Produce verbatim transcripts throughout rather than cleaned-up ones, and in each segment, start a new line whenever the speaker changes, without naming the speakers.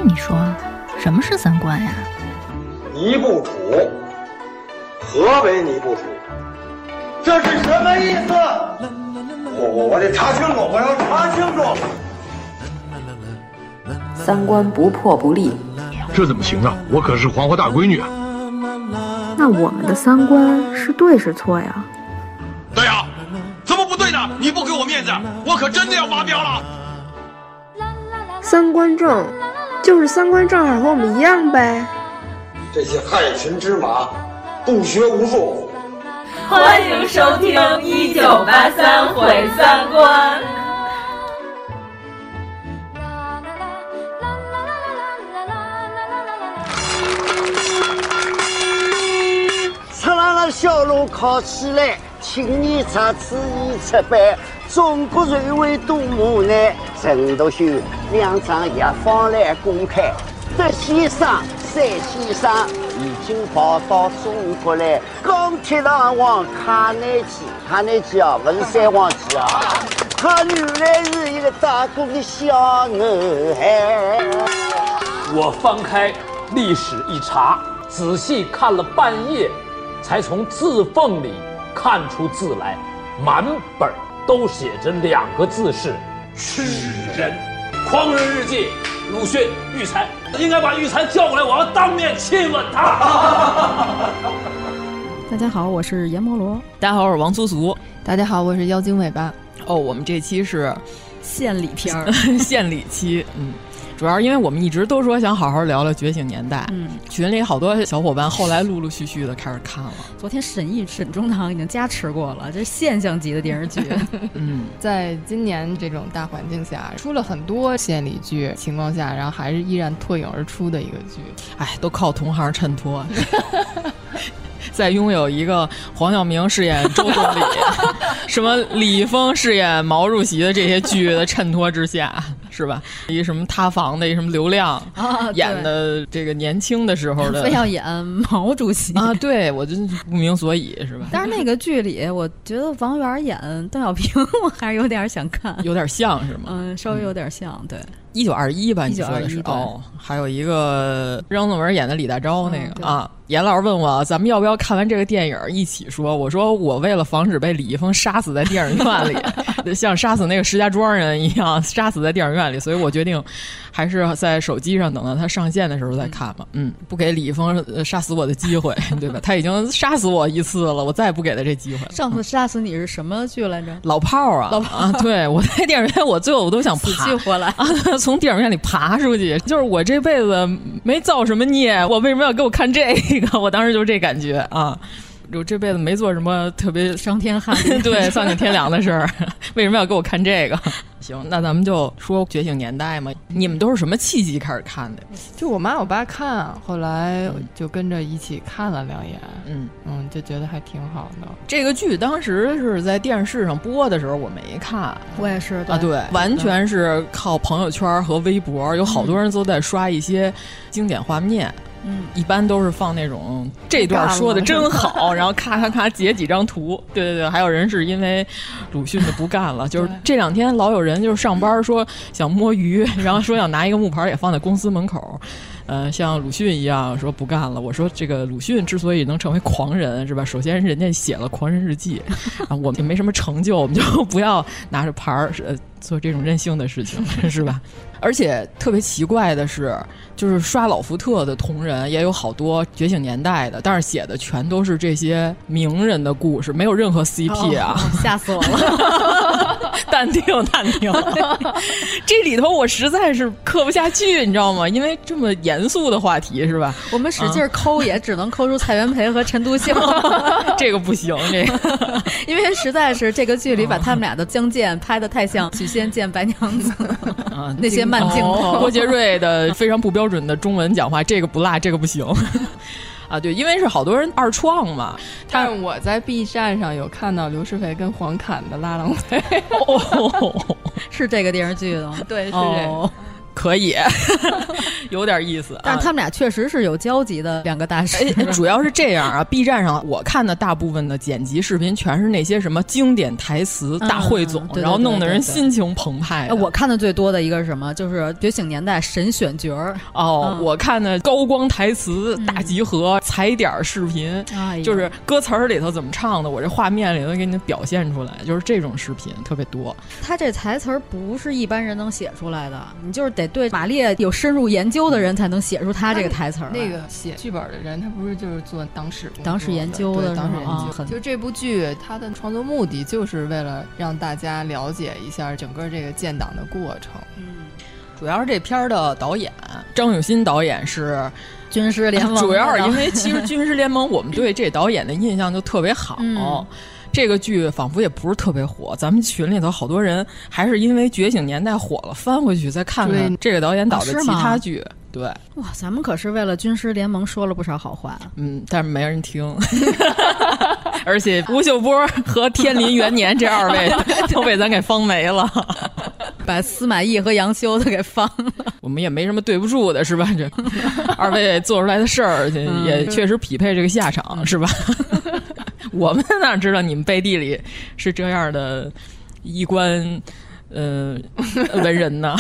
你说，什么是三观呀？
尼不楚，何为尼不楚？这是什么意思？我我我得查清楚，我要查清楚。
三观不破不立，
这怎么行啊？我可是黄花大闺女啊！
那我们的三观是对是错呀？
对呀、啊，怎么不对呢？你不给我面子，我可真的要发飙了。
三观正，就是三观正好和我们一样呗。
这些害群之马，不学无术。
欢迎收听一九八三毁三观。
出了个小路考起来，青年才子已出版，中国人为多么难。陈独秀两张一放来公开，德先生、赛先生已经跑到中国来。钢铁大王卡耐基，卡耐基啊，文山王基啊，他原来是一个打工的小男孩。
我翻开历史一查，仔细看了半夜，才从字缝里看出字来，满本都写着两个字是吃人。狂人日记，鲁迅、玉才，应该把玉才叫过来，我要当面亲吻他。
大家好，我是阎摩罗。
大家好，我是王苏苏。
大家好，我是妖精尾巴。
哦，我们这期是
献礼片儿，
献礼期，嗯。主要是因为我们一直都说想好好聊聊《觉醒年代》，嗯，群里好多小伙伴后来陆陆续续的开始看了。
昨天沈毅、沈中堂已经加持过了，这是现象级的电视剧。
嗯，在今年这种大环境下，出了很多献礼剧情况下，然后还是依然脱颖而出的一个剧。
哎，都靠同行衬托。在拥有一个黄晓明饰演周总理，什么李易峰饰演毛主席的这些剧的衬托之下，是吧？一什么塌房的，一什么流量、啊、演的这个年轻的时候的，
非要演毛主席
啊！对，我真不明所以，是吧？
但是那个剧里，我觉得王源演邓小平，我还是有点想看，
有点像是吗？
嗯，稍微有点像，对。
一九二一吧，
你说的是
哦，还有一个张颂文演的李大钊那个、嗯、啊。严老师问我，咱们要不要看完这个电影一起说？我说我为了防止被李易峰杀死在电影院里，像杀死那个石家庄人一样杀死在电影院里，所以我决定还是在手机上等到他上线的时候再看吧。嗯，不给李易峰杀死我的机会，对吧？他已经杀死我一次了，我再也不给他这机会了。
上次杀死你是什么剧来着？
老炮儿啊！
老炮
啊！对，我在电影院，我最后我都想爬，
死去活来
啊！从电影院里爬出去，就是我这辈子没造什么孽，我为什么要给我看这个？我当时就这感觉啊。我这辈子没做什么特别
伤天害理
对丧尽天良的事儿，为什么要给我看这个？行，那咱们就说《觉醒年代》嘛。你们都是什么契机开始看的？
就我妈我爸看，后来就跟着一起看了两眼，
嗯
嗯，就觉得还挺好的。
这个剧当时是在电视上播的时候，我没看。
我也是
啊，对，完全是靠朋友圈和微博，有好多人都在刷一些经典画面。
嗯，
一般都是放那种这段说的真好，然后咔咔咔截几张图。对对对，还有人是因为鲁迅的不干了，就是这两天老有人就是上班说想摸鱼，然后说想拿一个木牌也放在公司门口。呃，像鲁迅一样说不干了。我说这个鲁迅之所以能成为狂人，是吧？首先人家写了《狂人日记》啊，我们也没什么成就，我们就不要拿着牌儿呃做这种任性的事情，是吧？而且特别奇怪的是，就是刷老福特的同人也有好多《觉醒年代》的，但是写的全都是这些名人的故事，没有任何 C P 啊！
哦、吓死我了！
淡定淡定，这里头我实在是磕不下去，你知道吗？因为这么严肃的话题是吧？
我们使劲抠也只能抠出蔡元培和陈独秀，
这个不行，这个
因为实在是这个剧里把他们俩的相见拍得太像许仙见白娘子啊，那些慢镜头，
郭杰瑞的非常不标准的中文讲话，这个不辣，这个不行。啊，对，因为是好多人二创嘛。
但是我在 B 站上有看到刘诗培跟黄侃的拉郎配，
哦，
是这个电视剧的吗？
对，是这个。哦
可以有点意思、啊、
但是他们俩确实是有交集的两个大师、
哎、主要是这样啊 B 站上我看的大部分的剪辑视频全是那些什么经典台词大汇总、嗯、然后弄得人心情澎湃的。
我看的最多的一个是什么，就是觉醒年代神选角
哦、嗯、我看的高光台词大集合、嗯、踩点视频、哎、就是歌词里头怎么唱的我这画面里头给你表现出来，就是这种视频特别多。
他这台词不是一般人能写出来的，你就是得对马列有深入研究的人才能写出他这个台词。
那个写剧本的人他不是就是做党史
党史研究的，
党史研究、
哦、
就这部剧它的创作目的就是为了让大家了解一下整个这个建党的过程。
嗯，主要是这片的导演张永新导演是
军师联盟，
主要是因为其实军师联盟我们对这导演的印象就特别好、嗯、这个剧仿佛也不是特别火，咱们群里头好多人还是因为觉醒年代火了翻回去再看看这个导演导的其他剧、哦、对，
哇，咱们可是为了军师联盟说了不少好话。
嗯，但是没人听而且吴秀波和天临元年这二位都被咱给封没了
把司马懿和杨修都给放了。
我们也没什么对不住的是吧，这二位做出来的事儿也确实匹配这个下场、嗯、是吧我们哪知道你们背地里是这样的衣冠呃文人呢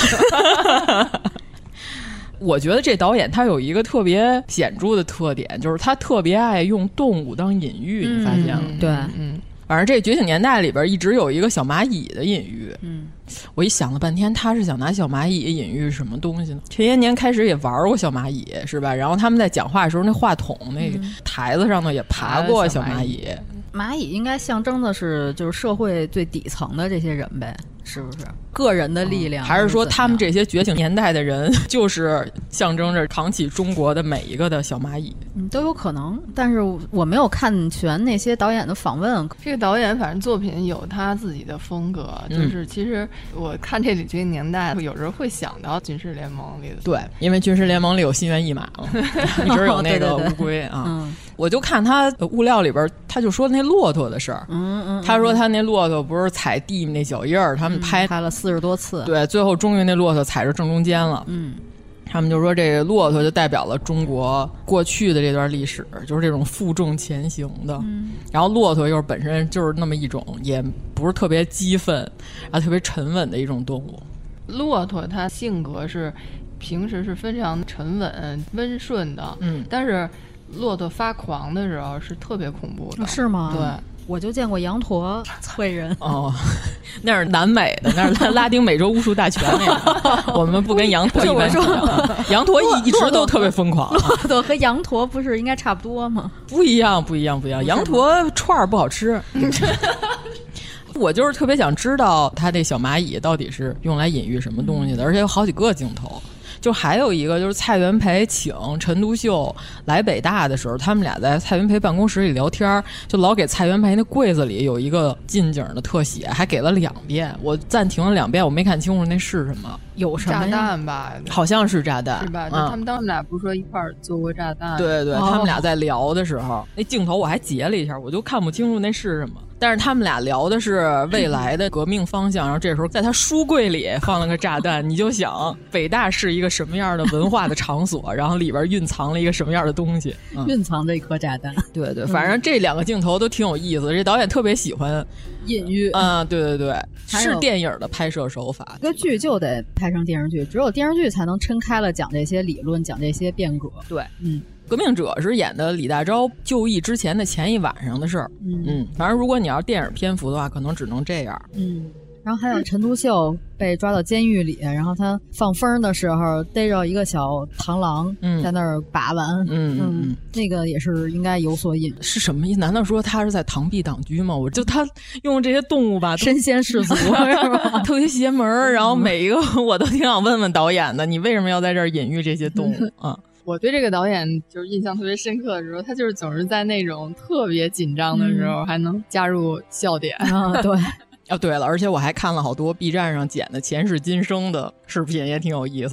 我觉得这导演他有一个特别显著的特点，就是他特别爱用动物当隐喻、嗯、你发现了？
对，
嗯，反正这觉醒年代里边一直有一个小蚂蚁的隐喻。嗯，我一想了半天，他是想拿小蚂蚁隐喻什么东西呢？前些年开始也玩过小蚂蚁是吧？然后他们在讲话的时候，那话筒那个台子上头也爬过小蚂蚁。
嗯、蚂蚁应该象征的是就是社会最底层的这些人呗。是不是个人的力量、嗯、
还是说他们这些觉醒年代的人就是象征着扛起中国的每一个的小蚂蚁？
嗯，都有可能，但是我没有看全那些导演的访问。
这个导演反正作品有他自己的风格、嗯、就是其实我看这里这个年代有时候会想到军事联盟里的。
对，因为军事联盟里有心猿意马嘛一直有那个乌龟啊、嗯、我就看他物料里边他就说那骆驼的事儿。嗯嗯，他说他那骆驼不是踩地那脚印儿，他们拍、
嗯、拍了四十多次，
对，最后终于那骆驼踩着正中间了。嗯，他们就说这个骆驼就代表了中国过去的这段历史，就是这种负重前行的。嗯，然后骆驼又是本身就是那么一种也不是特别激愤，然后特别沉稳的一种动物。
骆驼它性格是平时是非常沉稳温顺的，嗯，但是骆驼发狂的时候是特别恐怖的。
是吗？
对。
我就见过羊驼啐人
哦，那是南美的，那是拉丁美洲巫术大全那个。我们不跟羊驼一般说，羊驼一一直都特别疯狂。
骆驼和羊驼不是应该差不多吗？
不一样，不一样，不一样。羊驼串儿不好吃。我就是特别想知道他这小蚂蚁到底是用来隐喻什么东西的，而且有好几个镜头。就还有一个就是蔡元培请陈独秀来北大的时候，他们俩在蔡元培办公室里聊天，就老给蔡元培那柜子里有一个近景的特写，还给了两遍，我暂停了两遍，我没看清楚那是什么。
有什么
炸弹吧？
好像是炸弹，
是吧？嗯、他们当时俩不是说一块儿做过炸弹？
对对，哦、他们俩在聊的时候，那镜头我还截了一下，我就看不清楚那是什么。但是他们俩聊的是未来的革命方向，然后这时候在他书柜里放了个炸弹，你就想北大是一个什么样的文化的场所，然后里边蕴藏了一个什么样的东西，
嗯、蕴藏着一颗炸弹。
对对，反正这两个镜头都挺有意思，这导演特别喜欢
隐喻。
嗯，对对对，是电影的拍摄手法。
这个剧就得拍成电视剧，只有电视剧才能撑开了讲这些理论，讲这些变革。
对，嗯。革命者是演的李大钊就义之前的前一晚上的事儿，嗯嗯，反正如果你要电影篇幅的话，可能只能这样，
嗯。然后还有陈独秀被抓到监狱里，然后他放风的时候逮着一个小螳螂，嗯，在那儿把玩，嗯嗯嗯，那个也是应该有所隐。
是什么意思？难道说他是在螳臂挡车吗？我就他用这些动物吧，
身先士卒，是吧？
特别邪门，然后每一个我都挺想问问导演的，你为什么要在这儿隐喻这些动物啊？
我对这个导演就是印象特别深刻的时候，他就是总是在那种特别紧张的时候，还能加入笑点。
嗯、啊，对。
哦，对了，而且我还看了好多 B 站上剪的前世今生的视频，也挺有意思的。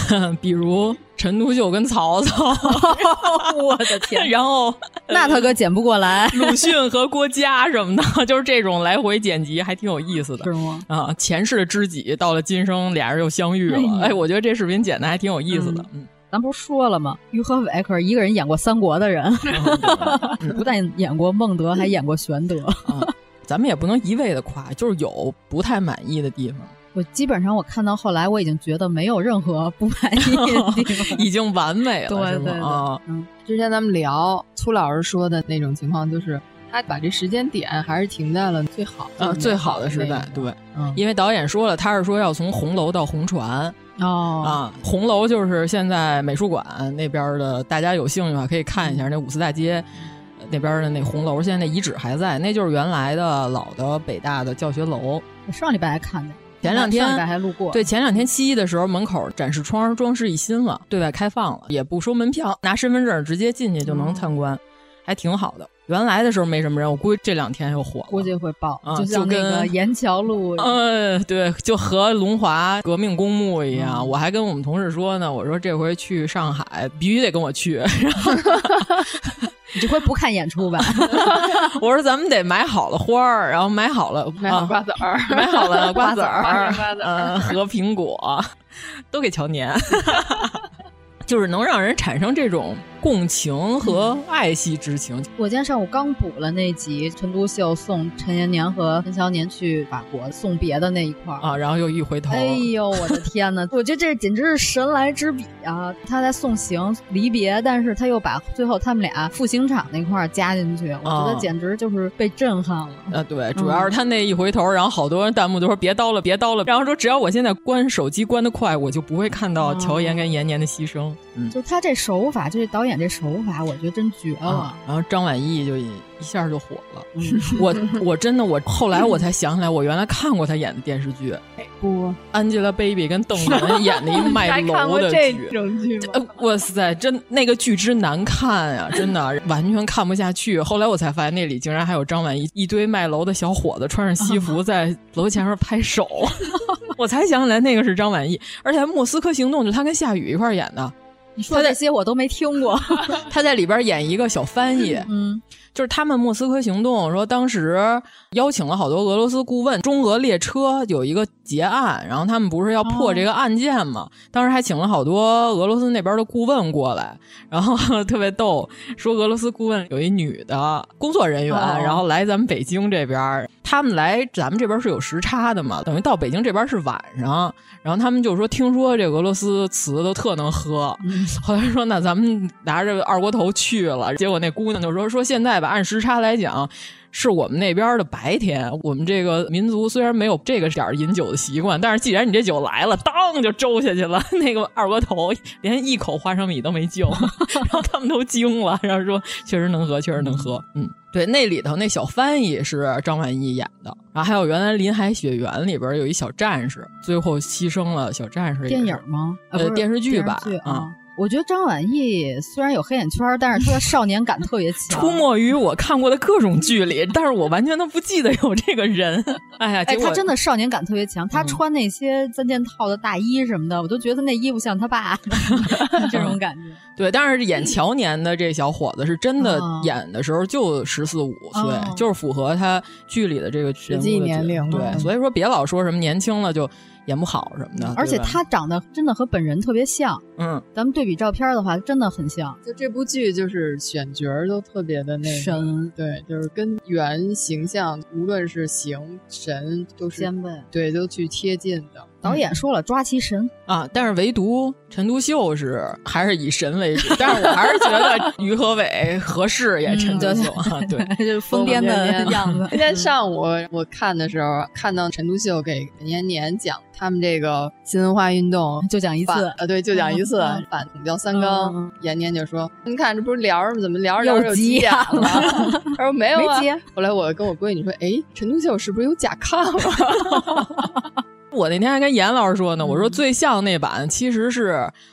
比如陈独秀跟曹操，
我的天！
然后
那他可剪不过来。
鲁迅和郭嘉什么的，就是这种来回剪辑，还挺有意思的，
是吗？
啊，前世的知己到了今生，俩人又相遇了。哎, 哎，我觉得这视频剪的还挺有意思的。嗯，
嗯咱不是说了吗？于和伟可是一个人演过三国的人，不但演过孟德，还演过玄德。
啊，咱们也不能一味的夸，就是有不太满意的地方。
我基本上我看到后来，我已经觉得没有任何不满意的地方，
已经完美了，
对
是吗？
对对
啊，
嗯，之前咱们聊粗老师说的那种情况，就是他把这时间点还是停在了最好
啊最好的时代，对，嗯，因为导演说了，他是说要从红楼到红船。
哦
啊，红楼就是现在美术馆那边的，大家有兴趣的话可以看一下，那五四大街那边的那红楼，现在那遗址还在，那就是原来的老的北大的教学楼。
我上礼拜还看的，
前两天
上礼拜还路过。
对，前两天七一的时候，门口展示窗装饰一新了，对外开放了，也不收门票，拿身份证直接进去就能参观，嗯、还挺好的。原来的时候没什么人，我估计这两天又火了，
估计会爆，
啊、
就像那个沿桥路，
呃，对，就和龙华革命公墓一样。嗯、我还跟我们同事说呢，我说这回去上海必须得跟我去。然后
你这回不看演出吧？
我说咱们得买好了花儿，然后买好了
买好瓜子儿，
啊、买好了瓜子儿，
瓜子儿
呃和苹果都给乔年。就是能让人产生这种共情和爱惜之情。
我今天上午刚补了那集陈独秀送陈延年和陈乔年去法国送别的那一块
啊，然后又一回头，
哎呦我的天哪！我觉得这简直是神来之笔啊！他在送行离别，但是他又把最后他们俩赴刑场那块加进去，我觉得简直就是被震撼了。
啊，对，主要是他那一回头，然后好多人弹幕都说别叨了，别叨了，然后说只要我现在关手机关得快，我就不会看到乔岩跟延年的牺牲。
嗯，就是他这手法，就是导演这手法，我觉得真绝了。
啊、然后张晚意就一下就火了。嗯、我我真的我后来我才想起来，我原来看过他演的电视剧。
不
，Angelababy 跟邓伦演的一卖楼的剧。
这种剧吗？
呃，哇塞，真那个剧之难看呀、啊，真的完全看不下去。后来我才发现那里竟然还有张晚意一堆卖楼的小伙子穿上西服在楼前面拍手，我才想起来那个是张晚意，而且《莫斯科行动》就他跟夏雨一块演的。
你说这些我都没听过。
他在里边演一个小翻译，
嗯，
就是他们莫斯科行动说当时邀请了好多俄罗斯顾问，中俄列车有一个结案，然后他们不是要破这个案件嘛、哦、当时还请了好多俄罗斯那边的顾问过来，然后特别逗，说俄罗斯顾问有一女的工作人员、哦、然后来咱们北京这边，他们来咱们这边是有时差的嘛，等于到北京这边是晚上，然后他们就说听说这俄罗斯词都特能喝、嗯、后来说那咱们拿着二锅头去了，结果那姑娘就说说现在吧按时差来讲是我们那边的白天，我们这个民族虽然没有这个点饮酒的习惯，但是既然你这酒来了，当就周下去了，那个二锅头连一口花生米都没就，然后他们都惊了，然后说确实能喝，确实能喝，嗯。对，那里头那小翻译是张晚意演的，然后还有原来《临海雪原》里边有一小战士，最后牺牲了。小战士
电影吗？
呃，电视剧吧，
啊。我觉得张晚意虽然有黑眼圈，但是他的少年感特别强，
出没于我看过的各种剧里，但是我完全都不记得有这个人。哎呀，
哎，他真的少年感特别强，他穿那些三件套的大衣什么的，嗯、我都觉得那衣服像他爸这种感觉。
对，但是演乔年的这小伙子是真的演的时候就十四五岁，哦、就是符合他剧里的这个
实际年龄。
对，嗯、所以说别老说什么年轻了就演不好什么的，
而且他长得真的和本人特别像。
嗯，
咱们对比照片的话，真的很像。
就这部剧就是选角都特别的那个
神，
对，就是跟原形象，无论是形神都是
兼备，
对，都去贴近的。
导演说了，抓其神
啊，但是唯独陈独秀是还是以神为主，但是我还是觉得于和伟合适演陈独秀啊，
嗯、对，就是疯癫的样子。
今天上午我看的时候，看到陈独秀给陈延年讲他们这个新文化运动，
就讲一次，
呃，对，就讲一次，
嗯、
反统教三纲。
嗯、
延年就说：“你看，这不是聊着怎么聊着聊着有急眼了？”他说：“没有啊。”后来我跟我闺女说：“哎，陈独秀是不是有甲亢了？”
我那天还跟严老师说呢，我说最像那版其实是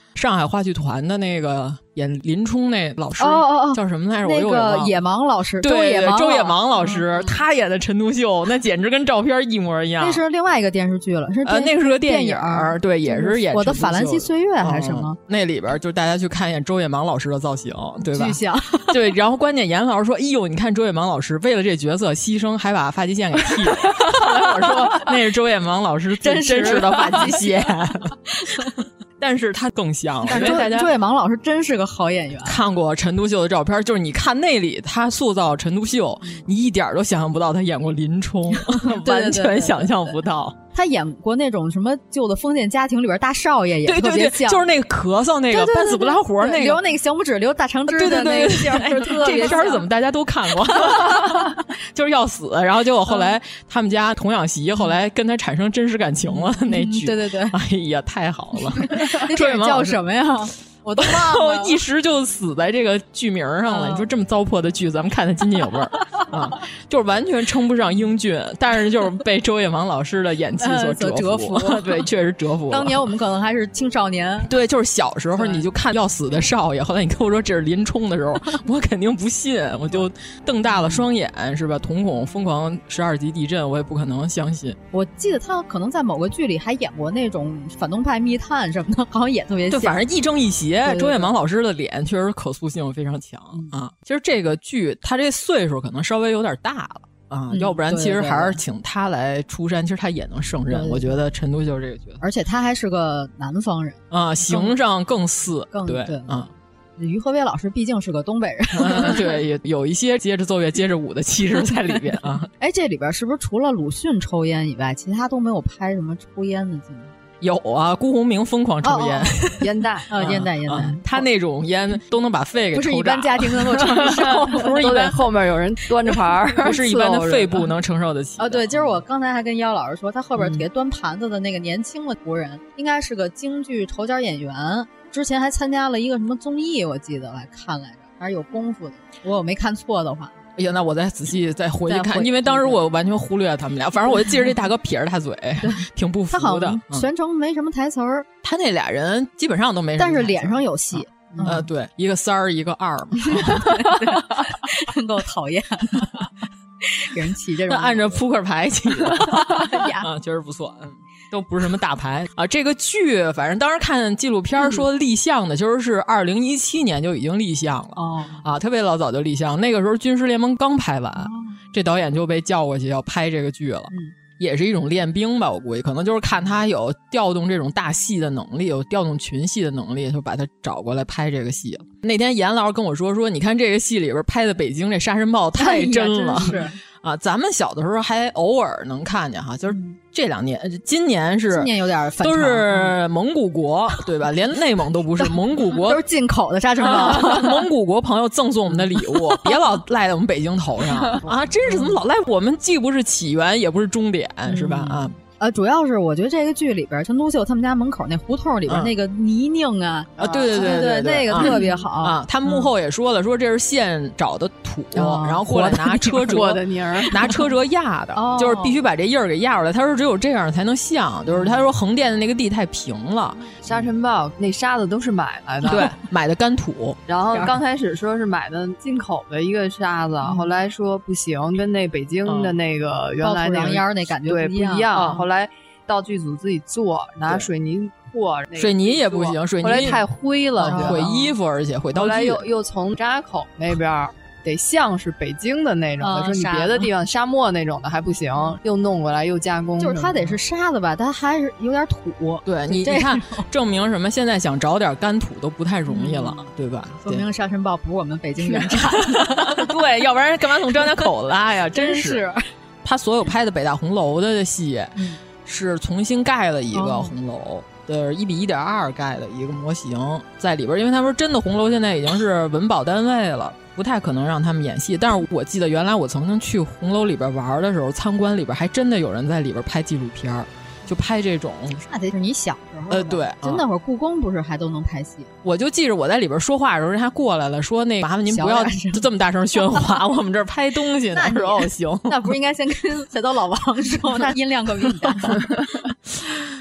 上海话剧团的那个演林冲那老师，
哦哦哦，
叫什么来着？
那个野芒老师，
对，
周野芒，
周野芒老师，嗯、他演的陈独秀，那简直跟照片一模一样。
那是另外一个电视剧了，是
呃，那是个电
影，
对，也是演
我的法兰西岁月还是什么、
嗯？那里边就大家去看一眼周野芒老师的造型，对吧？
巨像。
对，然后关键严老师说：“哎呦，你看周野芒老师为了这角色牺牲，还把发际线给剃了。”后来我说那是周野芒老师真真实的发际线。但是他更像了，
但周周野芒老师真是个好演员。
看过陈独秀的照片，就是你看那里他塑造陈独秀，你一点都想象不到他演过林冲，完全想象不到。
他演过那种什么旧的封建家庭里边大少爷，也特别像，
对对对，就是那个咳嗽那个半死不拉活那个，
留那个小拇指留大长指的那个劲儿，
这片儿怎么大家都看过？就是要死，然后结果后来他们家童养媳后来跟他产生真实感情了，那剧，
对对对，
哎呀，太好了。
那电影叫什么呀？我都忘了，
一时就死在这个剧名上了。嗯、你说这么糟粕的剧，咱们看得津津有味儿啊，就是完全称不上英俊，但是就是被周野芒老师的演技所折服。
折服
对，确实折服了。
当年我们可能还是青少年，
对，就是小时候你就看要死的少爷，后来你跟我说这是林冲的时候，我肯定不信，我就瞪大了双眼，是吧？瞳孔疯狂十二级地震，我也不可能相信。
我记得他可能在某个剧里还演过那种反动派密探什么的，好像也特别像。
对，反正亦正亦邪。周野芒老师的脸确实可塑性非常强、嗯、啊！其实这个剧他这岁数可能稍微有点大了啊、嗯，要不然其实还是请他来出山，其实他也能胜任。我觉得陈独秀这个角色，
而且他还是个南方人
啊，形上更似，
更
对
对
啊。
于和伟老师毕竟是个东北人，
嗯、对，也有一些接着奏乐接着舞的气质在里边啊。
哎，这里边是不是除了鲁迅抽烟以外，其他都没有拍什么抽烟的镜头？
有啊，辜鸿铭疯狂抽烟，
哦哦烟袋啊，烟袋，烟袋、
嗯，他那种烟都能把肺给抽炸，
不是一般家庭能够承受，
不是一般后面有人端着盘儿，
不是一般的肺部能承受得起。
啊，对，今儿我刚才还跟姚老师说，他后边给端盘子的那个年轻的仆人，嗯、应该是个京剧丑角演员，之前还参加了一个什么综艺，我记得我还看来着，还是有功夫的，如果我没看错的话。
哎呀，那我再仔细再回去看，因为当时我完全忽略他们俩。反正我就记着这大哥撇着他嘴，挺不服的。
他好像全程没什么台词儿、嗯，
他那俩人基本上都没什么台词，
但是脸上有戏。
嗯、呃，对，一个三儿，一个二嘛，
真够讨厌的，给人起这种。
按着扑克牌起的啊，确实不错，嗯。都不是什么大牌啊！这个剧反正当时看纪录片说立项的，其实是二零一七年就已经立项了
哦
啊，特别老早就立项。那个时候《军事联盟》刚拍完、哦，这导演就被叫过去要拍这个剧了，
嗯、
也是一种练兵吧，我估计可能就是看他有调动这种大戏的能力，有调动群戏的能力，就把他找过来拍这个戏了。那天严老师跟我说说，你看这个戏里边拍的北京这沙尘暴太真了。
哎是
啊，咱们小的时候还偶尔能看见哈，就是这两年，今年是
今年有点反常，
都是蒙古国，对吧？连内蒙都不是，蒙古国
都是进口的沙尘暴。
蒙古国朋友赠送我们的礼物，别老赖在我们北京头上啊！真是怎么老赖我们？既不是起源，也不是终点，是吧？啊。
呃，主要是我觉得这个剧里边，陈独秀他们家门口那胡同里边、嗯、那个泥泞啊，
啊，对对对
对
对,
对，那个特别好
啊。他幕后也说了，说这是现找的土，嗯、然后过来拿车辙
的泥儿，
拿车辙压的，哦、就是必须把这印儿给压出来。他说只有这样才能像，就是他说横店的那个地太平了，
沙尘暴那沙子都是买来的，
对，买的干土。
然后刚开始说是买的进口的一个沙子，嗯、后来说不行，跟那北京的那个原来那
烟那感觉
对
不一样。
不一样后来到剧组自己做，拿水泥和、那个、
水泥也不行，水泥
后来太灰了，
嗯、毁衣服，而且毁道具。
后来又又从闸口那边得像是北京的那种的，
嗯、
说你别的地方沙漠那种的还不行，又弄过来又加工。
就是它得是沙子吧，它还是有点土。
对你，你看，证明什么？现在想找点干土都不太容易了，嗯、对吧？
说明沙尘暴不是我们北京原产。
对，要不然干嘛从张家口拉呀？
真
是。他所有拍的北大红楼的戏。
嗯
是重新盖了一个红楼的一比一点二盖的一个模型在里边，因为他说真的红楼现在已经是文保单位了，不太可能让他们演戏。但是我记得原来我曾经去红楼里边玩的时候，参观里边还真的有人在里边拍纪录片，就拍这种。
那得是你小时候
呃对，
就那会儿故宫不是还都能拍戏？
我就记着我在里边说话的时候，人还过来了，说那麻烦您不要就这么大声喧哗，我们这儿拍东西呢。说哦行，
那不是应该先跟菜刀老王说，他音量可比你大。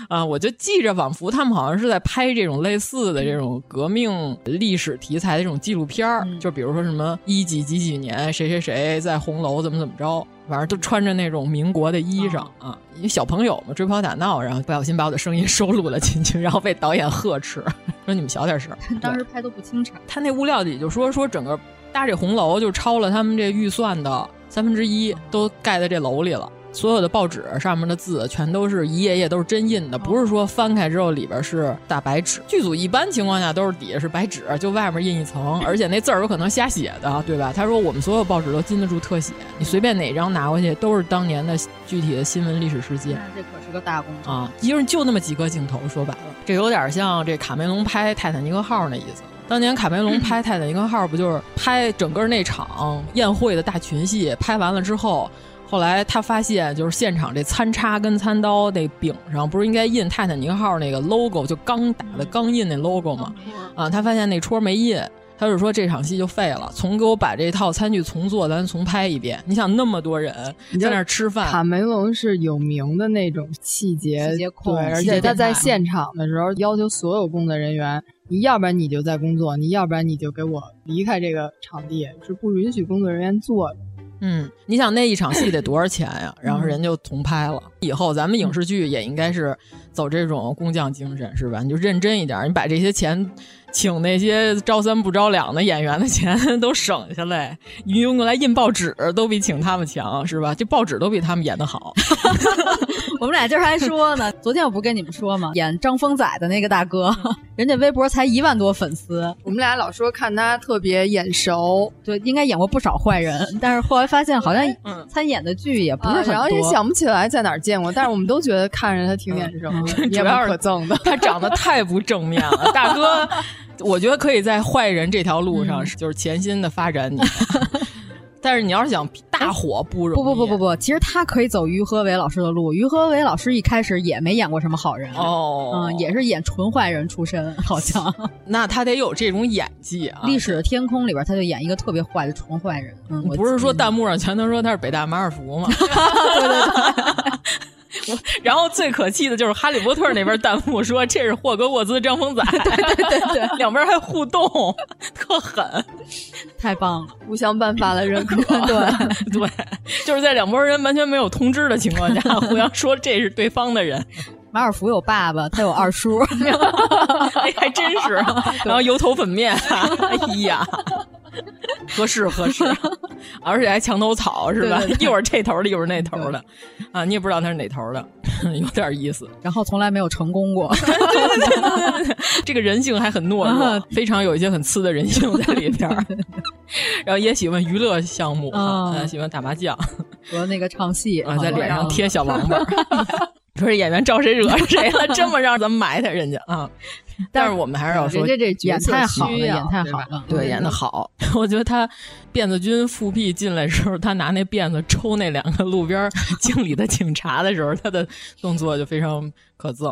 啊，我就记着仿佛他们好像是在拍这种类似的这种革命历史题材的这种纪录片儿、嗯，就比如说什么一几几几年谁谁谁在红楼怎么怎么着，反正都穿着那种民国的衣裳、哦、啊，因为小朋友嘛追跑打闹，然后不小心把我的声音收录了进去，然后被导演呵斥说你们小点声。
当时拍都不清楚，
他那物料里就说说整个搭这红楼就超了他们这预算的三分之一，都盖在这楼里了。所有的报纸上面的字全都是一页页都是真印的，不是说翻开之后里边是大白纸。剧组一般情况下都是底下是白纸，就外面印一层，而且那字儿有可能瞎写的，对吧？他说我们所有报纸都经得住特写，你随便哪张拿回去都是当年的具体的新闻历史事件。
这可是个大工程
啊！因为就那么几个镜头，说白了，这有点像这卡梅隆拍《泰坦尼克号》那意思。当年卡梅隆拍《泰坦尼克号》不就是拍整个那场宴会的大群戏，拍完了之后。后来他发现，就是现场这餐叉跟餐刀那柄上不是应该印泰坦尼克号那个 logo， 就刚打的刚印那 logo 吗？啊，他发现那戳没印，他就说这场戏就废了，重给我把这套餐具重做，咱重拍一遍。你想那么多人在那儿吃饭，
卡梅隆是有名的那种细节
细节控，
对，而且他在现场的时候要求所有工作人员，你要不然你就在工作，你要不然你就给我离开这个场地，是不允许工作人员坐着。
嗯，你想那一场戏得多少钱呀？然后人就重拍了。以后咱们影视剧也应该是走这种工匠精神，是吧？你就认真一点，你把这些钱请那些招三不招两的演员的钱都省下来，你用来印报纸都比请他们强，是吧？这报纸都比他们演得好。
我们俩今儿还说呢，昨天我不是跟你们说吗？演张峰仔的那个大哥，人家微博才一万多粉丝。
我们俩老说看他特别眼熟，
对，应该演过不少坏人，但是后来发现好像参演的剧也不是很多，
啊、然后也想不起来在哪儿见过，但是我们都觉得看着他挺眼熟，嗯、也不可憎的。
他长得太不正面了，大哥，我觉得可以在坏人这条路上，嗯、就是潜心的发展你。但是你要是想大火不容易，
不不不不不，其实他可以走于和伟老师的路。于和伟老师一开始也没演过什么好人
哦，
嗯，也是演纯坏人出身，好像。
那他得有这种演技啊！
历史的天空里边，他就演一个特别坏的纯坏人。嗯，
不是说弹幕上全都说他是北大马尔福吗？
对对对。
然后最可气的就是哈利波特那边弹幕说这是霍格沃兹张风仔，
对对对对，
两边还互动，特狠，
太棒了，
互相颁发了认可。
对
对，就是在两拨人完全没有通知的情况下，互相说这是对方的人。
马尔福有爸爸，他有二叔，
哎，还真是。然后油头粉面，哎呀，合适合适，而且还墙头草是吧？
对对对，
一会儿这头的，一会儿那头的，啊，你也不知道他是哪头的，有点意思。
然后从来没有成功过，
对对对对对，这个人性还很懦弱，啊、非常有一些很次的人性在里边。然后也喜欢娱乐项目，啊、嗯，喜欢打麻将
和那个唱戏
啊，在脸上贴小王八。说这演员招谁惹谁了？这么让咱们埋汰人家啊！但是我们还是要说，
人家这
演太好了，演太好了，
对，演得好。我觉得他辫子军复辟进来的时候，他拿那辫子抽那两个路边敬礼的警察的时候，他的动作就非常可憎。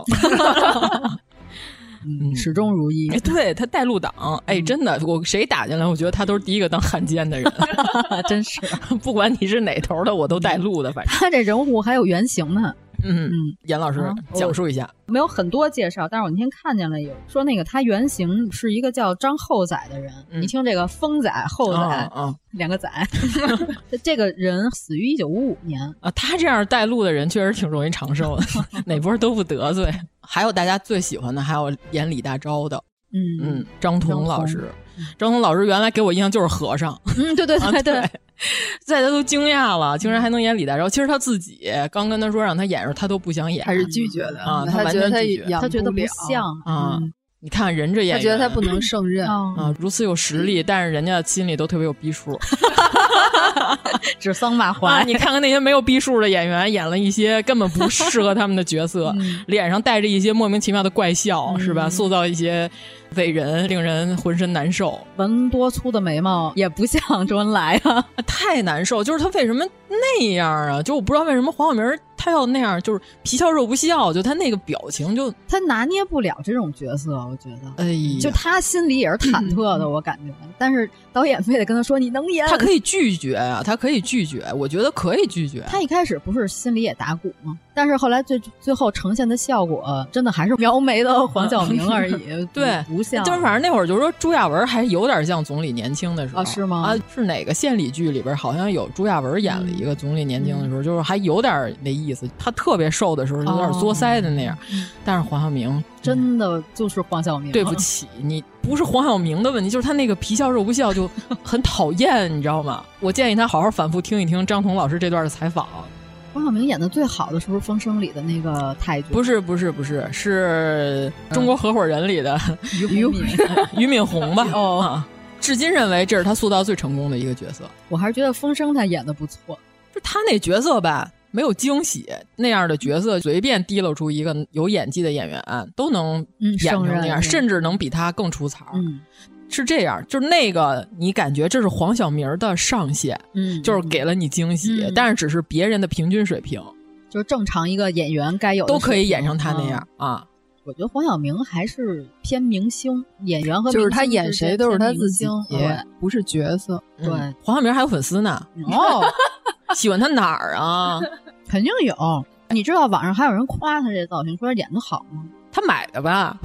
嗯，始终如一。
哎，对，他带路党，哎，真的，我谁打进来，我觉得他都是第一个当汉奸的人，
真是。
不管你是哪头的，我都带路的，反正。
他这人物还有原型呢。
嗯嗯，严老师、啊、讲述一下，
没有很多介绍，但是我那天看见了有说那个他原型是一个叫张厚仔的人，嗯、你听这个风仔厚仔、哦哦、两个仔，这个人死于一九五五年
啊。他这样带路的人确实挺容易长寿的，哪波都不得罪。还有大家最喜欢的，还有演李大钊的，
嗯
嗯，张彤老师。张彤老师原来给我印象就是和尚，
嗯，对对对 对, 对，
大家都惊讶了，竟然还能演李大钊。其实他自己刚跟他说让他演时，他都不想演，
还是拒绝的
啊，
他
完全拒绝，
他觉得不像
啊。嗯你看人这演员，
他觉得他不能胜任
啊，如此有实力，但是人家心里都特别有逼数，
指桑骂槐、
啊。你看看那些没有逼数的演员，演了一些根本不适合他们的角色，嗯、脸上带着一些莫名其妙的怪笑，嗯、是吧？塑造一些伟人，令人浑身难受。
纹多粗的眉毛也不像周恩来啊，
太难受。就是他为什么那样啊？就我不知道为什么黄晓明他要那样，就是皮笑肉不笑，就他那个表情就
他拿捏不了这种角色，我觉得，
哎呀，
就他心里也是忐忑的，嗯、我感觉。但是导演非得跟他说你能演，
他可以拒绝啊，他可以拒绝，我觉得可以拒绝。
他一开始不是心里也打鼓吗？ 但是后来最最后呈现的效果，真的还是描眉的黄晓明而已，
对，
不像。
就是反正那会儿就说朱亚文还有点像总理年轻的时候
啊，是吗？
啊，是哪个献礼剧里边好像有朱亚文演了一个总理年轻的时候，嗯、就是还有点那意思。他特别瘦的时候，有点作腮的那样。哦、但是黄晓明
真的就是黄晓明。
对不起，你不是黄晓明的问题，就是他那个皮笑肉不笑就很讨厌，你知道吗？我建议他好好反复听一听张彤老师这段的采访。
黄晓明演的最好的是不是《风声》里的那个太君？
不是，不是，不是，是《中国合伙人》里的
俞俞敏
俞敏洪吧？
哦、
啊，至今认为这是他塑造最成功的一个角色。
我还是觉得《风声》他演的不错，
就他那角色吧，没有惊喜，那样的角色随便提溜出一个有演技的演员都能演成那样，嗯、甚至能比他更出彩。
嗯。
是这样，就是那个你感觉这是黄晓明的上限，
嗯，
就是给了你惊喜，嗯、但是只是别人的平均水平，
就是正常一个演员该有的
都可以演成他那样、嗯、啊。
我觉得黄晓明还是偏明星演员和明星
就是他演谁都是他自己，
对，
不是角色。
对，
嗯、黄晓明还有粉丝呢。
哦，
喜欢他哪儿啊？
肯定有。你知道网上还有人夸他这造型，说演得好吗？
他买的吧？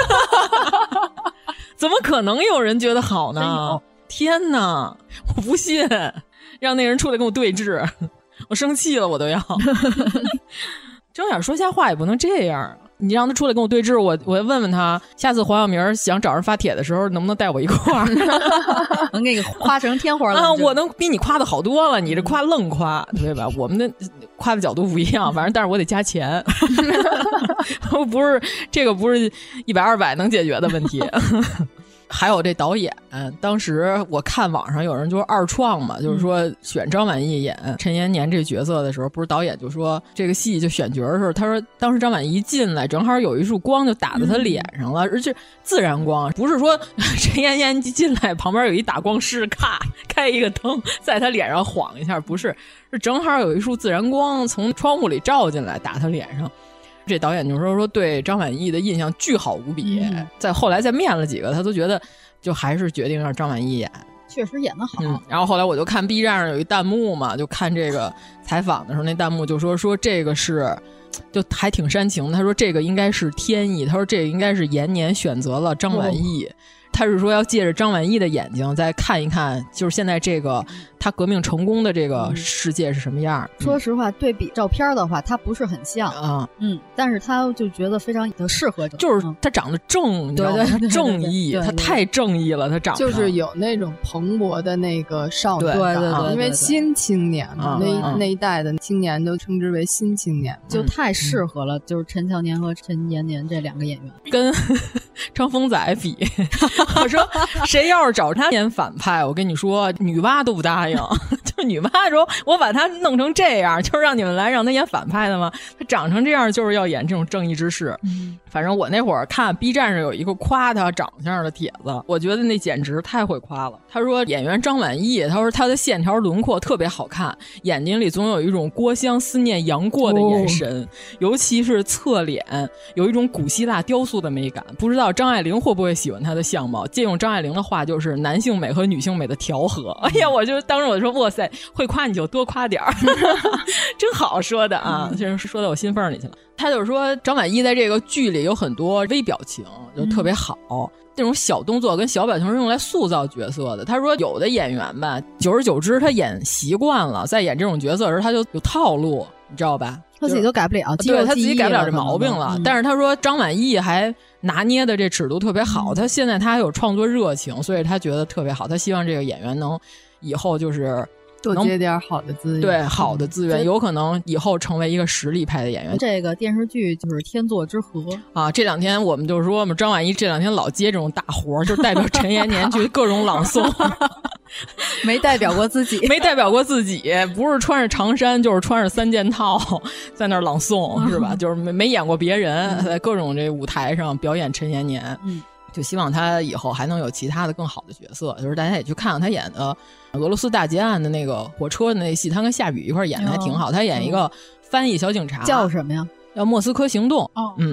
怎么可能有人觉得好呢？天哪，我不信，让那人出来跟我对峙，我生气了，我都要。睁眼说瞎话也不能这样，你让他出来跟我对峙，我我问问他，下次黄晓明想找人发帖的时候，能不能带我一块儿？
能给你夸成天花了
啊！我能比你夸的好多了，你这夸愣夸，对吧？我们的夸的角度不一样，反正但是我得加钱，不是这个不是一百二百能解决的问题。还有这导演，当时我看网上有人就是二创嘛，就是说选张晚意演陈延年这角色的时候，不是导演就说这个戏就选角的时候，他说当时张晚意一进来，正好有一束光就打在他脸上了，而且自然光，不是说陈延年一进来旁边有一打光师，咔开一个灯在他脸上晃一下，不是，是正好有一束自然光从窗户里照进来打他脸上。这导演就说说对张晚意的印象巨好无比，嗯、再后来再面了几个，他都觉得就还是决定让张晚意演，
确实演得好。
嗯、然后后来我就看 B 站上有一弹幕嘛，就看这个采访的时候，那弹幕就说说这个是，就还挺煽情的。他说这个应该是天意，他说这个应该是延年选择了张晚意。哦，他是说要借着张晚意的眼睛再看一看，就是现在这个他革命成功的这个世界是什么样。
嗯、说实话，对比照片的话，他不是很像
啊，
嗯，但是他就觉得非常的适合，
就是他长得正，你知道吗？他正义，他太正义了，他长得
就是有那种蓬勃的那个少年
感，对对对，
因为新青年嘛，那、嗯、那一代的青年都称之为新青年，
就太适合了，就是陈乔年和陈延年这两个演员
跟张峰仔比。我说谁要是找他演反派，我跟你说女娲都不答应。就是女娲说我把他弄成这样，就是让你们来让他演反派的吗？他长成这样就是要演这种正义之士。嗯、反正我那会儿看 B 站上有一个夸他长相的帖子，我觉得那简直太会夸了。他说演员张晚意，他说他的线条轮廓特别好看，眼睛里总有一种郭襄思念杨过的眼神，哦、尤其是侧脸有一种古希腊雕塑的美感。不知道张爱玲会不会喜欢他的相貌，借用张爱玲的话就是男性美和女性美的调和。哎呀，我就当时我就说哇塞，会夸你就多夸点儿，真好说的啊，就是说到我心缝里去了。他就是说张晚意在这个剧里有很多微表情，就特别好。嗯，这种小动作跟小表情是用来塑造角色的。他说有的演员吧，久而久之他演习惯了，在演这种角色的时候他就有套路，你知道吧？
他自己都改不了，
对他自己改不了这毛病了。嗯、但是他说张晚意还拿捏的这尺度特别好，嗯、他现在他还有创作热情，所以他觉得特别好。他希望这个演员能以后就是
多接点好的资源，
对好的资源，有可能以后成为一个实力派的演员。
这个电视剧就是天作之合
啊！这两天我们就说嘛，张晚意这两天老接这种大活，就代表陈延年去各种朗诵，
没代表过自己，
没代表过自己，不是穿着长衫就是穿着三件套在那儿朗诵，是吧？就是没没演过别人，在各种这舞台上表演陈延年。嗯，就希望他以后还能有其他的更好的角色，就是大家也去看看他演的俄罗斯大劫案的那个火车的那戏，他跟夏雨一块演的还挺好。他演一个翻译小警察，
叫什么呀？
叫莫斯科行动。
哦，
嗯，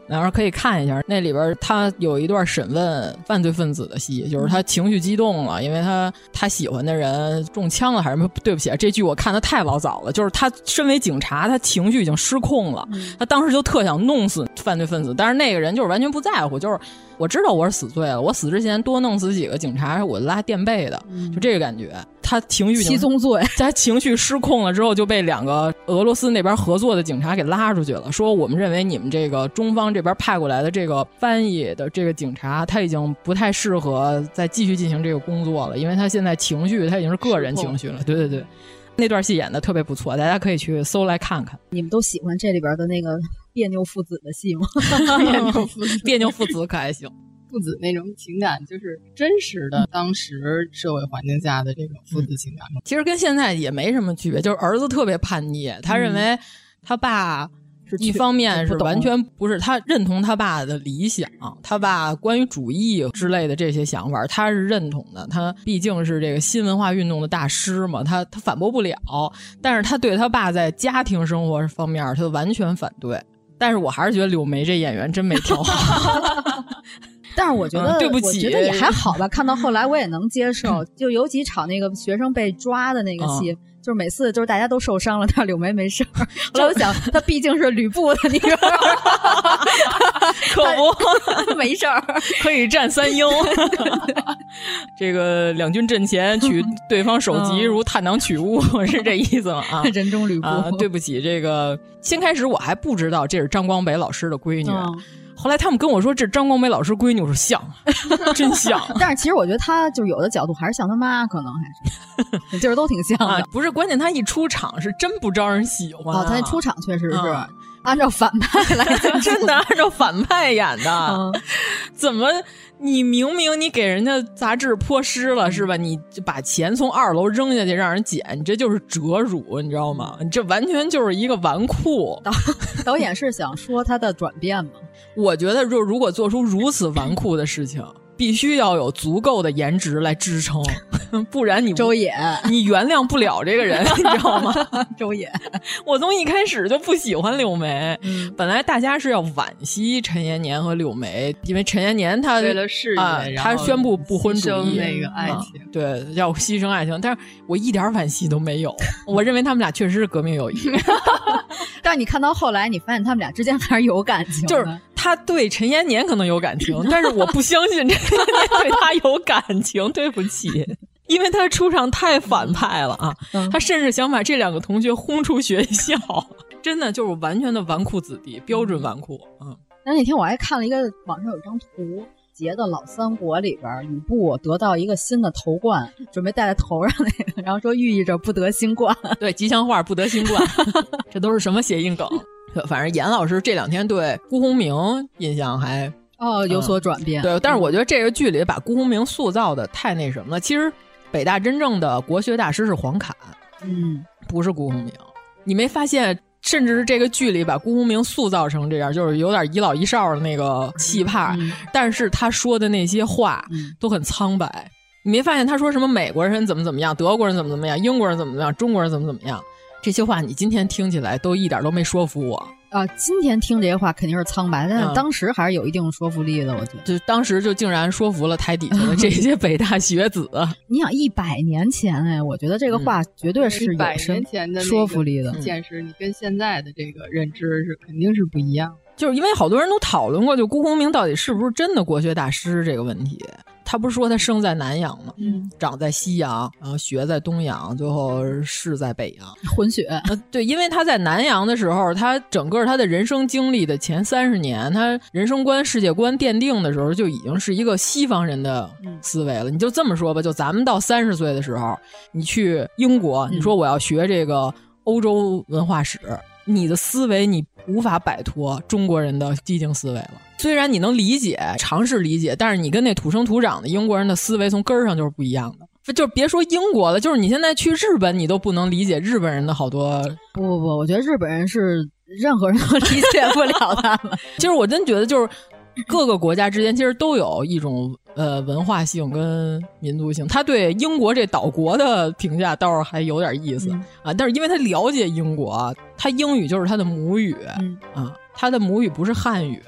然后可以看一下，那里边他有一段审问犯罪分子的戏，就是他情绪激动了，因为他他喜欢的人中枪了还是什么，对不起这剧我看的太老早了，就是他身为警察他情绪已经失控了，他当时就特想弄死犯罪分子，但是那个人就是完全不在乎，就是我知道我是死罪了，我死之前多弄死几个警察我拉垫背的，就这个感觉。他情绪
七宗罪，
他情绪失控了之后就被两个俄罗斯那边合作的警察给拉出去了，说我们认为你们这个中方这边派过来的这个翻译的这个警察他已经不太适合再继续进行这个工作了，因为他现在情绪他已经是个人情绪了。对对对，那段戏演的特别不错，大家可以去搜来看看。
你们都喜欢这里边的那个别扭父子的戏吗？
别扭父子，
别扭父子可还行。
父子那种情感就是真实的当时社会环境下的这种父子情感、
嗯、其实跟现在也没什么区别，就是儿子特别叛逆，他认为他爸是一方面是完全不是，他认同他爸的理想，他爸关于主义之类的这些想法他是认同的，他毕竟是这个新文化运动的大师嘛，他他反驳不了，但是他对他爸在家庭生活方面他完全反对。但是我还是觉得柳梅这演员真没挑好。
但是我觉得、
嗯、对不起，
我觉得也还好吧。看到后来我也能接受，就有几场那个学生被抓的那个戏，嗯、就是每次就是大家都受伤了，但是柳梅没事儿。后来我想，她毕竟是吕布的女儿，
可不
没事儿，
可以战三英。这个两军阵前取对方首级如探囊取物，嗯、是这意思吗？啊，
人中吕布、
啊。对不起，这个先开始我还不知道这是张光北老师的闺女。嗯，后来他们跟我说这张光北老师闺女，我说像，真像。
但是其实我觉得他就有的角度还是像他妈，可能还是就是都挺像的、
啊。不是，关键他一出场是真不招人喜欢、啊。
哦，他一出场确实是、
嗯、
按照反派来讲，
真的按照反派演的。
嗯、
怎么你明明你给人家杂志泼湿了、嗯、是吧？你就把钱从二楼扔下去让人捡，你这就是折辱，你知道吗？你这完全就是一个纨绔。
导导演是想说他的转变吗？
我觉得如如果做出如此纨绔的事情，必须要有足够的颜值来支撑，不然你
周也
你原谅不了这个人，你知道吗？
周也，
我从一开始就不喜欢柳梅、嗯、本来大家是要惋惜陈延年和柳梅，因为陈延年他
为了事业、
啊、他宣布不婚主义，
那个爱情、
啊、对，要牺牲爱情，但是我一点惋惜都没有。我认为他们俩确实是革命友谊。
但是你看到后来你发现他们俩之间还是有感情的，
就是他对陈延年可能有感情，但是我不相信陈延年对他有感情，对不起，因为他出场太反派了啊、嗯！他甚至想把这两个同学轰出学校，真的就是完全的纨绔子弟，标准纨绔。嗯，
那那天我还看了一个网上有一张图，截的老三国里边吕布得到一个新的头冠，准备戴在头上那个，然后说寓意着不得新冠，
对，吉祥话不得新冠，这都是什么谐音梗？反正严老师这两天对辜鸿铭印象还
哦有所转变、
嗯，对，但是我觉得这个剧里把辜鸿铭塑造的太那什么了。其实北大真正的国学大师是黄侃，
嗯，
不是辜鸿铭。你没发现，甚至是这个剧里把辜鸿铭塑造成这样，就是有点遗老遗少的那个气派、嗯，但是他说的那些话都很苍白。嗯、你没发现他说什么美国人怎么怎么样，德国人怎么怎么样，英国人怎么怎么样，中国人怎么怎么样？这些话你今天听起来都一点都没说服我
啊！今天听这些话肯定是苍白，但是当时还是有一定说服力的，我觉得。
就当时就竟然说服了台底下的这些北大学子。
你想一百年前哎，我觉得这个话绝对是有说服力的。
见识你跟现在的这个认知是肯定是不一样。
就是因为好多人都讨论过，就辜鸿铭到底是不是真的国学大师这个问题。他不是说他生在南洋吗？
嗯，
长在西洋，然后学在东洋，最后仕在北洋，
混血。
呃，对，因为他在南洋的时候，他整个他的人生经历的前三十年，他人生观、世界观奠定的时候，就已经是一个西方人的思维了。嗯、你就这么说吧，就咱们到三十岁的时候，你去英国，你说我要学这个欧洲文化史。嗯，你的思维你无法摆脱中国人的激进思维了。虽然你能理解，尝试理解，但是你跟那土生土长的英国人的思维从根儿上就是不一样的。就别说英国了，就是你现在去日本，你都不能理解日本人的好多。
不不不，我觉得日本人是任何人都理解不了他们。
其实我真觉得就是各个国家之间其实都有一种呃文化性跟民族性。他对英国这岛国的评价倒是还有点意思、嗯、啊，但是因为他了解英国，他英语就是他的母语、嗯、啊，他的母语不是汉语，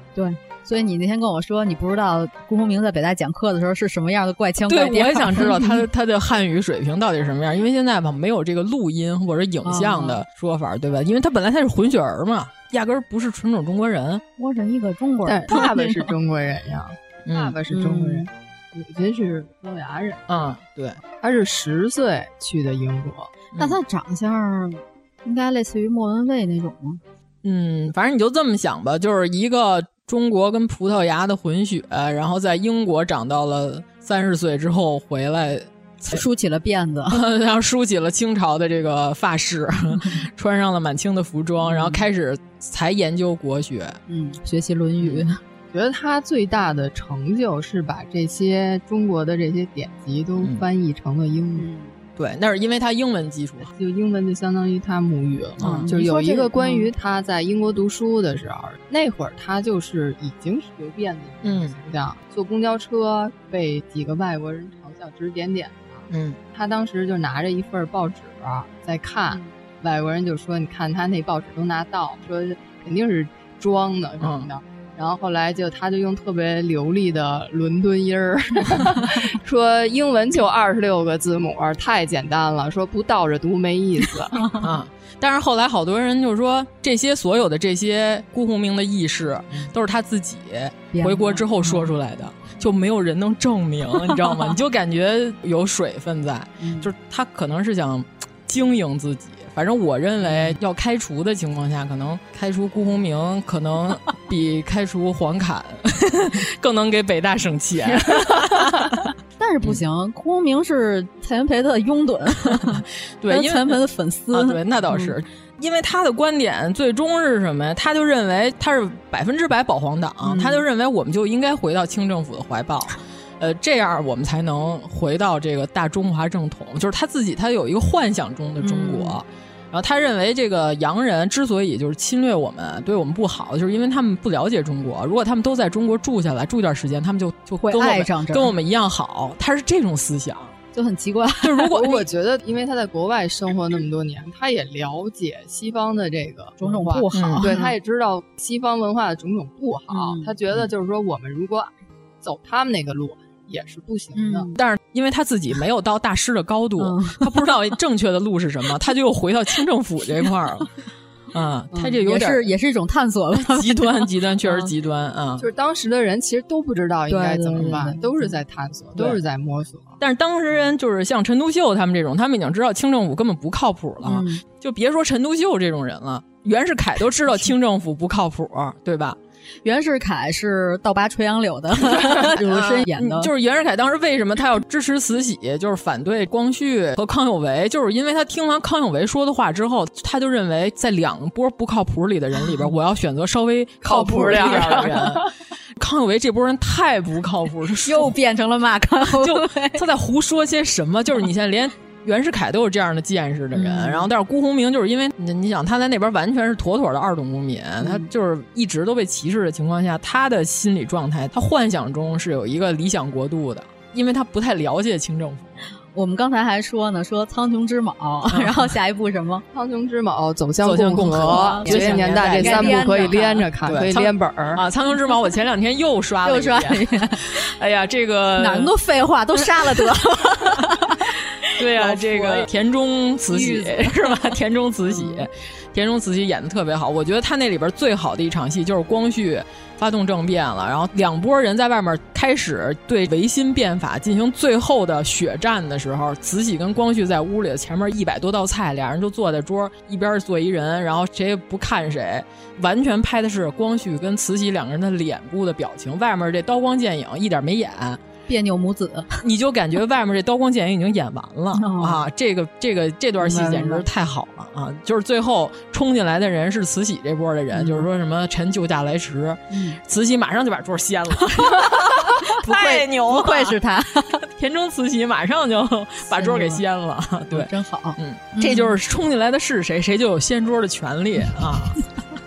对。所以你那天跟我说，你不知道辜鸿铭在北大讲课的时候是什么样的怪腔怪调。
对，我也想知道他的他的汉语水平到底是什么样，因为现在吧没有这个录音或者影像的说法，嗯、对吧？因为他本来他是混血儿嘛，压根儿不是纯种中国人。
我是一个中国人，
爸爸是中国人呀，
嗯、
爸爸是中国人，母亲是葡萄牙人。
嗯，对，
他是十岁去的英国，
嗯、那他长相应该类似于莫文蔚那种吗？
嗯，反正你就这么想吧，就是一个。中国跟葡萄牙的混血，然后在英国长到了三十岁之后回来，
梳起了辫子，
然后梳起了清朝的这个发饰，穿上了满清的服装，然后开始才研究国学，
嗯，学习《论语》。
觉得他最大的成就是把这些中国的这些典籍都翻译成了英文。
嗯对，那是因为他英文基础，
就英文就相当于他母语了。
嗯，
就有一个关于他在英国读书的时候，嗯、那会儿他就是已经是留辫子的形象，嗯、坐公交车被几个外国人嘲笑指指点点的。
嗯，
他当时就拿着一份报纸在看，嗯、外国人就说：“你看他那报纸都拿到，说肯定是装的什么的。嗯”然后后来就他就用特别流利的伦敦音儿说英文就二十六个字母太简单了，说不倒着读没意思
啊。但是后来好多人就说这些所有的这些辜鸿铭的轶事都是他自己回国之后说出来的，就没有人能证明，你知道吗？你就感觉有水分在，就是他可能是想经营自己。反正我认为要开除的情况下，可能开除辜鸿铭可能比开除黄侃更能给北大省钱。
但是不行，辜鸿铭是蔡元培的拥趸，
对，因为
蔡元培的粉丝、
啊，对，那倒是。嗯，因为他的观点最终是什么呀？他就认为他是百分之百保皇党，嗯、他就认为我们就应该回到清政府的怀抱。呃，这样我们才能回到这个大中华正统，就是他自己他有一个幻想中的中国，嗯、然后他认为这个洋人之所以就是侵略我们，对我们不好，就是因为他们不了解中国。如果他们都在中国住下来，住一段时间，他们就就跟我们跟我们一样好。他是这种思想，
就很奇怪。
就如果
我觉得，因为他在国外生活那么多年，他也了解西方的这个
种种不好，
嗯、对，他也知道西方文化的种种不好。嗯、他觉得就是说，我们如果走他们那个路。也是不行的，
嗯、但是因为他自己没有到大师的高度，嗯、他不知道正确的路是什么，他就又回到清政府这块儿了。啊、嗯，他这有点
也是也是一种探索吧，
极端极端，确实极端啊、
嗯！就是当时的人其实都不知道应该怎么办，都是在探索，都是在摸索。
但是当时人就是像陈独秀他们这种，他们已经知道清政府根本不靠谱了，嗯、就别说陈独秀这种人了，袁世凯都知道清政府不靠谱，对吧？
袁世凯是倒拔垂杨柳的鲁申演的、
啊，就是袁世凯当时为什么他要支持慈禧，就是反对光绪和康有为，就是因为他听完康有为说的话之后，他就认为在两波不靠谱里的人里边，我要选择稍微靠谱一点的人。康有为这波人太不靠谱，
又变成了骂康有为，
就他在胡说些什么？就是你现在连袁世凯都有这样的见识的人，嗯、然后但是辜鸿铭就是因为你想他在那边完全是妥妥的二等公民，嗯、他就是一直都被歧视的情况下，他的心理状态，他幻想中是有一个理想国度的，因为他不太了解清政府。
我们刚才还说呢，说苍穹之卯，嗯、然后下一步什么？
苍穹之卯，走向共和，九十年代这三部可以连着看，可以连本儿
啊。苍穹之卯，我前两天又刷了一遍，
又刷了一遍。
哎呀，这个
哪那么多废话，都杀了得了。
对呀、啊，这个田中慈禧是吧？田中慈禧，嗯、田中慈禧演的特别好。我觉得他那里边最好的一场戏就是光绪发动政变了，然后两拨人在外面开始对维新变法进行最后的血战的时候，慈禧跟光绪在屋里，前面一百多道菜，俩人就坐在桌，一边坐一人，然后谁也不看谁，完全拍的是光绪跟慈禧两个人的脸部的表情，外面这刀光剑影一点没演。
别扭母子，
你就感觉外面这刀光剑影已经演完了、哦、啊！这个这个这段戏简直太好了啊！就是最后冲进来的人是慈禧这波的人，嗯、就是说什么臣救驾来迟，嗯、慈禧马上就把桌掀了，太牛了，
不愧是他，
田中慈禧马上就把桌给掀了，对，
真好，
嗯，这就是冲进来的是谁，谁就有掀桌的权利啊。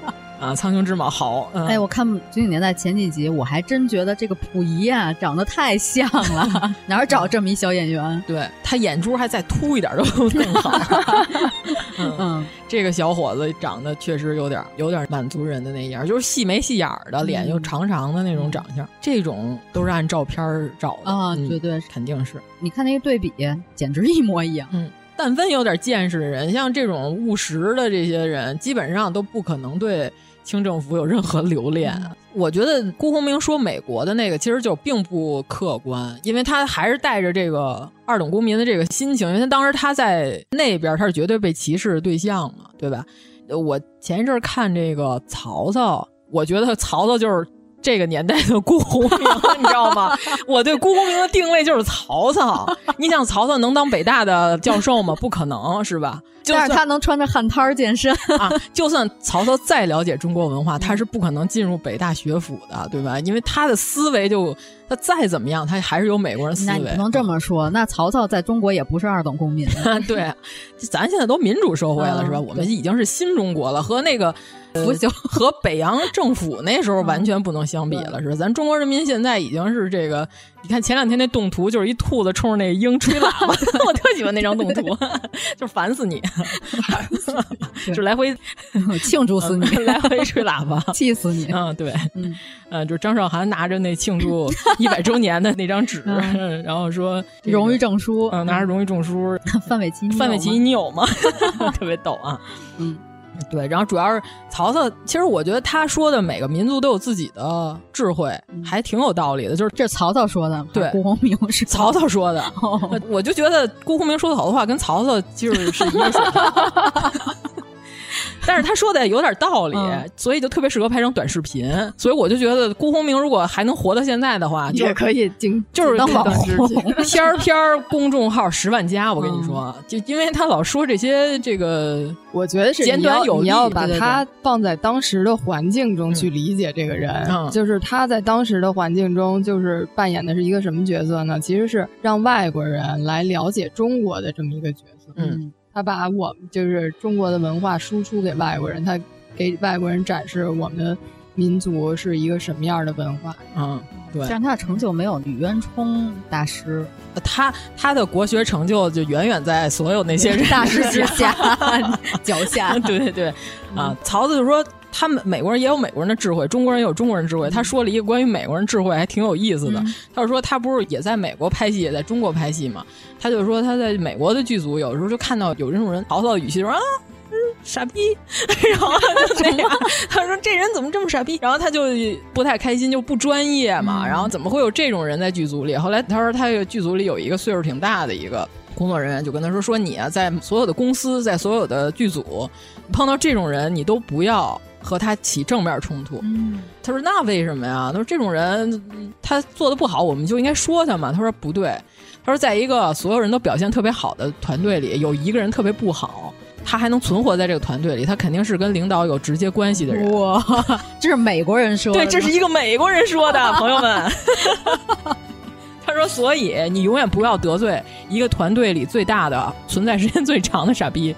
啊，苍穹之矛好。嗯、
哎，我看《军警年代》前几集，我还真觉得这个溥仪啊长得太像了，哪儿找这么一小演员？
对，他眼珠还再凸一点都更好。嗯嗯，这个小伙子长得确实有点有点满族人的那样，就是细眉细眼的，脸又长长的那种长相，嗯、这种都是按照片找的
啊，绝对、嗯、
肯定是。
你看那个对比，简直一模一样。
嗯。但凡有点见识的人，像这种务实的这些人，基本上都不可能对清政府有任何留恋。嗯、我觉得辜鸿铭说美国的那个其实就并不客观，因为他还是带着这个二等公民的这个心情，因为他当时他在那边他是绝对被歧视的对象嘛，对吧？我前一阵看这个曹操，我觉得曹操就是这个年代的辜鸿铭，你知道吗？我对辜鸿铭的定位就是曹操。你想曹操能当北大的教授吗？不可能，是吧？
但是他能穿着汗摊健身
啊！就算曹操再了解中国文化，他是不可能进入北大学府的，对吧？因为他的思维就他再怎么样，他还是有美国人思维。
那你不能这么说，那曹操在中国也不是二等公民。
对，咱现在都民主社会了，嗯、是吧？我们已经是新中国了，和那个。呃、和北洋政府那时候完全不能相比了，是吧？咱中国人民现在已经是这个，你看前两天那动图就是一兔子冲着那鹰吹喇叭，我特喜欢那张动图，就烦死你，就来回
庆祝死你，
来回吹喇叭，
气死你。
嗯，对，嗯，呃，就张韶涵拿着那庆祝一百周年的那张纸，嗯、然后说、这个、
荣誉证书，
嗯，拿着荣誉证书，
范玮琪，
范玮琪你有吗？特别逗啊，嗯。对，然后主要是曹操，其实我觉得他说的每个民族都有自己的智慧，嗯、还挺有道理的。就是
这曹操说的，
对，
辜鸿铭是
曹操说的。哦、我就觉得辜鸿铭说的好多话跟曹操就是是一个水平。但是他说的也有点道理，嗯、所以就特别适合拍成短视频。所以我就觉得辜鸿铭如果还能活到现在的话，就
也可以进，
就是
当网红，
片儿片儿公众号十万加。我跟你说，嗯、就因为他老说这些这个，
我觉得是
简短有力，
你要把他放在当时的环境中去理解这个人，嗯、就是他在当时的环境中，就是扮演的是一个什么角色呢？其实是让外国人来了解中国的这么一个角色。嗯。他把我们就是中国的文化输出给外国人，他给外国人展示我们的民族是一个什么样的文化。
嗯，对。
但是他的成就没有吕渊冲大师，
他他的国学成就就远远在所有那些人
大师之下脚下。
对对对，啊，曹操就说他们美国人也有美国人的智慧，中国人也有中国人智慧。他说了一个关于美国人智慧还挺有意思的，嗯、他就说他不是也在美国拍戏，也在中国拍戏嘛？他就说他在美国的剧组有时候就看到有这种人，曹操的语气说啊。傻逼，然后就这样，他说这人怎么这么傻逼？然后他就不太开心，就不专业嘛。嗯、然后怎么会有这种人在剧组里？后来他说他这个剧组里有一个岁数挺大的一个工作人员，就跟他说说你啊，在所有的公司，在所有的剧组碰到这种人，你都不要和他起正面冲突。嗯、他说那为什么呀？他说这种人他做的不好，我们就应该说他嘛。他说不对，他说在一个所有人都表现特别好的团队里，有一个人特别不好。他还能存活在这个团队里，他肯定是跟领导有直接关系的人。
哇，这是美国人说的。
对，这是一个美国人说的，朋友们。他说，所以你永远不要得罪一个团队里最大的、存在时间最长的傻逼。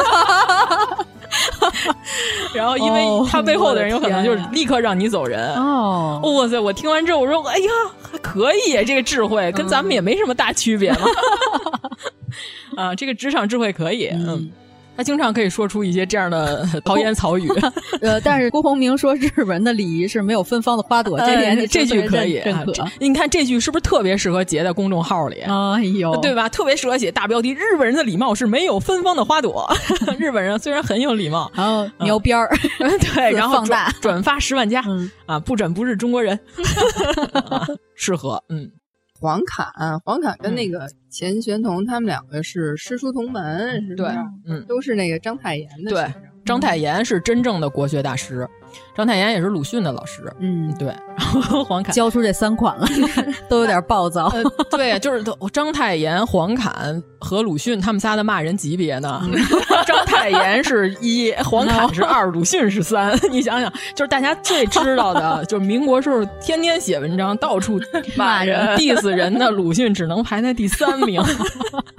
然后，因为他背后的人有可能就是立刻让你走人。哦，哇塞！我听完之后，我说，哎呀，还可以，这个智慧跟咱们也没什么大区别嘛。啊，这个职场智慧可以，嗯。嗯他经常可以说出一些这样的豪言曹语，
呃，但是辜鸿铭说日本人的礼仪是没有芬芳的花朵，这点、
呃、这句可以认可、啊。你看这句是不是特别适合截在公众号里？
哎呦，
对吧？特别适合写大标题：日本人的礼貌是没有芬芳的花朵。日本人虽然很有礼貌，
然后描边儿，
嗯、对，然后转转发十万加、嗯、啊，不转不是中国人，啊、适合嗯。
黄侃，黄侃跟那个钱玄同他们两个是师出同门，嗯、是
对，嗯，
都是那个章太炎的。
对，张太炎是真正的国学大师，张太炎也是鲁迅的老师。嗯，对。然后黄侃
教出这三款了，都有点暴躁。
呃、对，就是张太炎、黄侃和鲁迅他们仨的骂人级别呢。嗯、张太炎是一，黄侃是二，鲁迅是三。你想想，就是大家最知道的，就是民国时候天天写文章，到处骂人、diss 人的鲁迅，只能排在第三名。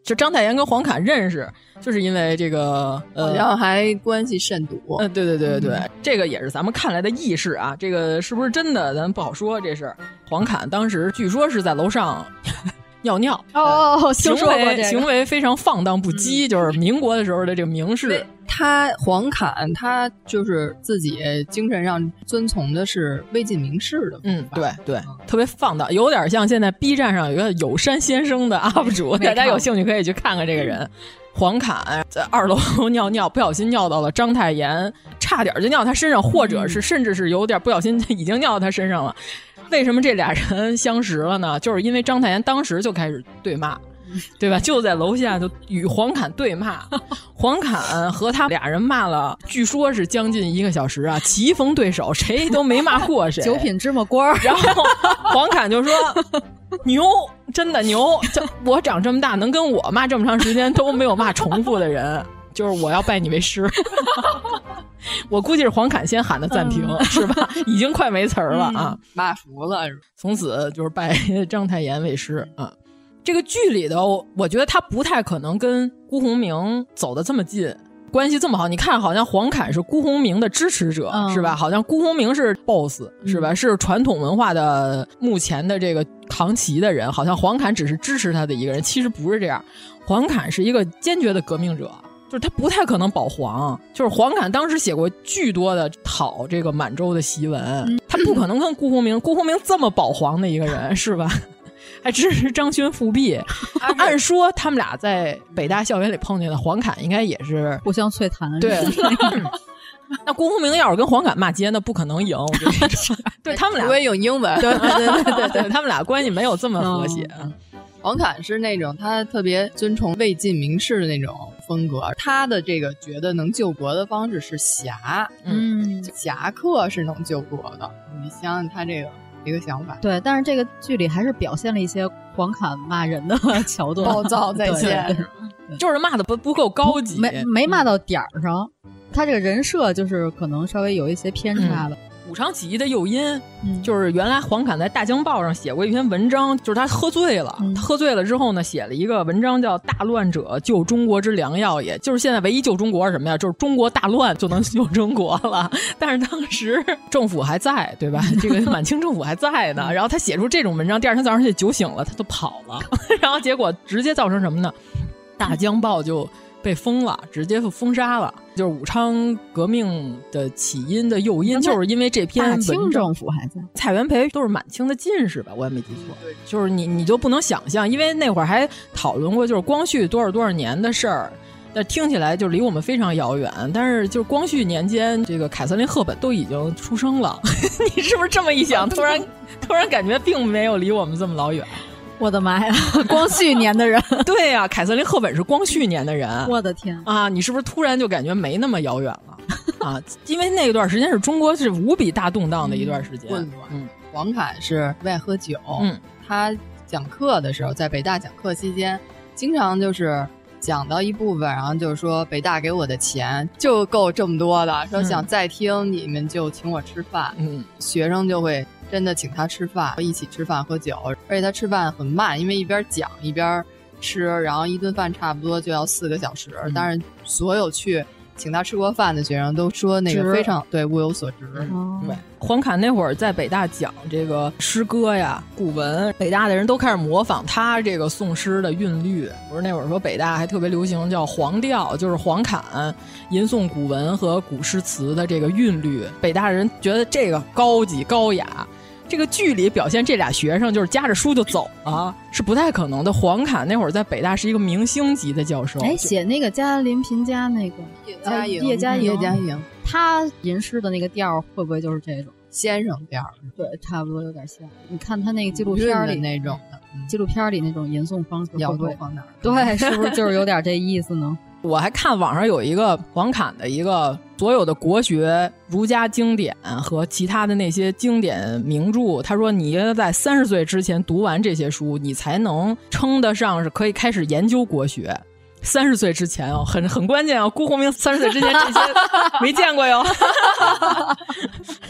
就章太炎跟黄侃认识，就是因为这个，呃，
好像还关系甚笃。
嗯、呃，对对对对对、嗯，这个也是咱们看来的轶事啊。这个是不是真的，咱不好说。这是黄侃当时据说是在楼上尿尿，
哦，
行为、这个、行为非常放荡不羁、嗯，就是民国的时候的这个名士。
他黄侃，他就是自己精神上遵从的是魏晋名士的，
嗯，对对、嗯，特别放荡，有点像现在 B 站上有一个有山先生的 U P 主，大家有兴趣可以去看看这个人。嗯、黄侃在二楼尿尿，不小心尿到了章太炎，差点就尿他身上，或者是甚至是有点不小心已经尿到他身上了。为什么这俩人相识了呢？就是因为章太炎当时就开始对骂。对吧？就在楼下就与黄侃对骂，黄侃和他俩人骂了，据说是将近一个小时啊，棋逢对手，谁都没骂过谁。
九品芝麻官，
然后黄侃就说：“牛，真的牛！我长这么大，能跟我骂这么长时间都没有骂重复的人，就是我要拜你为师。”我估计是黄侃先喊的暂停、嗯，是吧？已经快没词儿了啊，
骂服了，
从此就是拜章太炎为师啊。这个剧里头，我觉得他不太可能跟辜鸿铭走得这么近，关系这么好。你看，好像黄侃是辜鸿铭的支持者，嗯、是吧？好像辜鸿铭是 boss， 是吧？嗯、是传统文化的目前的这个扛旗的人，好像黄侃只是支持他的一个人，其实不是这样。黄侃是一个坚决的革命者，就是他不太可能保皇。就是黄侃当时写过巨多的讨这个满洲的檄文，嗯、他不可能跟辜鸿铭，辜鸿铭这么保皇的一个人，是吧？还支持张勋复辟，按说他们俩在北大校园里碰见的，黄侃应该也是
互相脆谈。
对，那辜鸿铭要是跟黄侃骂街，那不可能赢。我跟你说，对他们俩
不会用英文，
对对对对对，他们俩关系没有这么和谐。
嗯、黄侃是那种他特别尊崇魏晋名士的那种风格，他的这个觉得能救国的方式是侠，
嗯，
侠客是能救国的。你想想他这个。一个想法，
对，但是这个剧里还是表现了一些黄侃骂人的桥段，
暴躁在线，
就是骂的不不够高级，
没没骂到点儿上。嗯、他这个人设就是可能稍微有一些偏差了。
嗯武昌起义的诱因、嗯，就是原来黄侃在《大江报》上写过一篇文章，就是他喝醉了，嗯、他喝醉了之后呢，写了一个文章叫《大乱者救中国之良药也》，就是现在唯一救中国是什么呀？就是中国大乱就能救中国了。但是当时政府还在，对吧？这个满清政府还在呢。然后他写出这种文章，第二天早上就酒醒了，他都跑了。然后结果直接造成什么呢？《大江报》就被封了，直接封杀了。就是武昌革命的起因的诱因，就是因为这篇文章。
清政府还在，
蔡元培都是满清的进士吧？我也没记错。就是你，你就不能想象，因为那会儿还讨论过，就是光绪多少多少年的事儿。但听起来就离我们非常遥远。但是就是光绪年间，这个凯瑟琳·赫本都已经出生了。你是不是这么一想，突然突然感觉并没有离我们这么老远？
我的妈呀！光绪年的人，
对呀、啊，凯瑟琳·赫本是光绪年的人。
我的天
啊！你是不是突然就感觉没那么遥远了啊？因为那段时间是中国是无比大动荡的一段时间。
混乱。嗯，黄侃是不爱喝酒。嗯，他讲课的时候，在北大讲课期间，经常就是讲到一部分，然后就是说北大给我的钱就够这么多的，说想再听你们就请我吃饭。嗯，学生就会。真的请他吃饭，一起吃饭喝酒，而且他吃饭很慢，因为一边讲一边吃，然后一顿饭差不多就要四个小时。嗯、但是所有去请他吃过饭的学生都说那个非常对物有所值。
嗯、对，黄侃那会儿在北大讲这个诗歌呀、古文，北大的人都开始模仿他这个宋诗的韵律。不是那会儿说北大还特别流行叫黄调，就是黄侃吟诵古文和古诗词的这个韵律。北大人觉得这个高级高雅。这个剧里表现这俩学生就是夹着书就走了，是不太可能的。黄侃那会儿在北大是一个明星级的教授，
哎，写那个嘉林评家那个
叶嘉莹，
叶嘉莹，
叶嘉莹，
他吟诗的那个调会不会就是这种
先生调？
对，差不多有点像。你看他那个纪录片里
那种的，
嗯、纪录片里那种吟诵方式，
摇头晃脑，
对，是不是就是有点这意思呢？
我还看网上有一个黄侃的一个所有的国学、儒家经典和其他的那些经典名著，他说你要在三十岁之前读完这些书，你才能称得上是可以开始研究国学。三十岁之前哦，很很关键哦。辜鸿铭三十岁之前这些没见过哟。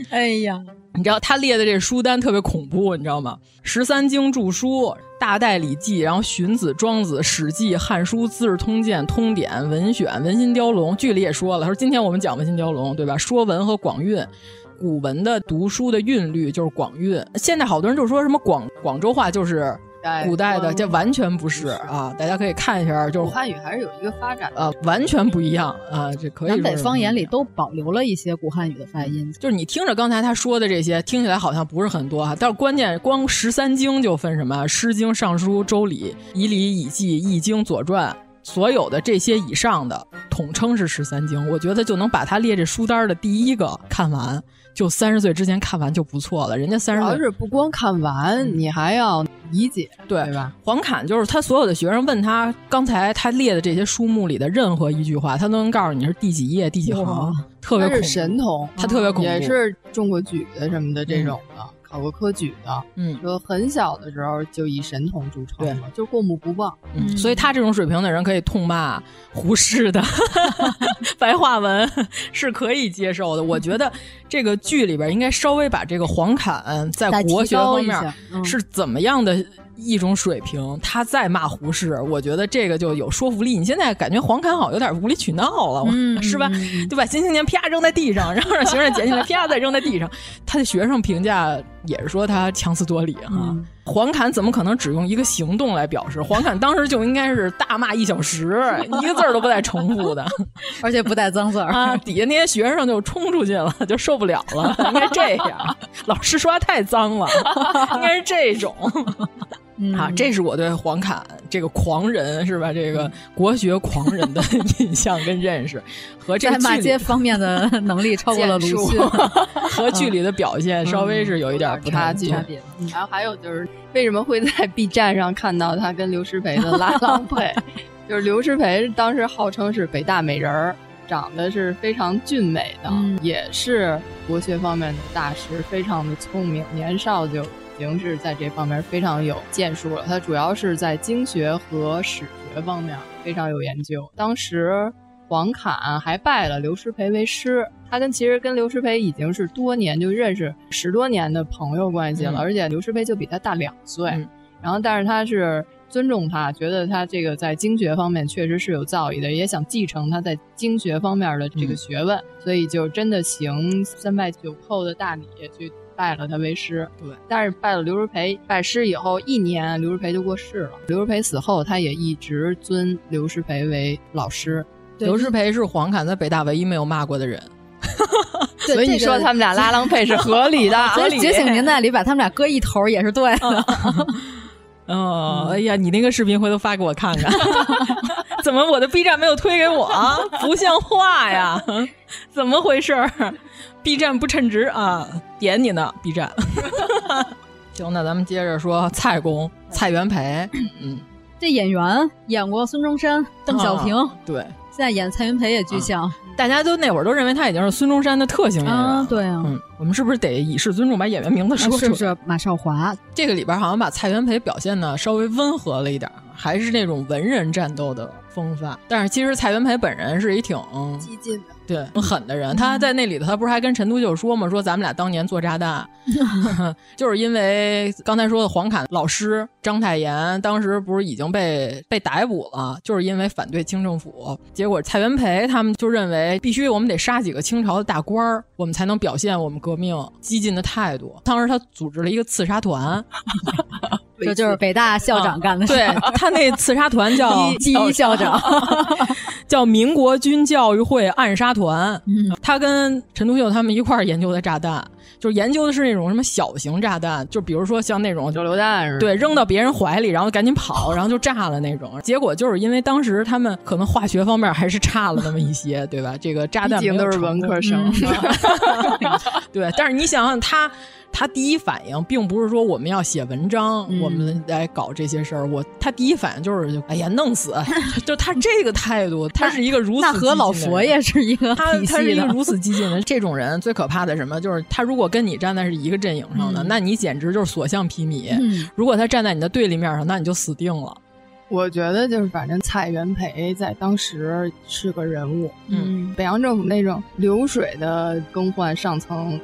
哎呀，
你知道他列的这书单特别恐怖，你知道吗？十三经注书、大代礼记，然后荀子、庄子、史记、汉书、资治通鉴、通典、文选、文心雕龙。剧里也说了，他说今天我们讲文心雕龙，对吧？说文和广韵。古文的读书的韵律就是广韵，现在好多人就说什么广广州话就是古代的，这完全不是啊！大家可以看一下，就是
古汉语还是有一个发展的，
呃，完全不一样啊！这可以说
南北方言里都保留了一些古汉语的发音，
就是你听着刚才他说的这些，听起来好像不是很多哈，但是关键光十三经就分什么《诗经》《尚书》《周礼》《仪礼》《礼记》《易经》《左传》。所有的这些以上的统称是十三经，我觉得就能把它列这书单的第一个看完，就三十岁之前看完就不错了。人家三十岁
主要是不光看完，嗯、你还要理解，
对
对吧？
黄侃就是他所有的学生问他刚才他列的这些书目里的任何一句话，他都能告诉你是第几页第几行，特别恐怖。
他是神童，
他特别恐怖，
也是中国举的什么的这种的。嗯考过科举的，
嗯，
说很小的时候就以神童著称了，就过目不忘。
嗯，所以他这种水平的人可以痛骂胡适的白话文是可以接受的。我觉得这个剧里边应该稍微把这个黄侃在国学方面是怎么样的一种水平，他再骂胡适，我觉得这个就有说服力。你现在感觉黄侃好有点无理取闹了，嗯、是吧？对吧？新青年啪扔在地上，然后让学生捡起来，啪再扔在地上。他的学生评价也是说他强词夺理哈。嗯、黄侃怎么可能只用一个行动来表示？黄侃当时就应该是大骂一小时，一个字儿都不带重复的，
而且不带脏字儿
啊。底下那些学生就冲出去了，就受不了了，应该这样。老师说话太脏了，应该是这种。嗯、啊，这是我对黄侃这个狂人是吧？这个国学狂人的印象跟认识，和这个
在骂街方面的能力超过了鲁迅，
和剧里的表现稍微是有一点不太
差别。嗯、然后还有就是为什么会在 B 站上看到他跟刘师培的拉郎配？就是刘师培当时号称是北大美人儿，长得是非常俊美的，嗯、也是国学方面的大师，非常的聪明，年少就。已经是在这方面非常有建树了，他主要是在经学和史学方面非常有研究。当时黄侃还拜了刘师培为师，他跟其实跟刘师培已经是多年就认识十多年的朋友关系了，嗯、而且刘师培就比他大两岁，嗯、然后但是他是尊重他，觉得他这个在经学方面确实是有造诣的，也想继承他在经学方面的这个学问，嗯、所以就真的行三拜九叩的大礼去拜了他为师。对，但是拜了刘师培拜师以后一年，刘师培就过世了。刘师培死后，他也一直尊刘师培为老师。
刘师培是黄侃在北大唯一没有骂过的人。
所以你说他们俩拉郎配是合理的。
所以觉醒年代里把他们俩搁一头也是对的。
哦，哎呀，你那个视频回头发给我看看。怎么我的 B 站没有推给我啊？不像话呀！怎么回事？B 站不称职啊！点你呢 B 站。行，那咱们接着说蔡公蔡元培。嗯，
这演员演过孙中山、邓小平，
啊、对，
现在演蔡元培也巨像。啊
大家都那会儿都认为他已经是孙中山的特型演员了，
啊对啊，
嗯，我们是不是得以示尊重，把演员名字说出来？
是是马少华，
这个里边好像把蔡元培表现的稍微温和了一点，还是那种文人战斗的风范。但是其实蔡元培本人是一挺
激进的，
对，挺狠的人。他在那里头，他不是还跟陈独秀说嘛，说咱们俩当年做炸弹，就是因为刚才说的黄侃老师章太炎当时不是已经被被逮捕了，就是因为反对清政府。结果蔡元培他们就认为必须我们得杀几个清朝的大官儿，我们才能表现我们革命激进的态度。当时他组织了一个刺杀团。
这就是北大校长干的事。
对，他那刺杀团叫
第一校长，
叫民国军教育会暗杀团。嗯，他跟陈独秀他们一块儿研究的炸弹，就是研究的是那种什么小型炸弹，就比如说像那种
手榴弹是吧？
对，扔到别人怀里，然后赶紧跑，然后就炸了那种。结果就是因为当时他们可能化学方面还是差了那么一些，对吧？这个炸弹
毕竟都是文科生，
嗯、对。但是你想想他。他第一反应并不是说我们要写文章，嗯、我们来搞这些事儿。我他第一反应就是，哎呀，弄死！就他这个态度，他是一个如此
那和老佛爷是一个
他他是一个如此激进的这种人。最可怕的什么？就是他如果跟你站在是一个阵营上的，嗯、那你简直就是所向披靡。嗯、如果他站在你的对立面上，那你就死定了。
我觉得就是，反正蔡元培在当时是个人物。嗯，北洋政府那种流水的更换上层，嗯。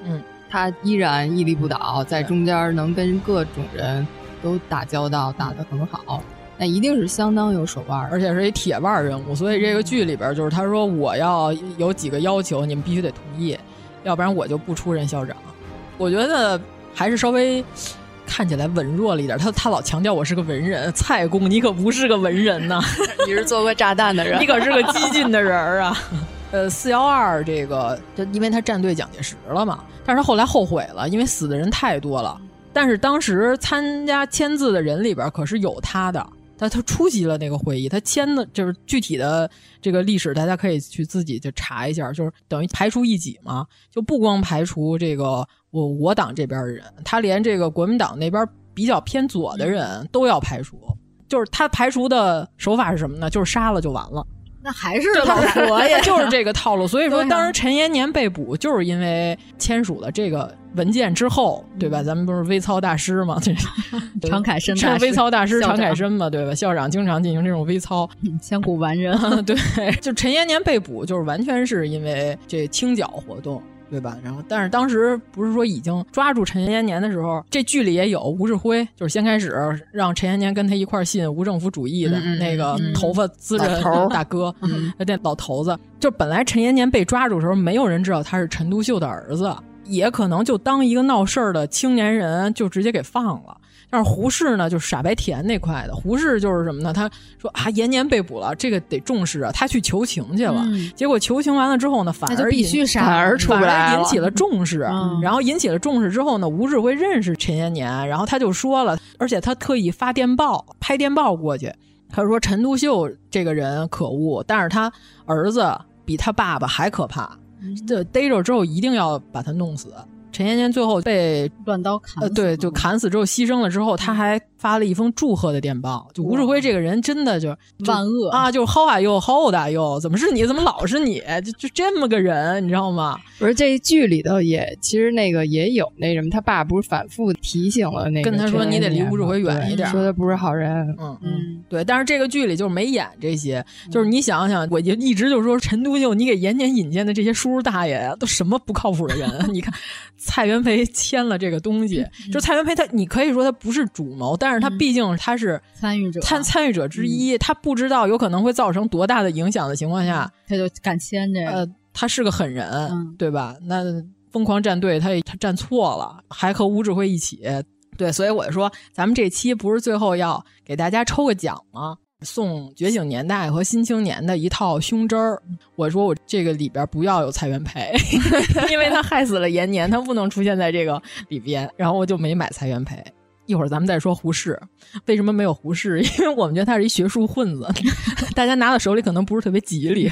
他依然屹立不倒，在中间能跟各种人都打交道，打得很好。那一定是相当有手腕，
而且是一铁腕人物。所以这个剧里边就是他说我要有几个要求，你们必须得同意，要不然我就不出任校长。我觉得还是稍微看起来文弱了一点。他他老强调我是个文人，蔡公你可不是个文人呐、啊，
你是做过炸弹的人，
你可是个激进的人啊。呃，四幺二这个，就因为他站队蒋介石了嘛，但是他后来后悔了，因为死的人太多了。但是当时参加签字的人里边可是有他的。他他出席了那个会议，他签的就是具体的这个历史，大家可以去自己就查一下，就是等于排除异己嘛，就不光排除这个我我党这边的人，他连这个国民党那边比较偏左的人都要排除，就是他排除的手法是什么呢？就是杀了就完了。
那还是老佛爷，
就是这个套路。所以说，当时陈延年被捕，就是因为签署了这个文件之后，对吧？咱们不是微操大师嘛，
常凯申大师，
微操大师常凯申嘛，对吧？校长经常进行这种微操，
千古完人。
对，就陈延年被捕，就是完全是因为这清剿活动。对吧？然后，但是当时不是说已经抓住陈延年的时候，这剧里也有吴志辉，就是先开始让陈延年跟他一块信无政府主义的、嗯、那个头发滋着大哥，嗯，那老头子。就本来陈延年被抓住的时候，没有人知道他是陈独秀的儿子，也可能就当一个闹事儿的青年人，就直接给放了。但是胡适呢，就是傻白甜那块的。胡适就是什么呢？他说啊，延年被捕了，这个得重视啊。他去求情去了，嗯、结果求情完了之后呢，反而
必须杀，
反而
出来
引起了重视。
嗯、
然后引起了重视之后呢，吴志辉认识陈延年，然后他就说了，而且他特意发电报、拍电报过去，他说陈独秀这个人可恶，但是他儿子比他爸爸还可怕，这、嗯、逮着之后一定要把他弄死。陈延年最后被
乱刀砍死、
呃，对，就砍死之后牺牲了之后，他还发了一封祝贺的电报。就吴志辉这个人真的就
万恶
啊，就是 how are you how old are you， 怎么是你，怎么老是你，就就这么个人，你知道吗？
不是，这剧里头也其实那个也有那什么，他爸不是反复提醒了那个，
跟他说你得离吴志辉远一点，
说他不是好人。
嗯嗯，对。但是这个剧里就是没演这些，就是你想想，我就一直就说陈独秀，你给延年引荐的这些叔叔大爷呀，都什么不靠谱的人？你看蔡元培签了这个东西，嗯、就蔡元培他，你可以说他不是主谋，但是他毕竟他是
参与者，
参参与者之一、嗯，他不知道有可能会造成多大的影响的情况下，
他就敢签这个。
呃，他是个狠人，
嗯、
对吧？那疯狂站队，他他站错了，还和吴志辉一起，对，所以我就说，咱们这期不是最后要给大家抽个奖吗？送《觉醒年代》和《新青年》的一套胸针儿，我说我这个里边不要有蔡元培，因为他害死了延年，他不能出现在这个里边，然后我就没买蔡元培。一会儿咱们再说胡适，为什么没有胡适？因为我们觉得他是一学术混子，大家拿到手里可能不是特别吉利。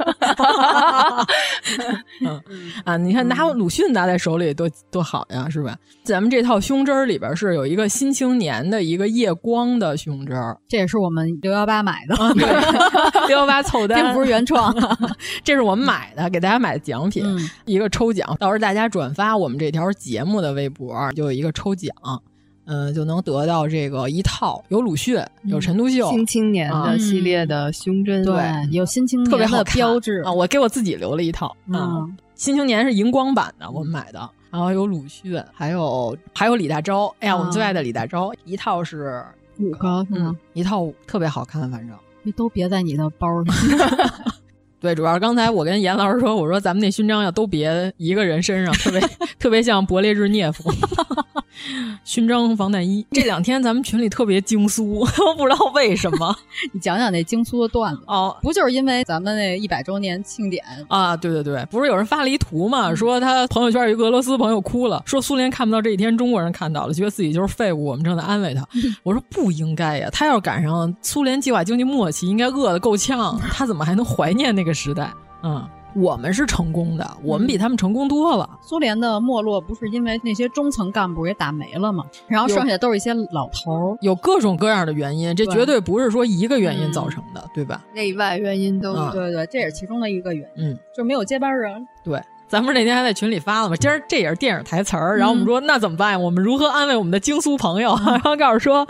嗯啊，你看拿鲁迅拿在手里多多好呀，是吧？咱们这套胸针里边是有一个《新青年》的一个夜光的胸针，
这也是我们六一八买的，
啊、对，六一八凑单，
并不是原创，
这是我们买的，给大家买的奖品，嗯、一个抽奖。到时候大家转发我们这条节目的微博，就有一个抽奖。嗯，就能得到这个一套，有鲁迅，有陈独秀，
新青年的系列的胸针，
嗯、对，有新青年的标志
啊。我给我自己留了一套，嗯，嗯新青年是荧光版的，我们买的。然后有鲁迅，还有还有李大钊，哎呀，我们最爱的李大钊，一套是
五个，
嗯，一套特别好看，反正
你都别在你的包里。
对，主要是刚才我跟严老师说，我说咱们那勋章要都别一个人身上，特别特别像勃列日涅夫。勋章防弹衣，这两天咱们群里特别经苏，我不知道为什么。
你讲讲那经苏的段子
哦，
不就是因为咱们那一百周年庆典
啊？对对对，不是有人发了一图嘛，说他朋友圈有一个俄罗斯朋友哭了，说苏联看不到这一天，中国人看到了，觉得自己就是废物，我们正在安慰他。我说不应该呀，他要赶上苏联计划经济末期，应该饿得够呛，他怎么还能怀念那个时代？嗯。我们是成功的，我们比他们成功多了。
嗯、苏联的没落不是因为那些中层干部也打没了吗？然后剩下都是一些老头，
有各种各样的原因，这绝对不是说一个原因造成的，嗯、对吧？
内外原因都有、
嗯、对对，这也是其中的一个原因。
嗯，
就没有接班人。
对。咱们那天还在群里发了嘛，今儿这也是电影台词儿，然后我们说、嗯、那怎么办呀？我们如何安慰我们的京苏朋友？然后告诉说，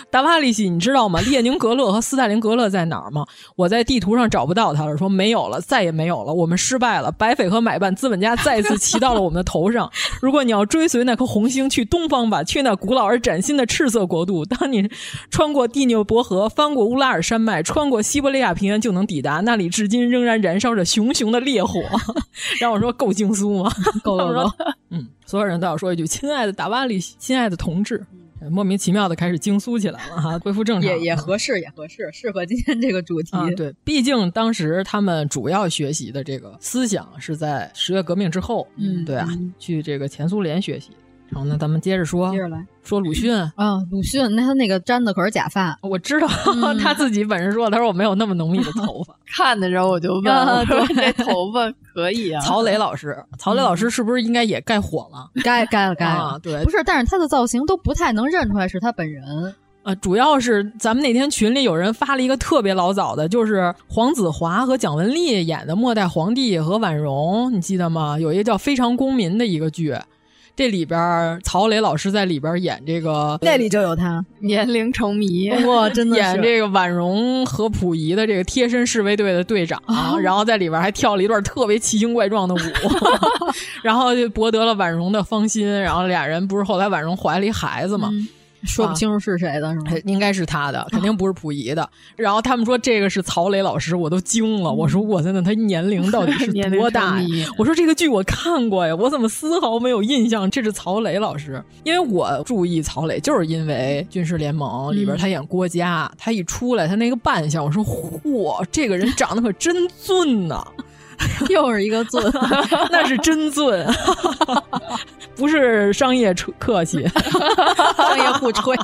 达瓦利西你知道吗？列宁格勒和斯大林格勒在哪儿吗？我在地图上找不到他了，说没有了，再也没有了，我们失败了，白匪和买办资本家再次骑到了我们的头上。如果你要追随那颗红星去东方吧，去那古老而崭新的赤色国度，当你穿过蒂纽伯河，翻过乌拉尔山脉，穿过西伯利亚平原就能抵达，那里至今仍然燃烧着熊熊的烈火。然后我说够经苏吗？
够够够。
嗯，所有人都要说一句亲爱的达瓦利西，亲爱的同志。莫名其妙的开始经苏起来了哈，恢复正常
也也合适，也合适，适合今天这个主题。
啊、对，毕竟当时他们主要学习的这个思想是在十月革命之后，
嗯，
对啊，嗯、去这个前苏联学习。然后呢，咱们接着说，
接着来
说鲁迅
啊，鲁迅，那他那个粘的可是假发，
我知道、嗯、他自己本人说，他说我没有那么浓密的头发。
看的时候我就问，啊、说这头发可以啊？
曹磊老师，曹磊老师是不是应该也该火了？
该该了，该了、
啊，对，
不是，但是他的造型都不太能认出来是他本人。
呃，主要是咱们那天群里有人发了一个特别老早的，就是黄子华和蒋雯丽演的《末代皇帝》和婉容，你记得吗？有一个叫《非常公民》的一个剧。这里边曹磊老师在里边演这个，
那里就有他
年龄成谜，
哇，真的是
演这个婉容和溥仪的这个贴身侍卫队的队长、啊，然后在里边还跳了一段特别奇形怪状的舞，然后就博得了婉容的芳心，然后俩人不是后来婉容怀了一孩子嘛。
嗯，说不清楚是谁的，是吗？
应该是他的，肯定不是溥仪的。然后他们说这个是曹磊老师，我都惊了。我说我真的，他年龄到底是多大呀？我说这个剧我看过呀，我怎么丝毫没有印象这是曹磊老师？因为我注意曹磊，就是因为《军事联盟》里边他演郭嘉，他一出来他那个扮相，我说嚯，这个人长得可真俊呐！
又是一个俊，
那是真俊，不是商业客气，
商业互吹。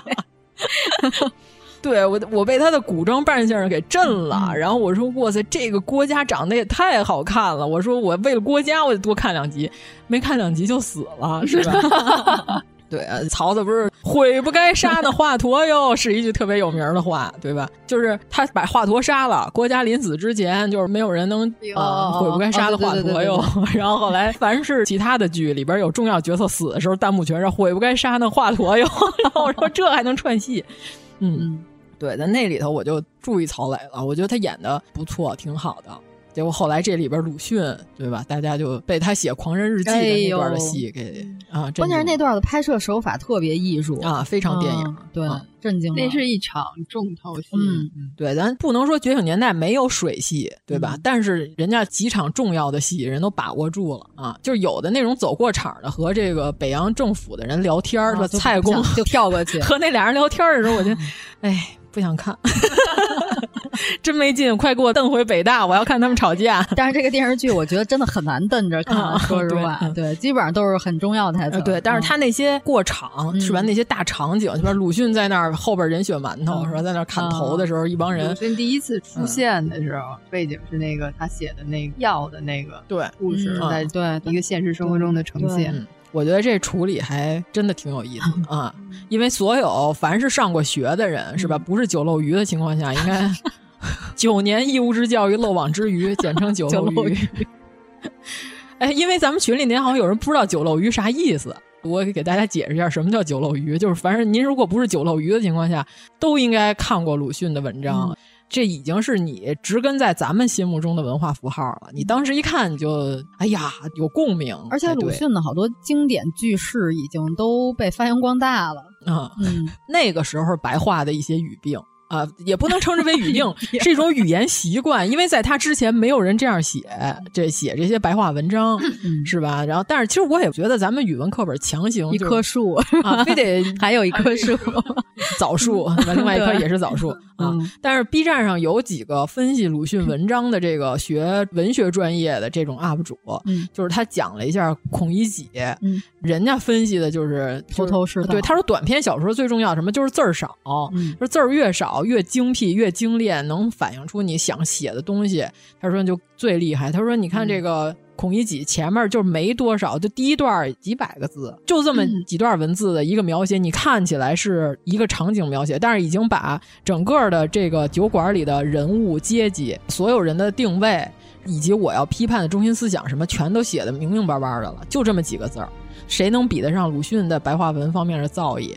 对我，我被他的古装扮相给震了。
嗯、
然后我说：“哇塞，这个郭嘉长得也太好看了！”我说：“我为了郭嘉，我得多看两集，没看两集就死了，是吧？”对啊，曹操不是悔不该杀那华佗哟，是一句特别有名的话，对吧？就是他把华佗杀了，郭嘉临死之前就是没有人能啊、呃、悔不该杀的华佗哟。然后后来凡是其他的剧里边有重要角色死的时候，弹幕全是悔不该杀那华佗哟。然后我说这还能串戏，嗯。嗯对，在那里头我就注意曹磊了，我觉得他演的不错，挺好的。结果后来这里边鲁迅，对吧？大家就被他写《狂人日记》的那段的戏给、哎、啊，
关键是那段的拍摄手法特别艺术
啊，非常电影，
啊、对、
啊，
震惊了。
那是一场重头戏。
嗯，对，咱不能说《觉醒年代》没有水戏，对吧？嗯、但是人家几场重要的戏人都把握住了啊，就是有的那种走过场的和这个北洋政府的人聊天，说、啊、蔡公
就跳过去，
和那俩人聊天的时候，我就哎。不想看，真没劲！快给我蹬回北大，我要看他们吵架。
但是这个电视剧，我觉得真的很难瞪着看。啊、说实话，对, 对，基本上都是很重要的台词、
呃。对，但是他那些过场、嗯、是吧？那些大场景，是吧？鲁迅在那儿后边人血馒头、嗯、是吧？在那儿砍头的时候，嗯、一帮人。
鲁迅第一次出现的时候，嗯、背景是那个他写的那个药的那个
对
故事，
嗯、
在对一个现实生活中的呈现。
我觉得这处理还真的挺有意思的啊，因为所有凡是上过学的人，是吧？不是九漏鱼的情况下，应该九年义务制教育漏网之鱼，简称九漏鱼。哎，因为咱们群里您好像有人不知道九漏鱼啥意思，我给大家解释一下什么叫九漏鱼。就是凡是您如果不是九漏鱼的情况下，都应该看过鲁迅的文章。嗯，这已经是你植根在咱们心目中的文化符号了。你当时一看你就哎呀有共鸣，
而且鲁迅的好多经典句式已经都被发扬光大了
啊。嗯，那个时候白话的一些语病啊，也不能称之为语病，是一种语言习惯，因为在他之前没有人这样写，这写这些白话文章，嗯、是吧？然后，但是其实我也觉得咱们语文课本强行、就是、
一棵树
啊，非得
还有一棵树，
枣树，另外一棵也是枣树啊。嗯、但是 B 站上有几个分析鲁迅文章的这个学文学专业的这种 U P 主，嗯、就是他讲了一下孔乙己，嗯、人家分析的就是
头头是道。
对，他说短篇小说最重要什么就是字儿少，嗯、说字儿越少。越精辟越精炼，能反映出你想写的东西。他说就最厉害。他说你看这个孔乙己前面就没多少，就第一段几百个字，就这么几段文字的一个描写，你看起来是一个场景描写，但是已经把整个的这个酒馆里的人物阶级所有人的定位以及我要批判的中心思想什么全都写得明明白白的了，就这么几个字儿。谁能比得上鲁迅的白话文方面的造诣？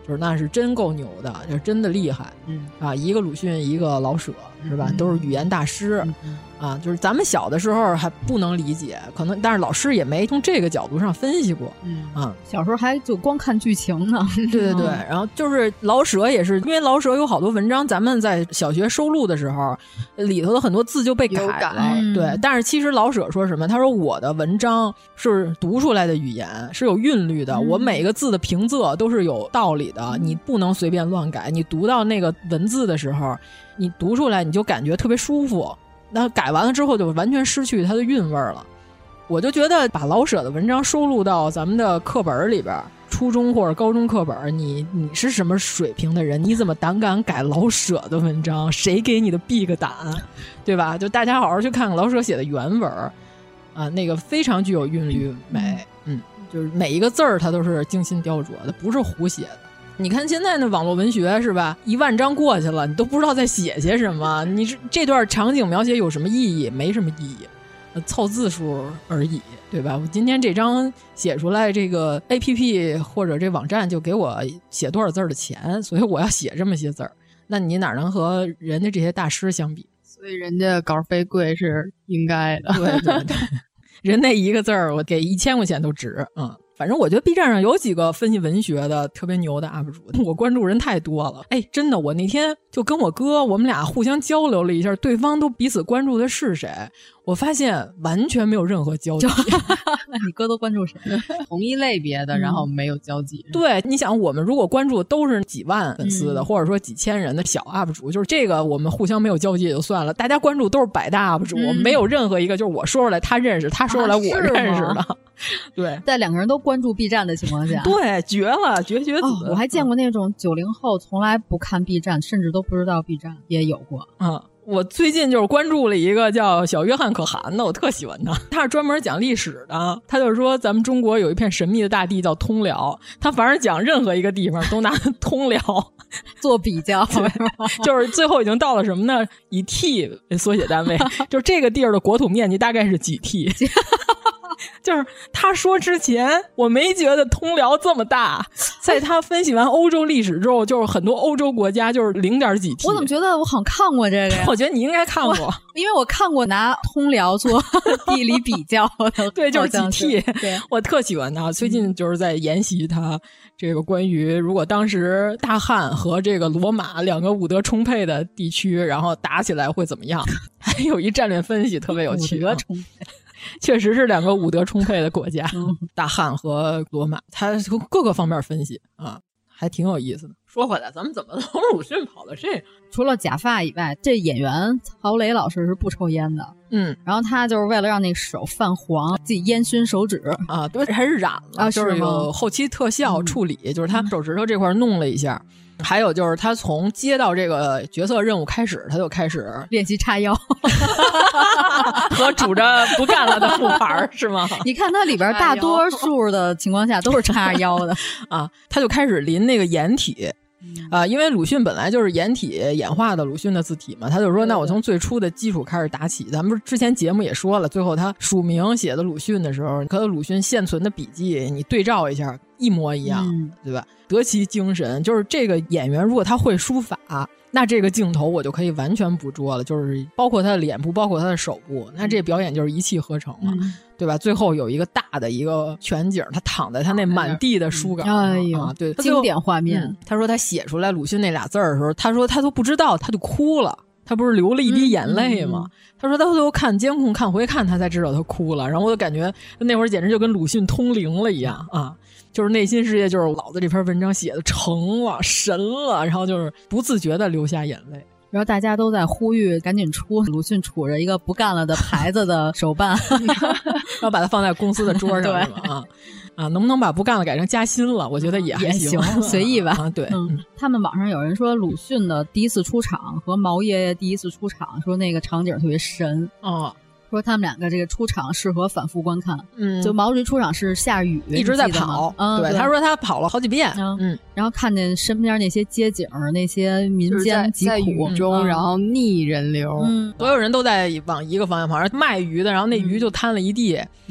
就是那是真够牛的，就是真的厉害。
嗯
啊，一个鲁迅，一个老舍，是吧？
嗯、
都是语言大师。
嗯
啊，就是咱们小的时候还不能理解，可能但是老师也没从这个角度上分析过。
嗯
啊，
小时候还就光看剧情呢。
对对对，嗯、然后就是老舍也是，因为老舍有好多文章，咱们在小学收录的时候，里头的很多字就被改了。
改
嗯、对，但是其实老舍说什么？他说我的文章是读出来的语言，是有韵律的，嗯、我每个字的平仄都是有道理的，嗯、你不能随便乱改。你读到那个文字的时候，你读出来你就感觉特别舒服。那改完了之后就完全失去它的韵味了。我就觉得把老舍的文章收录到咱们的课本里边，初中或者高中课本，你你是什么水平的人？你怎么胆敢改老舍的文章？谁给你的逼个胆，对吧？就大家好好去看看老舍写的原文啊，那个非常具有韵律美，嗯，就是每一个字儿它都是精心雕琢的，不是胡写的。你看现在那网络文学是吧？一万章过去了，你都不知道在写些什么。你是这段场景描写有什么意义？没什么意义，凑字数而已，对吧？我今天这章写出来，这个 A P P 或者这网站就给我写多少字的钱，所以我要写这么些字儿。那你哪能和人家这些大师相比？
所以人家稿费贵是应该的。
对对对，人那一个字儿我给一千块钱都值，嗯。反正我觉得 B 站上有几个分析文学的特别牛的 U P 主，我关注人太多了。哎，真的，我那天就跟我哥，我们俩互相交流了一下，对方都彼此关注的是谁，我发现完全没有任何交集。
那你哥都关注谁？
同一类别的，然后没有交集。
嗯、对，你想，我们如果关注都是几万粉丝的，嗯、或者说几千人的小 U P 主，就是这个我们互相没有交集也就算了，大家关注都是百大 U P 主，嗯、没有任何一个就是我说出来他认识，他说出来我认识的。啊、对，
在两个人都关注 B 站的情况下，
对，绝了，绝绝子、
哦！我还见过那种九零后从来不看 B 站，甚至都不知道 B 站也有过。
嗯，我最近就是关注了一个叫小约翰可汗的，我特喜欢他，他是专门讲历史的。他就是说咱们中国有一片神秘的大地叫通辽，他反正讲任何一个地方都拿通辽
做比较，
就是最后已经到了什么呢？以 T 为缩写单位，就是这个地儿的国土面积大概是几 T。就是他说之前我没觉得通辽这么大，在他分析完欧洲历史之后，就是很多欧洲国家就是零点几 T。
我怎么觉得我好像看过这个呀？
我觉得你应该看过，
因为我看过拿通辽做地理比较的。
对，就是几 T。
对，
我特喜欢他，最近就是在研习他这个关于如果当时大汉和这个罗马两个武德充沛的地区，然后打起来会怎么样？还有一战略分析特别有趣。
武德充沛。
确实是两个武德充沛的国家，嗯、大汉和罗马，他从各个方面分析啊，还挺有意思的。说回来，咱们怎么从鲁迅跑到这个？
除了假发以外，这演员曹磊老师是不抽烟的，
嗯，
然后他就是为了让那手泛黄，自己烟熏手指
啊，对，还是染了，
啊、
就是有后期特效处理，嗯、就是他手指头这块弄了一下。还有就是他从接到这个角色任务开始，他就开始
练习叉腰
和拄着不干了的副牌是吗？
你看他里边大多数的情况下都是叉着腰的
啊，他就开始临那个颜体。啊、呃，因为鲁迅本来就是颜体演化的鲁迅的字体嘛，他就说那我从最初的基础开始打起。咱们不是之前节目也说了，最后他署名写的鲁迅的时候，和鲁迅现存的笔记你对照一下，一模一样，
嗯、
对吧？得其精神，就是这个演员如果他会书法，那这个镜头我就可以完全捕捉了，就是包括他的脸部，包括他的手部，那这表演就是一气呵成了。嗯，对吧？最后有一个大的一个全景，他躺在他那满地的书稿上，
哎呦，
啊，对，
经典画面、
嗯。他说他写出来鲁迅那俩字儿的时候，他说他都不知道，他就哭了。他不是流了一滴眼泪吗？嗯嗯、他说他最后看监控看回看，他才知道他哭了。然后我就感觉那会儿简直就跟鲁迅通灵了一样啊！就是内心世界，就是老子这篇文章写的成了神了，然后就是不自觉的流下眼泪。
然后大家都在呼吁赶紧出鲁迅杵着一个不干了的牌子的手办，
然后把它放在公司的桌上是吗？啊啊，能不能把不干了改成加薪了？我觉得也还行，
也行随意吧。
啊，对，
嗯，他们网上有人说鲁迅的第一次出场和毛爷爷第一次出场，说那个场景特别神
哦。
说他们两个这个出场适合反复观看，
嗯，
就毛主席出场是下雨，
一直在跑，
嗯，
对，他说他跑了好几遍，
嗯，嗯然后看见身边那些街景，那些民间疾苦，
在雨中，嗯、然后逆人流，
嗯，所有人都在往一个方向跑，然后卖鱼的，然后那鱼就摊了一地，
嗯。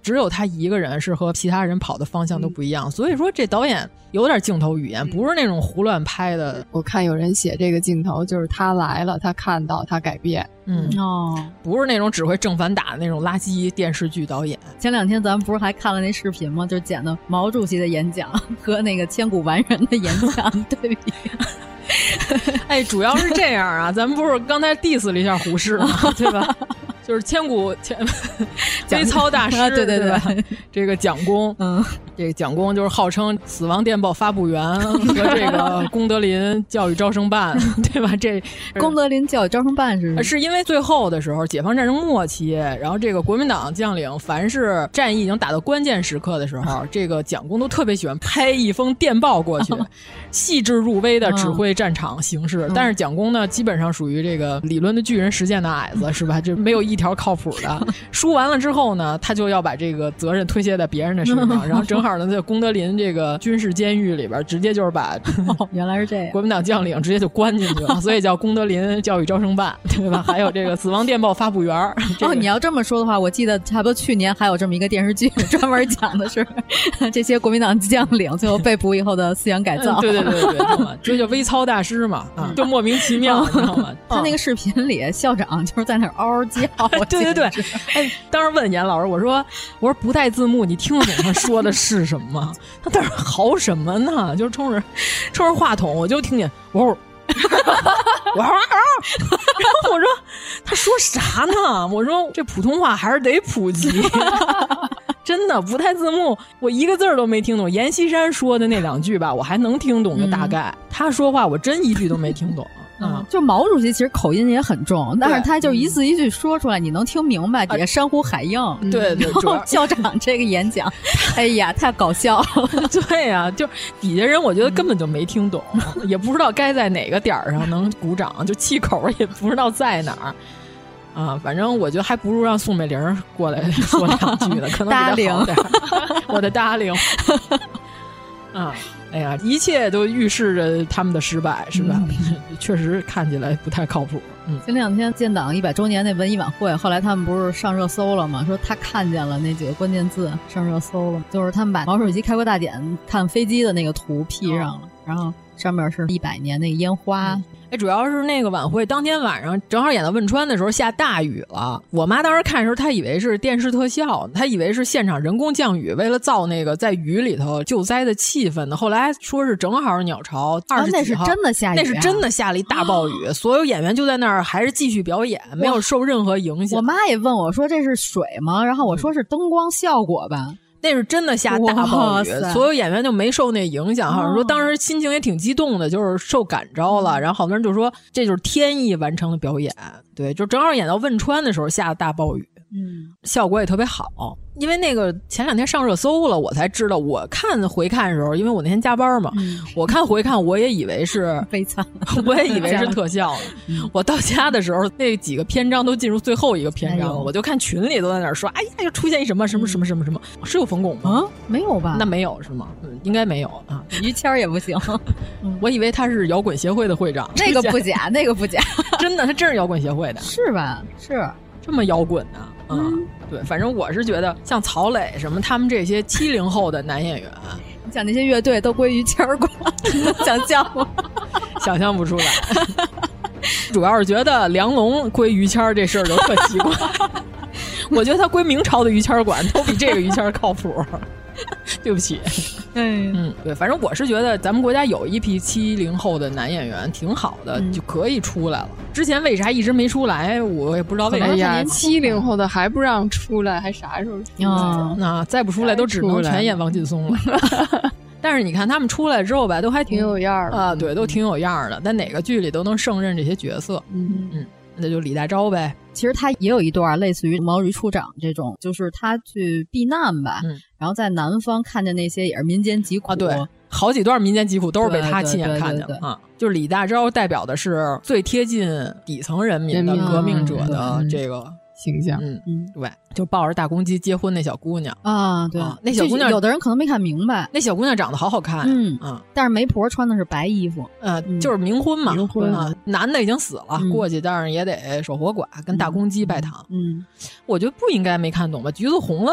只有他一个人是和其他人跑的方向都不一样，嗯、所以说这导演有点镜头语言，不是那种胡乱拍的。
我看有人写这个镜头就是他来了，他看到他改变。
嗯哦，不是那种只会正反打的那种垃圾电视剧导演。
前两天咱们不是还看了那视频吗？就剪的毛主席的演讲和那个千古完人的演讲对比。
哎，主要是这样啊，咱们不是刚才 diss 了一下胡适吗？对吧？就是千古千微操大师，
对对 对,
对，这个蒋公，嗯，这个蒋公就是号称死亡电报发布员和这个功德林教育招生办，对吧？这
功德林教育招生办是
是因为最后的时候，解放战争末期，然后这个国民党将领凡是战役已经打到关键时刻的时候，这个蒋公都特别喜欢拍一封电报过去，细致入微的指挥战场形势。嗯、但是蒋公呢，基本上属于这个理论的巨人，实践的矮子，是吧？就没有一。一条靠谱的，输完了之后呢，他就要把这个责任推卸在别人的身上，然后正好呢，在功德林这个军事监狱里边，直接就是把、
哦、原来是这样，
国民党将领直接就关进去了，所以叫功德林教育招生办，对吧？还有这个死亡电报发布员。这个、
哦，你要这么说的话，我记得差不多去年还有这么一个电视剧，专门讲的是这些国民党将领最后被捕以后的思想改造。
嗯、对对对对对，这叫微操大师嘛，啊，就莫名其妙，你知道吗？
他那个视频里，校长就是在那嗷嗷叫。
对对对，哎，当时问严老师，我说我说不带字幕，你听得懂他说的是什么吗？他在那嚎什么呢？就是冲着冲着话筒，我就听见我我我然后我说他说啥呢？我说这普通话还是得普及。真的不带字幕，我一个字儿都没听懂。阎锡山说的那两句吧，我还能听懂个大概。嗯、他说话，我真一句都没听懂。
嗯，就毛主席其实口音也很重，但是他就一字一句说出来，你能听明白，底下山呼海应。
嗯、对对，
主要校长这个演讲，哎呀，太搞笑了。
对呀、啊，就底下人我觉得根本就没听懂，嗯、也不知道该在哪个点儿上能鼓掌，就气口也不知道在哪儿。啊，反正我觉得还不如让宋美龄过来说两句呢，可能比较好点。我的darling，啊，哎呀，一切都预示着他们的失败，是吧？嗯、确实看起来不太靠谱。嗯，
前两天建党一百周年那文艺晚会，后来他们不是上热搜了吗？说他看见了那几个关键字上热搜了，就是他们把毛主席开国大典看飞机的那个图 P 上了，哦、然后上面是一百年那个烟花。嗯
哎，主要是那个晚会当天晚上正好演到汶川的时候下大雨了。我妈当时看的时候，她以为是电视特效，她以为是现场人工降雨，为了造那个在雨里头救灾的气氛呢。后来说是正好鸟巢二十几号、
啊，那是真的下雨、啊，
那是真的下了一大暴雨，哦、所有演员就在那儿还是继续表演，没有受任何影响。
我妈也问我说这是水吗？然后我说是灯光效果吧。嗯
那是真的下大暴雨，所有演员就没受那影响。好像说当时心情也挺激动的，就是受感召了。然后好多人就说这就是天意完成的表演。对，就正好演到汶川的时候下大暴雨，嗯，效果也特别好。因为那个前两天上热搜了，我才知道。我看回看的时候，因为我那天加班嘛，嗯、我看回看我也以为是
悲惨，
我也以为是特效的。嗯、我到家的时候，那几个篇章都进入最后一个篇章了，哎、我就看群里都在那儿说：“哎呀，又出现一什么什么什么什么什么，嗯、是有冯巩吗？
啊，没有吧？
那没有是吗？嗯，应该没有啊。
于谦也不行，
我以为他是摇滚协会的会长。
那个不假，那个不假，
真的，他真是摇滚协会的，
是吧？是
这么摇滚的。嗯，嗯对，反正我是觉得像曹磊什么他们这些七零后的男演员，
像那些乐队都归于谦儿管，想象吗？
想象不出来。主要是觉得梁龙归于谦儿这事儿就特奇怪。我觉得他归明朝的于谦馆都比这个于谦靠谱。对不起，
嗯
嗯，对，反正我是觉得咱们国家有一批七零后的男演员挺好的，嗯、就可以出来了。之前为啥一直没出来，我也不知道为啥。
哎呀，七零后的还不让出来，还啥时候出来？
嗯、那再不出来都只能全演王劲松了。但是你看他们出来之后吧，都还
挺有样的
啊，对，都挺有样的。在哪个剧里都能胜任这些角色。嗯嗯。那就李大钊呗。
其实他也有一段类似于毛主席出长这种，就是他去避难吧，嗯、然后在南方看见那些也是民间疾苦
啊，对，好几段民间疾苦都是被他亲眼看见的啊。就是李大钊代表的是最贴近底层人民的革命者的这个
形象，
嗯嗯，对，就抱着大公鸡结婚那小姑娘
啊，对，
啊、那小姑娘
有的人可能没看明白，
那小姑娘长得好好看，
嗯
啊，
但是媒婆穿的是白衣服，
呃，嗯、就是冥婚嘛，
冥婚
啊，男的已经死了，
嗯、
过去但是也得守活寡，跟大公鸡拜堂，
嗯，
我觉得不应该没看懂吧，橘子红了。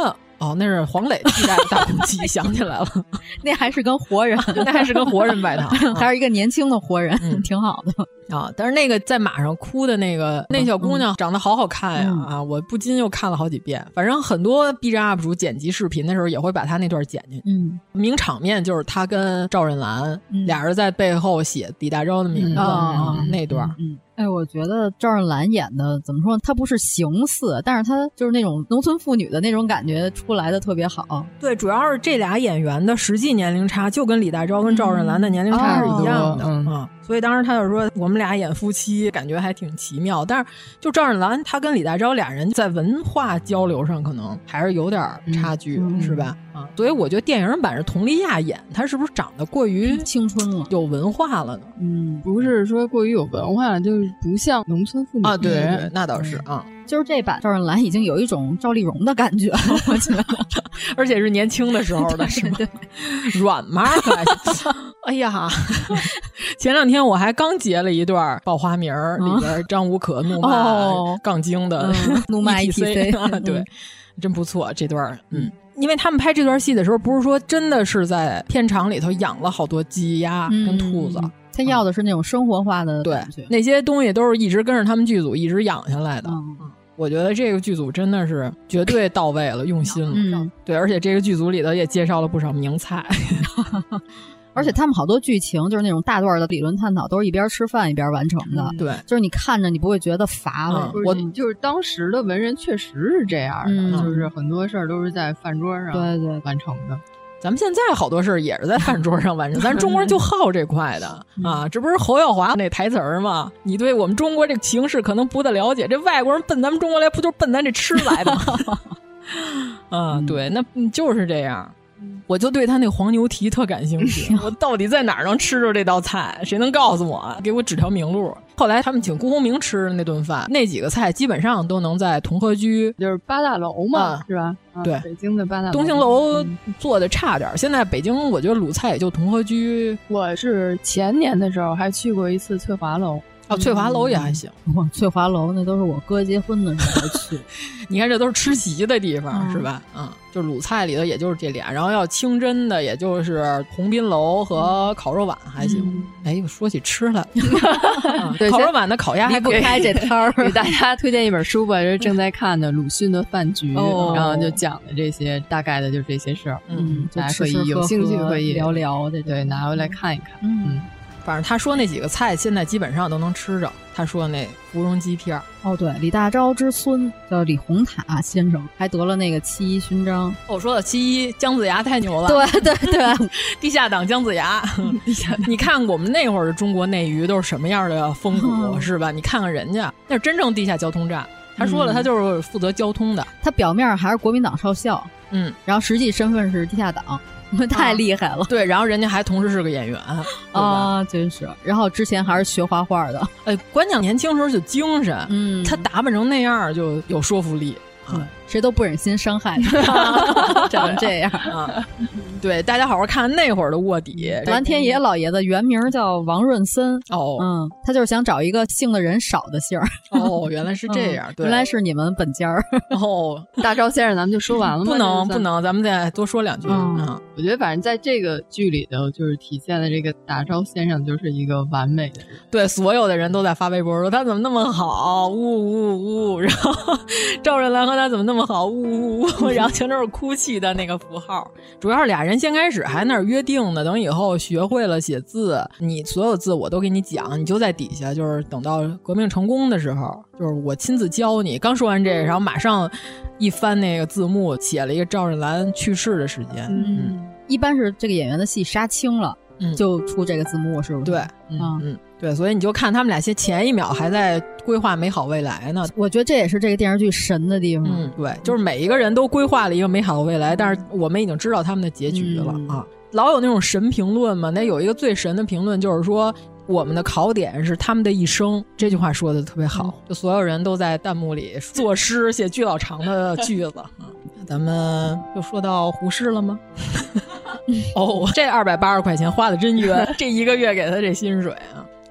哦，那是黄磊替代的大公鸡，想起来了，
那还是跟活人，
那还是跟活人拜堂，
还是一个年轻的活人，
嗯、
挺好的
啊。但是那个在马上哭的那个那小姑娘长得好好看呀、嗯、啊！我不禁又看了好几遍。反正很多 B 站 U P 主剪辑视频的时候也会把他那段剪进去。
嗯，
名场面就是他跟赵壬兰、嗯、俩人在背后写李大钊的名字、
嗯啊、
那段。
嗯。哎，我觉得赵壬兰演的怎么说，她不是形似，但是她就是那种农村妇女的那种感觉出来的特别好。
对，主要是这俩演员的实际年龄差就跟李大钊跟赵壬兰的年龄差是一样的、
嗯
啊，所以当时他就说我们俩演夫妻，感觉还挺奇妙。但是就赵壬兰她跟李大钊俩人在文化交流上可能还是有点差距、嗯、是吧？啊，所以我觉得电影版是佟丽娅演，她是不是长得过于
青春了，
有文化了呢？
嗯，不是说过于有文化了，就是不像农村妇女
啊。对对对，那倒是啊。
就是这版赵壬兰已经有一种赵丽蓉的感觉了，我觉得，
而且是年轻的时候的，是吗？软妈可还行。哎呀，前两天我还刚截了一段《报花名》里边张无可怒骂杠精的、
嗯、怒骂 E T C，
啊、对、嗯，真不错这段。嗯，因为他们拍这段戏的时候，不是说真的是在片场里头养了好多鸡鸭跟兔子。
嗯，他要的是那种生活化的感觉，
对，那些东西都是一直跟着他们剧组一直养下来的。嗯，我觉得这个剧组真的是绝对到位了，用心了。
嗯，
对，而且这个剧组里头也介绍了不少名菜。
而且他们好多剧情就是那种大段的理论探讨，都是一边吃饭一边完成的。
嗯、对，
就是你看着你不会觉得乏味。
嗯、我就是当时的文人确实是这样的，嗯、就是很多事儿都是在饭桌上
对对
完成的。
咱们现在好多事儿也是在饭桌上完成，咱中国人就好这块的啊！这不是侯耀华那台词儿吗？你对我们中国这个形势可能不太了解，这外国人奔咱们中国来，不就是奔咱这吃来的吗？啊，对，那就是这样。我就对他那黄牛蹄特感兴趣，我到底在哪儿能吃着这道菜？谁能告诉我？给我指条明路。后来他们请顾鸿明吃的那顿饭，那几个菜基本上都能在同和居，
就是八大楼嘛，
啊、
是吧？啊、
对，
北京的八大楼。
东兴楼做的差点、嗯，现在北京我觉得鲁菜也就同和居。
我是前年的时候还去过一次翠华楼。
哦，翠华楼也还行。
哇，翠华楼那都是我哥结婚的时候去。
你看，这都是吃席的地方，嗯、是吧？嗯，就是鲁菜里头也就是这俩，然后要清真的，也就是鸿宾楼和烤肉碗还行。嗯、哎，我说起吃了，啊、烤肉碗的烤鸭
离不开这摊儿。给大家推荐一本书吧，这是正在看的鲁迅的饭局，哦、然后就讲的这些，大概的就这些事儿。
嗯，
大家可以有兴趣可以
聊聊的，
对，拿回来看一看。
嗯。
嗯，
反正他说那几个菜现在基本上都能吃着。他说那芙蓉鸡片
哦，对，李大钊之孙叫李洪塔先生，还得了那个七一勋章。
我说的七一姜子牙太牛了，
对对对，
地下党姜子牙。地下，你看我们那会儿的中国内娱都是什么样的风骨、嗯、是吧？你看看人家，那是真正地下交通站。他说了，他就是负责交通的、嗯，
他表面还是国民党少校，
嗯，
然后实际身份是地下党。太厉害了、啊，
对，然后人家还同时是个演员
啊，真是。然后之前还是学画画的，
哎，关键年轻时候就精神，
嗯，
他打扮成那样就有说服力。
嗯，谁都不忍心伤害他，长成这样
啊！对，大家好好看那会儿的卧底。
蓝天野老爷子原名叫王润森
哦，
嗯，他就是想找一个姓的人少的姓儿。
哦，原来是这样，
嗯、
对，
原来是你们本家儿。
哦，
大钊先生，咱们就说完了吗？
不能不能，咱们再多说两句。
嗯，
嗯
我觉得反正在这个剧里头，就是体现的这个大钊先生就是一个完美的人。
对，所有的人都在发微博说他怎么那么好，呜呜呜，然后赵壬兰和他怎么那么好，呜呜呜，然后全都是哭泣的那个符号。主要是俩人先开始还那儿约定呢，等以后学会了写字，你所有字我都给你讲，你就在底下，就是等到革命成功的时候，就是我亲自教你。刚说完这个，然后马上一翻那个字幕，写了一个赵壬兰去世的时间。
嗯，嗯一般是这个演员的戏杀青了，嗯，就出这个字幕，是不是？
对，嗯嗯。嗯对，所以你就看他们俩先前一秒还在规划美好未来呢。
我觉得这也是这个电视剧神的地方。
嗯，对，就是每一个人都规划了一个美好的未来，但是我们已经知道他们的结局了、嗯、啊。老有那种神评论嘛，那有一个最神的评论就是说，我们的考点是他们的一生。这句话说的特别好、嗯，就所有人都在弹幕里作诗写巨老长的句子。嗯、咱们又说到胡适了吗？哦，这二百八十块钱花的真冤，这一个月给他这薪水啊。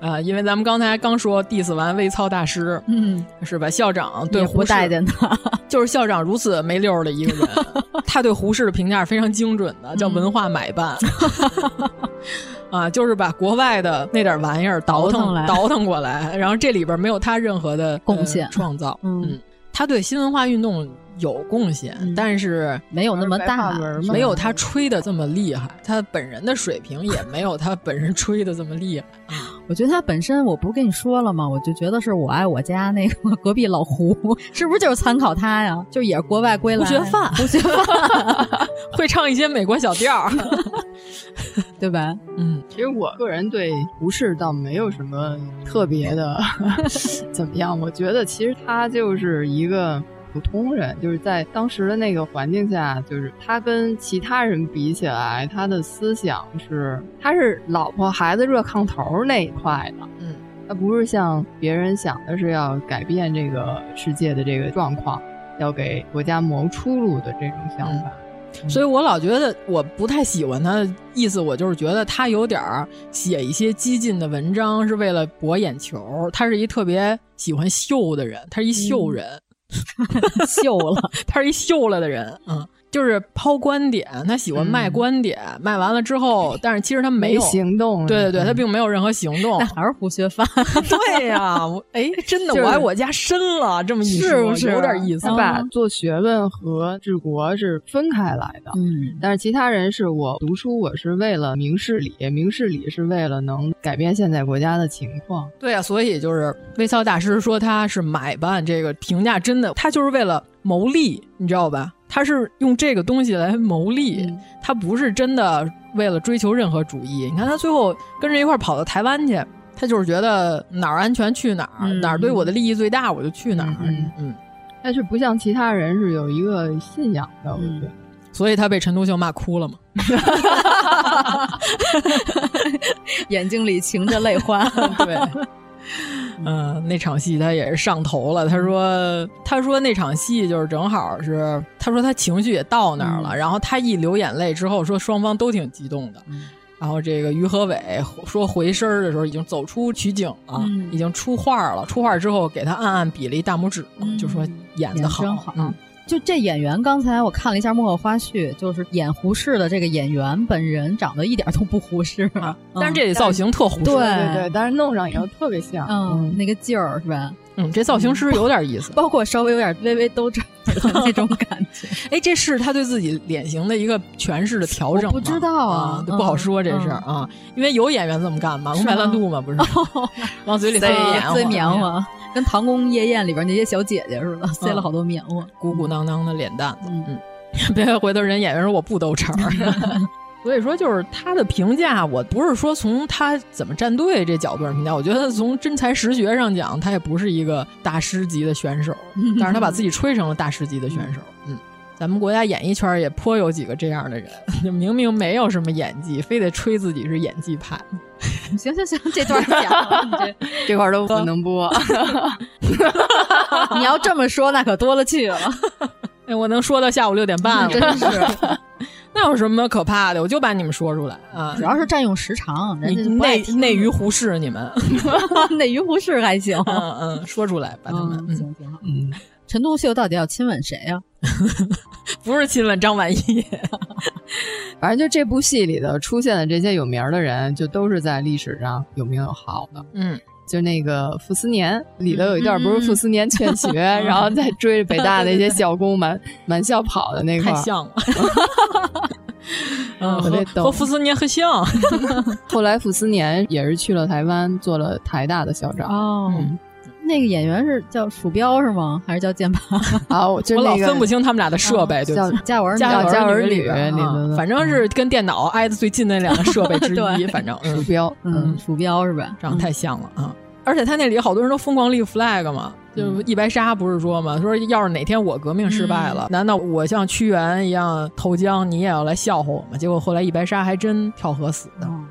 啊、呃，因为咱们刚才刚说 diss 完微操大师，
嗯，
是吧？校长对胡适
不待见他，
就是校长如此没溜的一个人，他对胡适的评价是非常精准的，叫文化买办。嗯啊，就是把国外的那点玩意儿倒腾倒腾过来，然后这里边没有他任何的
贡献、
呃、创造。
嗯，
嗯他对新文化运动有贡献、嗯，但是
没有那么大，
没有他吹的这么厉害。他本人的水平也没有他本人吹的这么厉害。
我觉得他本身，我不是跟你说了吗？我就觉得是我爱我家那个隔壁老胡，是不是就是参考他呀？就也是国外归来，
胡学范，
胡学范
会唱一些美国小调，
对吧？
嗯，其实我个人对胡适倒没有什么特别的怎么样，我觉得其实他就是一个普通人，就是在当时的那个环境下，就是他跟其他人比起来，他的思想是他是老婆孩子热炕头那一块的，
嗯，
他不是像别人想的是要改变这个世界的这个状况，要给国家谋出路的这种想法。
嗯所以我老觉得我不太喜欢他的意思，我就是觉得他有点写一些激进的文章是为了博眼球，他是一特别喜欢秀的人，他是一秀人。
嗯、秀了，
他是一秀了的人，嗯，就是抛观点，他喜欢卖观点，嗯、卖完了之后，但是其实他没有
没行动，
对对对，他并没有任何行动，
那还是胡学范，
对呀、啊，哎，真的，
就是、
我爱我家深了，这么一说，
是不是
有点意思？
他把做学问和治国是分开来的，
嗯，
但是其他人是我读书，我是为了明事理，明事理是为了能改变现在国家的情况，
对啊，所以就是微操大师说他是买办，这个评价真的，他就是为了谋利，你知道吧？他是用这个东西来谋利，嗯、他不是真的为了追求任何主义。你看他最后跟人一块跑到台湾去，他就是觉得哪儿安全去哪儿，嗯、哪儿对我的利益最大我就去哪儿。
嗯
嗯，
但是不像其他人是有一个信仰的，我觉得。
所以他被陈独秀骂哭了嘛，
眼睛里噙着泪花。
对。嗯、呃，那场戏他也是上头了。他说，他说那场戏就是正好是，他说他情绪也到那儿了，嗯、然后他一流眼泪之后，说双方都挺激动的。嗯、然后这个于和伟说回身的时候已经走出取景了，嗯、已经出画了。出画之后给他暗暗比了一大拇指，嗯、就说演得好，
演真好。
嗯。
就这演员，刚才我看了一下幕后花絮，就是演胡适的这个演员本人长得一点都不胡适，啊
嗯、但是这造型特胡适，
对对对，但是弄上以后特别像，
嗯，嗯那个劲儿是吧？
嗯，这造型师有点意思，
包括稍微有点微微兜着的那种感觉。
哎，这是他对自己脸型的一个诠释的调整吗？
我不知道啊，
嗯、不好说这事儿、嗯、啊，因为有演员这么干嘛，龙白兰度嘛，不是往嘴里塞棉花，
塞棉花。跟《唐宫夜宴》里边那些小姐姐似的，塞了好多棉花，
鼓鼓囊囊的脸蛋子。嗯，嗯别回头人演员说我不兜茬儿。所以说，就是他的评价，我不是说从他怎么站队这角度上评价，我觉得从真才实学上讲，他也不是一个大师级的选手，但是他把自己吹成了大师级的选手。嗯，咱们国家演艺圈也颇有几个这样的人，就明明没有什么演技，非得吹自己是演技派。
行行行，这段讲，你这
这块都不能播。
你要这么说，那可多了去了。
哎，我能说到下午六点半了，
真是。
那有什么可怕的？我就把你们说出来啊！
主要是占用时长，
你内内娱胡适，你们
内娱胡适还行。
嗯嗯，说出来，把他们、
嗯、行挺好。嗯，陈独秀到底要亲吻谁呀、啊？
不是亲吻张晚意。
反正就这部戏里头出现的这些有名的人，就都是在历史上有名有号的。
嗯。
就那个傅斯年里头有一段，不是傅斯年劝学，嗯、然后再追北大那些校工满满校跑的那块，
太像了。
嗯，特别逗，
和傅斯年很像。
后来傅斯年也是去了台湾，做了台大的校长。
哦，嗯、那个演员是叫鼠标是吗？还是叫键盘？
啊，我就、那个、
我老分不清他们俩的设备，对不
对？
家文
家
家
文
女里边，
啊，
反正是跟电脑挨得最近的两个设备之一。反正、
嗯、鼠标，
嗯，鼠标是吧？
长得太像了啊。嗯而且他那里好多人都疯狂立 flag 嘛，就易白沙不是说嘛，说要是哪天我革命失败了，嗯、难道我像屈原一样投江，你也要来笑话我吗？结果后来易白沙还真跳河死的。
嗯，
嗯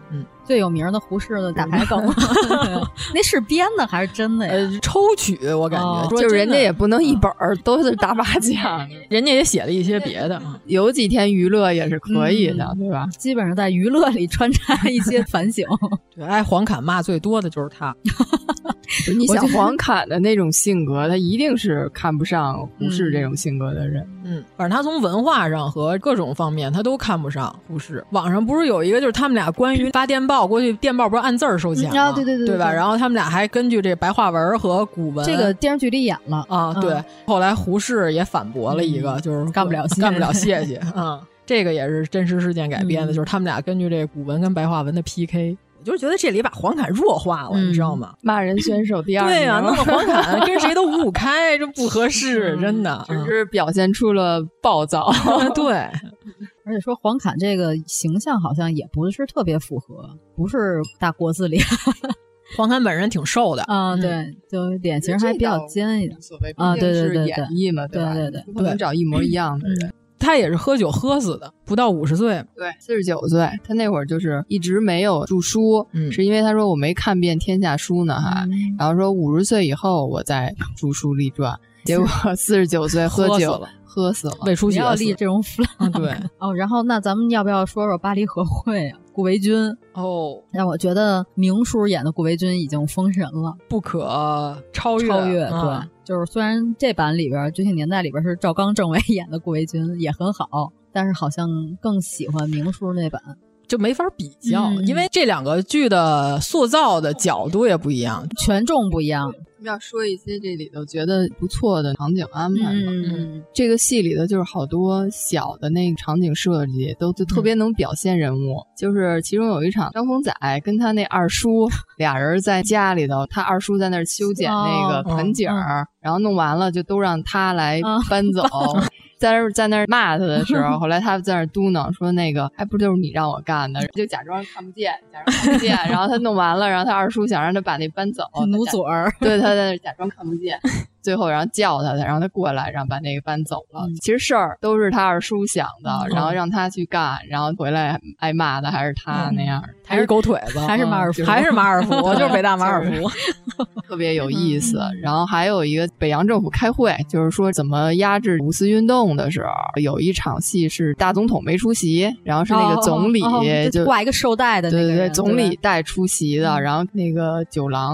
最有名的胡适的打牌梗，那是编的还是真的呀？
呃，抽取我感觉、哦、
就是人家也不能一本儿都是打麻将，
人家也写了一些别的，
有几天娱乐也是可以的，嗯、对吧？
基本上在娱乐里穿插一些反省。
对，挨黄侃骂最多的就是他。
你想黄侃的那种性格，他一定是看不上胡适这种性格的人。
嗯，反正他从文化上和各种方面他都看不上胡适。网上不是有一个就是他们俩关于发电报过去，电报不是按字儿收钱吗？
啊，对对 对,
对，对吧？然后他们俩还根据这白话文和古文，
这个电视剧里演了
啊。对，嗯、后来胡适也反驳了一个，嗯、就是
干不了
干不了谢谢啊、嗯。这个也是真实事件改编的，嗯、就是他们俩根据这古文跟白话文的 P K。我就是觉得这里把黄侃弱化了，嗯、你知道吗？
骂人选手第二名，
对啊，弄得黄侃跟谁都五五开，这不合适，嗯、真的，
只是表现出了暴躁。
对，
而且说黄侃这个形象好像也不是特别符合，不是大国字脸。
黄侃本人挺瘦的
啊、嗯，对，就脸型还比较尖一点啊，对对对对，
演绎嘛，
对对对，
不能找一模一样的人。
嗯他也是喝酒喝死的，不到五十岁，
对，四十九岁。他那会儿就是一直没有著书，嗯，是因为他说我没看遍天下书呢，还、嗯，然后说五十岁以后我再著书立传，结果四十九岁喝酒
了。
喝死了，
胃出血，
不要立这种 flag、
嗯。对
哦，然后那咱们要不要说说巴黎和会啊？顾维钧
哦，
让我觉得明叔演的顾维钧已经封神了，
不可超越。
超越，对，
嗯、
就是虽然这版里边《觉醒年代》里边是赵刚、郑伟演的顾维钧也很好，但是好像更喜欢明叔那版。
就没法比较、嗯，因为这两个剧的塑造的角度也不一样，
权重不一样。
要说一些这里头觉得不错的场景安排嘛，
嗯，
这个戏里头就是好多小的那个场景设计都就特别能表现人物、嗯、就是其中有一场张丰载跟他那二叔俩人在家里头，他二叔在那儿修剪那个盆景、哦嗯、然后弄完了就都让他来搬走、哦在那在那儿骂他的时候，后来他在那儿嘟囔说：“那个还不就是你让我干的？”就假装看不见，假装看不见。然后他弄完了，然后他二叔想让他把那搬走，
努嘴儿，
对，他在那儿假装看不见。最后，然后叫他，然后他过来，然后把那个搬走了。嗯、其实事儿都是他二叔想的，嗯、然后让他去干，然后回来挨骂的还是他那样，
还是狗腿子，
还是马尔福，
嗯、还是马尔福，就是北大马尔福，
特别有意思。嗯、然后还有一个北洋政府开会，就是说怎么压制五四运动的时候，有一场戏是大总统没出席，然后是那个总理、
哦哦、
就
挂一个绶带的那个人，
对对对，总理带出席的，嗯、然后那个九郎，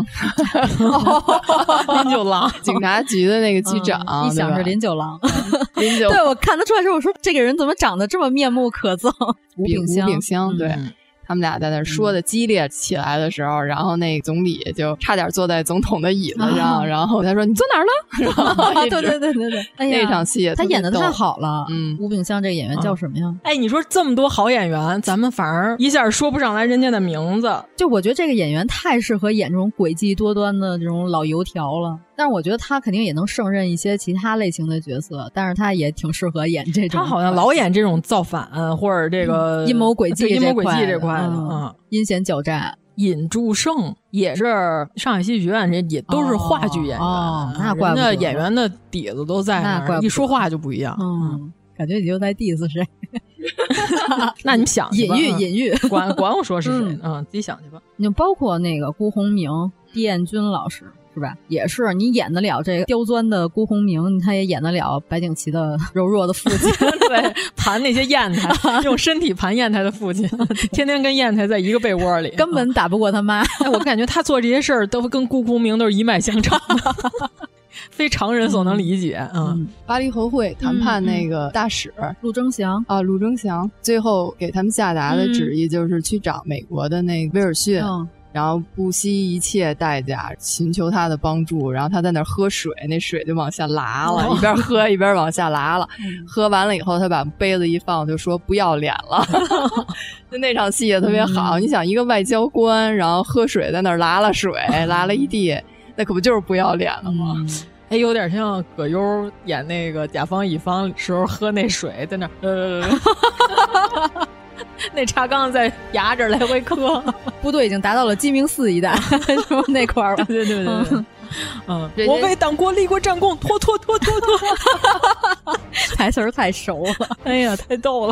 林九郎，
警察局的那个局长，
嗯、一想是林九郎，
林九，
对，我看得出来之后，我说这个人怎么长得这么面目可憎？吴炳湘，
吴炳湘，对。嗯他们俩在那说的激烈起来的时候、嗯、然后那个总理就差点坐在总统的椅子上、啊、然后他说你坐哪儿了然后
对对对对对、哎、
那场戏
他演的太好了。
嗯，
吴炳湘这个演员叫什么呀、
嗯、哎，你说这么多好演员咱们反而一下说不上来人家的名字，
就我觉得这个演员太适合演这种诡计多端的这种老油条了，但是我觉得他肯定也能胜任一些其他类型的角色，但是他也挺适合演这种，
他好像老演这种造反或者这个
阴谋诡计
阴谋诡计这块的
嗯嗯阴险狡诈。
尹祝胜也是上海戏剧学院，这也都是话剧演员，
哦，那怪不得
人家演员的底子都在那儿，一说话就不一样。
嗯，感觉你就在 diss 谁？
那你们想去吧，
隐喻隐喻，
管管我说是谁？嗯，嗯自己想去吧。
你就包括那个辜鸿铭、狄彦军老师。是吧？也是你演得了这个刁钻的辜鸿铭，他也演得了白景琦的柔弱的父亲，
对，盘那些砚台，用身体盘砚台的父亲，天天跟砚台在一个被窝里，
根本打不过他妈。
哎，我感觉他做这些事儿都跟辜鸿铭都是一脉相承，非常人所能理解。嗯，
嗯巴黎和会谈判那个大使、
嗯嗯、陆征祥
啊，陆征祥最后给他们下达的旨意就是去找美国的那个威尔逊。嗯然后不惜一切代价寻求他的帮助，然后他在那儿喝水，那水就往下拉了、哦、一边喝一边往下拉了、嗯、喝完了以后他把杯子一放就说不要脸了就那场戏也特别好、嗯、你想一个外交官然后喝水在那儿拉了水拉了一地，那可不就是不要脸了吗、嗯
哎，有点像葛优演那个甲方乙方时候喝那水在那呃那茶缸在牙这来回磕，
部队已经达到了鸡鸣寺一带，是不是那块儿？
对对对对，嗯，我为党国立过战功，拖拖拖拖拖，
台词儿太熟了，
哎呀，太逗了。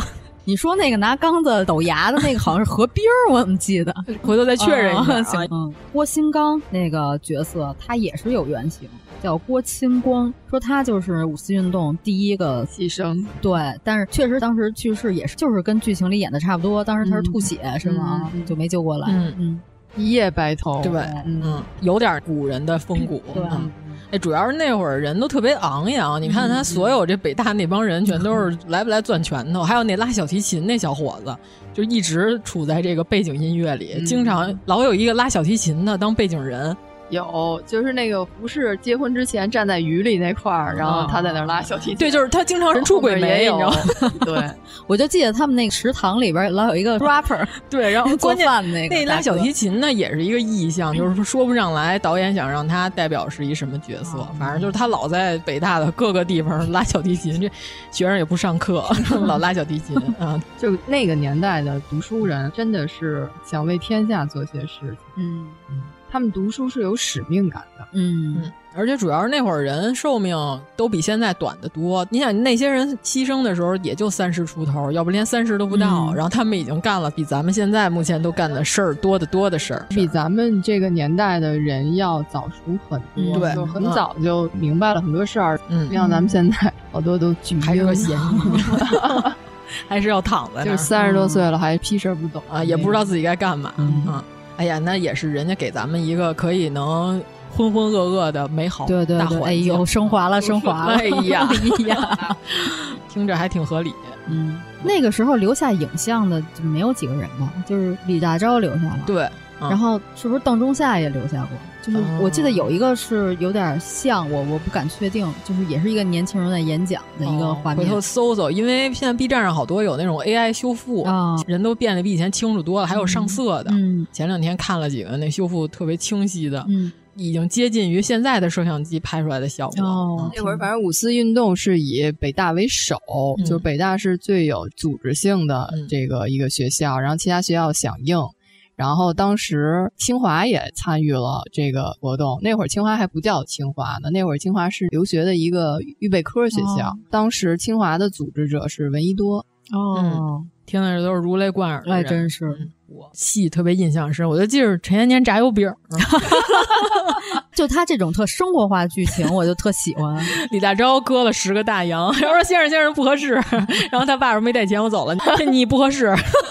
你说那个拿缸子抖牙的那个好像是何冰儿，我怎么记得？
回头再确认一下。
行、啊，嗯，郭新刚那个角色他也是有原型，叫郭钦光，说他就是五四运动第一个
牺牲。
对，但是确实当时去世也是就是跟剧情里演的差不多，当时他是吐血、嗯、是吗、嗯？就没救过来。
嗯
嗯，
一夜白头。
对，嗯，有点古人的风骨。
对。
嗯哎，主要是那会儿人都特别昂扬，你看他所有这北大那帮人全都是来不来攥拳头，还有那拉小提琴那小伙子，就一直处在这个背景音乐里，经常老有一个拉小提琴的当背景人。
有，就是那个服饰结婚之前站在雨里那块儿，然后他在那儿拉小提琴。
对，就是他经常人出鬼没，你知道吗？
对，
我就记得他们那个食堂里边老有一个 rapper，
对，然后关键
那个
那拉小提琴呢也是一个意象，就是说不上来导演想让他代表是一什么角色，反正就是他老在北大的各个地方拉小提琴，这学生也不上课，老拉小提琴啊。
就那个年代的读书人真的是想为天下做些事情。
嗯
嗯。他们读书是有使命感的，
嗯
嗯，而且主要是那会儿人寿命都比现在短得多。你想那些人牺牲的时候也就三十出头，要不连三十都不到、嗯，然后他们已经干了比咱们现在目前都干的事儿多得多的事儿，
比咱们这个年代的人要早熟很多，
嗯、对，
就很早就明白了很多事儿。
嗯，
像咱们现在好多都巨
还是个嫌疑。还是要躺在那儿，
就是三十多岁了、嗯、还屁事儿不懂
啊，也不知道自己该干嘛、
嗯、
啊。哎呀，那也是人家给咱们一个可以能浑浑噩噩的美好
对对对
大环境。
哎呦，升华了，升华了！
哎呀，
哎呀，
听着还挺合理。
嗯，那个时候留下影像的就没有几个人吧，就是李大钊留下了。
对。
嗯、然后是不是邓中夏也留下过？就是我记得有一个是有点像我，我不敢确定，就是也是一个年轻人在演讲的一个画面。
哦、回头搜搜，因为现在 B 站上好多有那种 A I 修复，
哦、
人都变得比以前清楚多了，还有上色的。
嗯，
前两天看了几个那修复特别清晰的，
嗯，
已经接近于现在的摄像机拍出来的效果。
哦，
那会儿反正五四运动是以北大为首，嗯、就是北大是最有组织性的这个一个学校，嗯、然后其他学校响应。然后当时清华也参与了这个活动，那会儿清华还不叫清华呢，那会儿清华是留学的一个预备科学校。哦、当时清华的组织者是闻一多。
哦，
嗯、听的这都是如雷贯耳的人，
哎，真是。
嗯、我戏特别印象深，我就记着陈延年炸油饼。
就他这种特生活化剧情，我就特喜欢。
李大钊割了十个大洋，然后说先生先生不合适，然后他爸说没带钱，我走了，你不合适。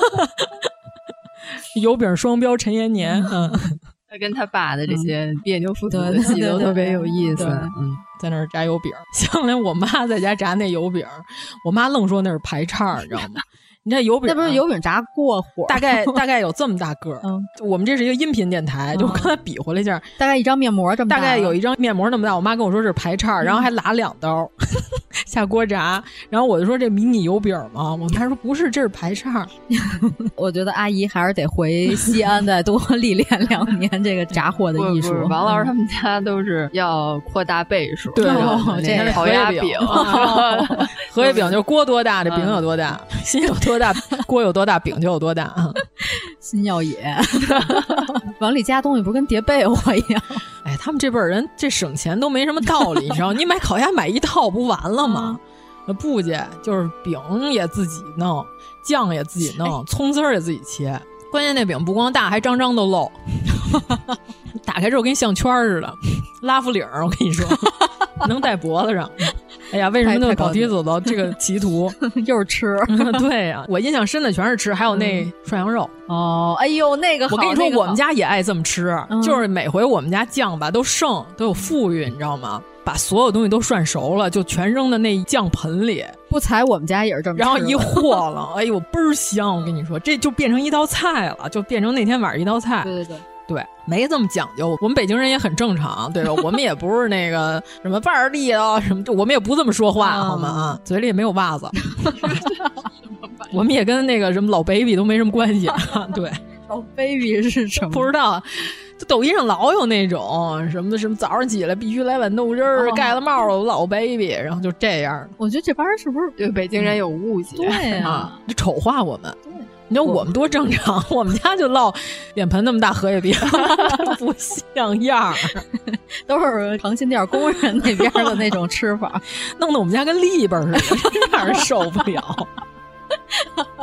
油饼双标陈延年，嗯，
他跟他爸的这些别扭父子的戏都特别有意思，
嗯，在那儿炸油饼，像连我妈在家炸那油饼，我妈愣说那是排叉，你知道吗？你这油饼，
那不是油饼炸过火，
大概大概有这么大个儿。
嗯，
我们这是一个音频电台，就我刚才比划了一下，
大概一张面膜这么大，
大概有一张面膜那么大。我妈跟我说这是排叉，然后还拉两刀。下锅炸，然后我就说这迷你油饼嘛，我妈说不是，这是排叉。
我觉得阿姨还是得回西安再多历练两年这个炸货的艺术。
王老师他们家都是要扩大倍数，
对，
哦、这个烤鸭饼，
荷叶饼就是锅多大，这饼有多大，嗯、心有多大，锅有多大，饼就有多大。
心要野，往里加东西不是跟叠被窝一样。
哎，他们这辈儿人这省钱都没什么道理，你知道？你买烤鸭买一套不完了吗？嗯、不去，就是饼也自己弄，酱也自己弄，哎、葱丝儿也自己切。关键那饼不光大，还张张都漏。打开之后跟像圈似的，拉夫领儿，我跟你说，能戴脖子上。哎呀，为什么那么跑题走到这个歧途？
又是吃，
对呀、啊，我印象深的全是吃，还有那涮羊肉。
嗯、哦，哎呦，那个好，
我跟你说，
那个、
我们家也爱这么吃，
嗯、
就是每回我们家酱吧都剩，都有富裕，你知道吗？把所有东西都涮熟了，就全扔到那酱盆里。
不才我们家也是这么吃，
然后一和了，哎呦，倍儿香！我跟你说，这就变成一道菜了，就变成那天晚上一道菜。
对对对。
对，没这么讲究。我们北京人也很正常，对吧？我们也不是那个什么腕儿地道什么，我们也不这么说话，好吗？啊，嘴里也没有袜子。我们也跟那个什么老 baby 都没什么关系。对，
老 baby 是什么？
不知道。就抖音上老有那种什么的，什么早上起来必须来碗豆汁儿，哦、盖了帽了老 baby， 然后就这样。
我觉得这帮人是不是
对北京人有误解？
对呀、
啊，就丑化我们。对。你知道我们多正常，我们家就烙脸盆那么大荷叶饼，不像样儿，
都是长辛店工人那边的那种吃法，
弄得我们家跟篱笆似的，让人受不了。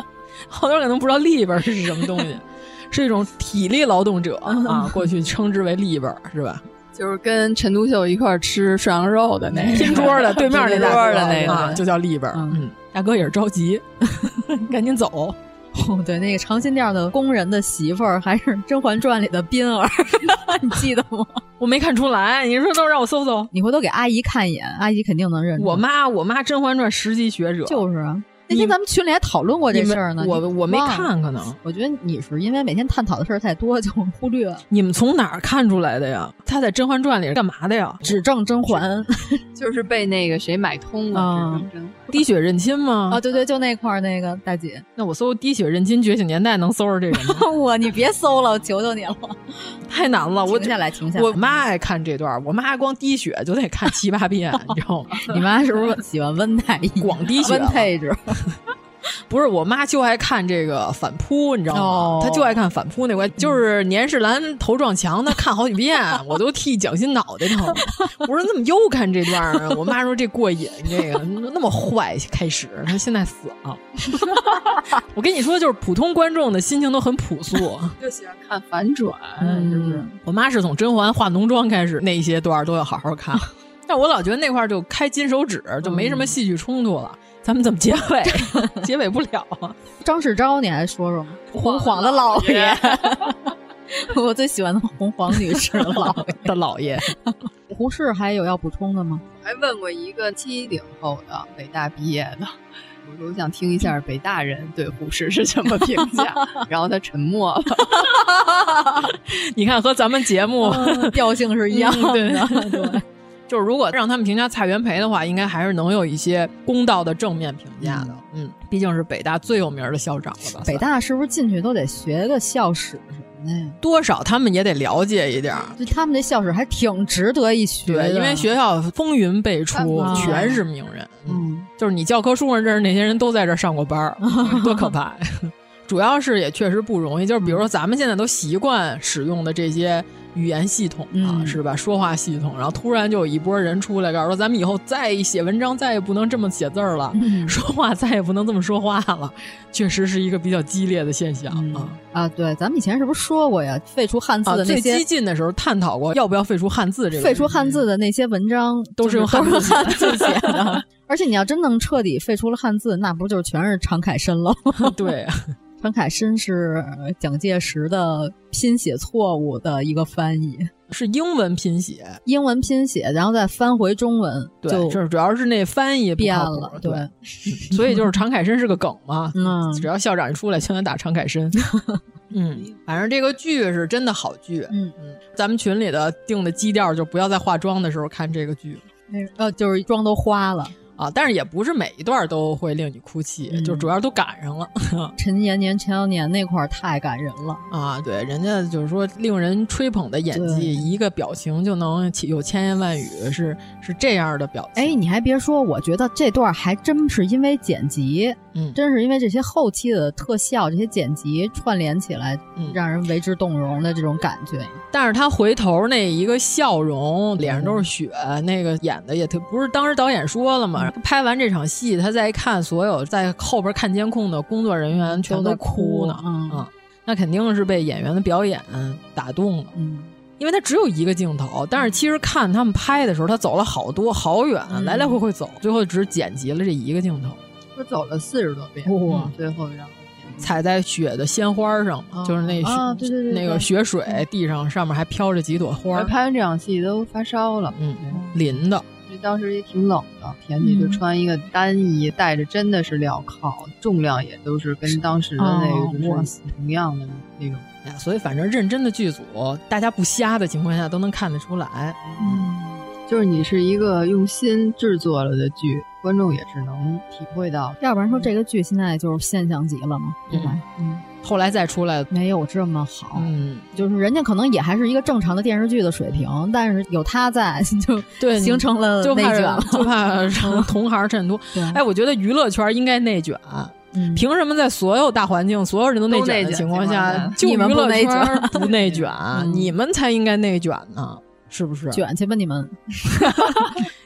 好多人可能不知道立本是什么东西，是一种体力劳动者啊，过去称之为立本，是吧？
就是跟陈独秀一块吃涮羊肉的那个
拼桌的对面那大哥
的那个、
啊、就叫立本。嗯，大哥也是着急，赶紧走。
哦，对，那个长辛店的工人的媳妇儿还是《甄嬛传》里的彬儿，你记得吗？
我没看出来，你说都让我搜搜，
你回头给阿姨看一眼，阿姨肯定能认出。
我妈，我妈《甄嬛传》十级学者，
就是啊。那天咱们群里还讨论过这事儿呢，
我我没看，可能
我觉得你是因为每天探讨的事儿太多，就忽略了。
你们从哪儿看出来的呀？他在《甄嬛传》里是干嘛的呀？
指证甄嬛，
就是被那个谁买通了。
啊、
滴血认亲吗？
啊，对对，就那块儿那个大姐。
那我搜滴血认亲觉醒年代能搜着这人吗？
我你别搜了，我求求你了，
太难了。我
停下来，停下来。
我妈爱看这段，我妈光滴血就得看七八遍，你知道吗？
你妈是不是喜欢温太医？
广滴血，
温配置。
不是，我妈就爱看这个反扑，你知道吗？
哦、
她就爱看反扑那回，就是年世兰头撞墙，她看好几遍，我都替蒋欣脑袋疼。我说怎么又看这段啊？我妈说这过瘾，这个那么坏开始，她现在死了。我跟你说，就是普通观众的心情都很朴素，
就喜欢看反转，
嗯、
是不是？
我妈是从甄嬛化浓妆开始，那些段都要好好看。但我老觉得那块就开金手指，就没什么戏剧冲突了。嗯，咱们怎么结尾？结尾不了啊！
张世钊，你还说说吗？红黄的老爷，我最喜欢的红黄女士老爷
的老爷。
胡适还有要补充的吗？
还问过一个七零后的北大毕业的，我我想听一下北大人对胡适是什么评价，然后他沉默了。
你看，和咱们节目、
嗯、调性是一样的。
嗯、对。对就是如果让他们评价蔡元培的话，应该还是能有一些公道的正面评价的。嗯，毕竟是北大最有名的校长了吧？
北大是不是进去都得学个校史什么的呀？
多少他们也得了解一点。
就他们这校史还挺值得一学的，
对，因为学校风云辈出，啊、全是名人。嗯，就是你教科书上认识那些人都在这上过班，多可怕！主要是也确实不容易，就是比如说咱们现在都习惯使用的这些语言系统啊，
嗯、
是吧？说话系统，然后突然就有一波人出来告诉说，咱们以后再写文章再也不能这么写字儿了，
嗯、
说话再也不能这么说话了，确实是一个比较激烈的现象、
嗯、
啊
啊！对，咱们以前是不是说过呀？废除汉字的那些、
啊、最激进的时候探讨过要不要废除汉字这个。
废除汉字的那些文章
都是用汉字
汉字写的，而且你要真能彻底废除了汉字，那不就全是常凯申了？
对。
常凯申是蒋介石的拼写错误的一个翻译，
是英文拼写，
英文拼写，然后再翻回中文，
对，
就
就是主要是那翻译
变了，
对，对所以就是常凯申是个梗嘛，
嗯，
只要校长一出来，就能打常凯申。嗯，反正这个剧是真的好剧，
嗯
嗯，咱们群里的定的基调就不要在化妆的时候看这个剧，
呃，就是妆都花了。
啊，但是也不是每一段都会令你哭泣，
嗯、
就主要都赶上了。
陈延年、陈瑶年那块太感人了
啊！对，人家就是说令人吹捧的演技，一个表情就能有千言万语，是是这样的表情。
哎，你还别说，我觉得这段还真是因为剪辑，
嗯，
真是因为这些后期的特效、这些剪辑串联起来，
嗯、
让人为之动容的这种感觉。
但是他回头那一个笑容，脸上都是血，嗯、那个演的也特不是。当时导演说了嘛。拍完这场戏，他再一看，所有在后边看监控的工作人员全都哭呢，
嗯
啊，那肯定是被演员的表演打动了，
嗯，
因为他只有一个镜头，但是其实看他们拍的时候，他走了好多好远，
嗯、
来来回回走，最后只剪辑了这一个镜头，
他走了四十多遍，
哇、
嗯，最后让
踩在雪的鲜花上嘛，
哦、
就是那雪、
啊、对对对对
那个雪水地上上面还飘着几朵花，
拍完这场戏都发烧了，
嗯，淋的。
当时也挺冷的，田姐就穿一个单衣，嗯、带着真的是镣铐，重量也都是跟当时的那个就是同样的那种。
呀、哦，所以反正认真的剧组，大家不瞎的情况下都能看得出来。
嗯，就是你是一个用心制作了的剧，观众也是能体会到。
要不然说这个剧现在就是现象级了嘛，对吧？
嗯。嗯后来再出来
没有这么好，
嗯，
就是人家可能也还是一个正常的电视剧的水平，但是有他在，就
对
形成了内卷了，
就怕成同行衬托。哎，我觉得娱乐圈应该内卷，
嗯、
凭什么在所有大环境、所有人都内卷的情况下，就娱乐圈不内卷？
嗯、
你们才应该内卷呢，是不是？
卷去吧你们！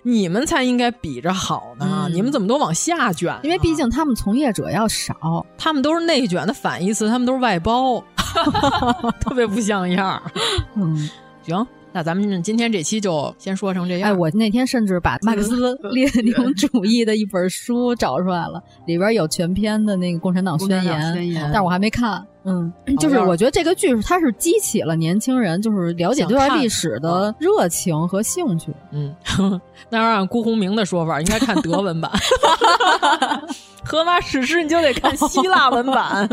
你们才应该比着好呢、嗯、你们怎么都往下卷、啊、
因为毕竟他们从业者要少，
他们都是内卷的反义词，他们都是外包特别不像样。嗯，行，那咱们今天这期就先说成这样。
哎，我那天甚至把马克思列宁主义的一本书找出来了，里边有全篇的那个共产党宣言，
宣言
但是我还没看。嗯，就是我觉得这个剧它是激起了年轻人就是了解这段历史的热情和兴趣。
嗯，那要按辜鸿铭的说法，应该看德文版。荷马史诗你就得看希腊文版。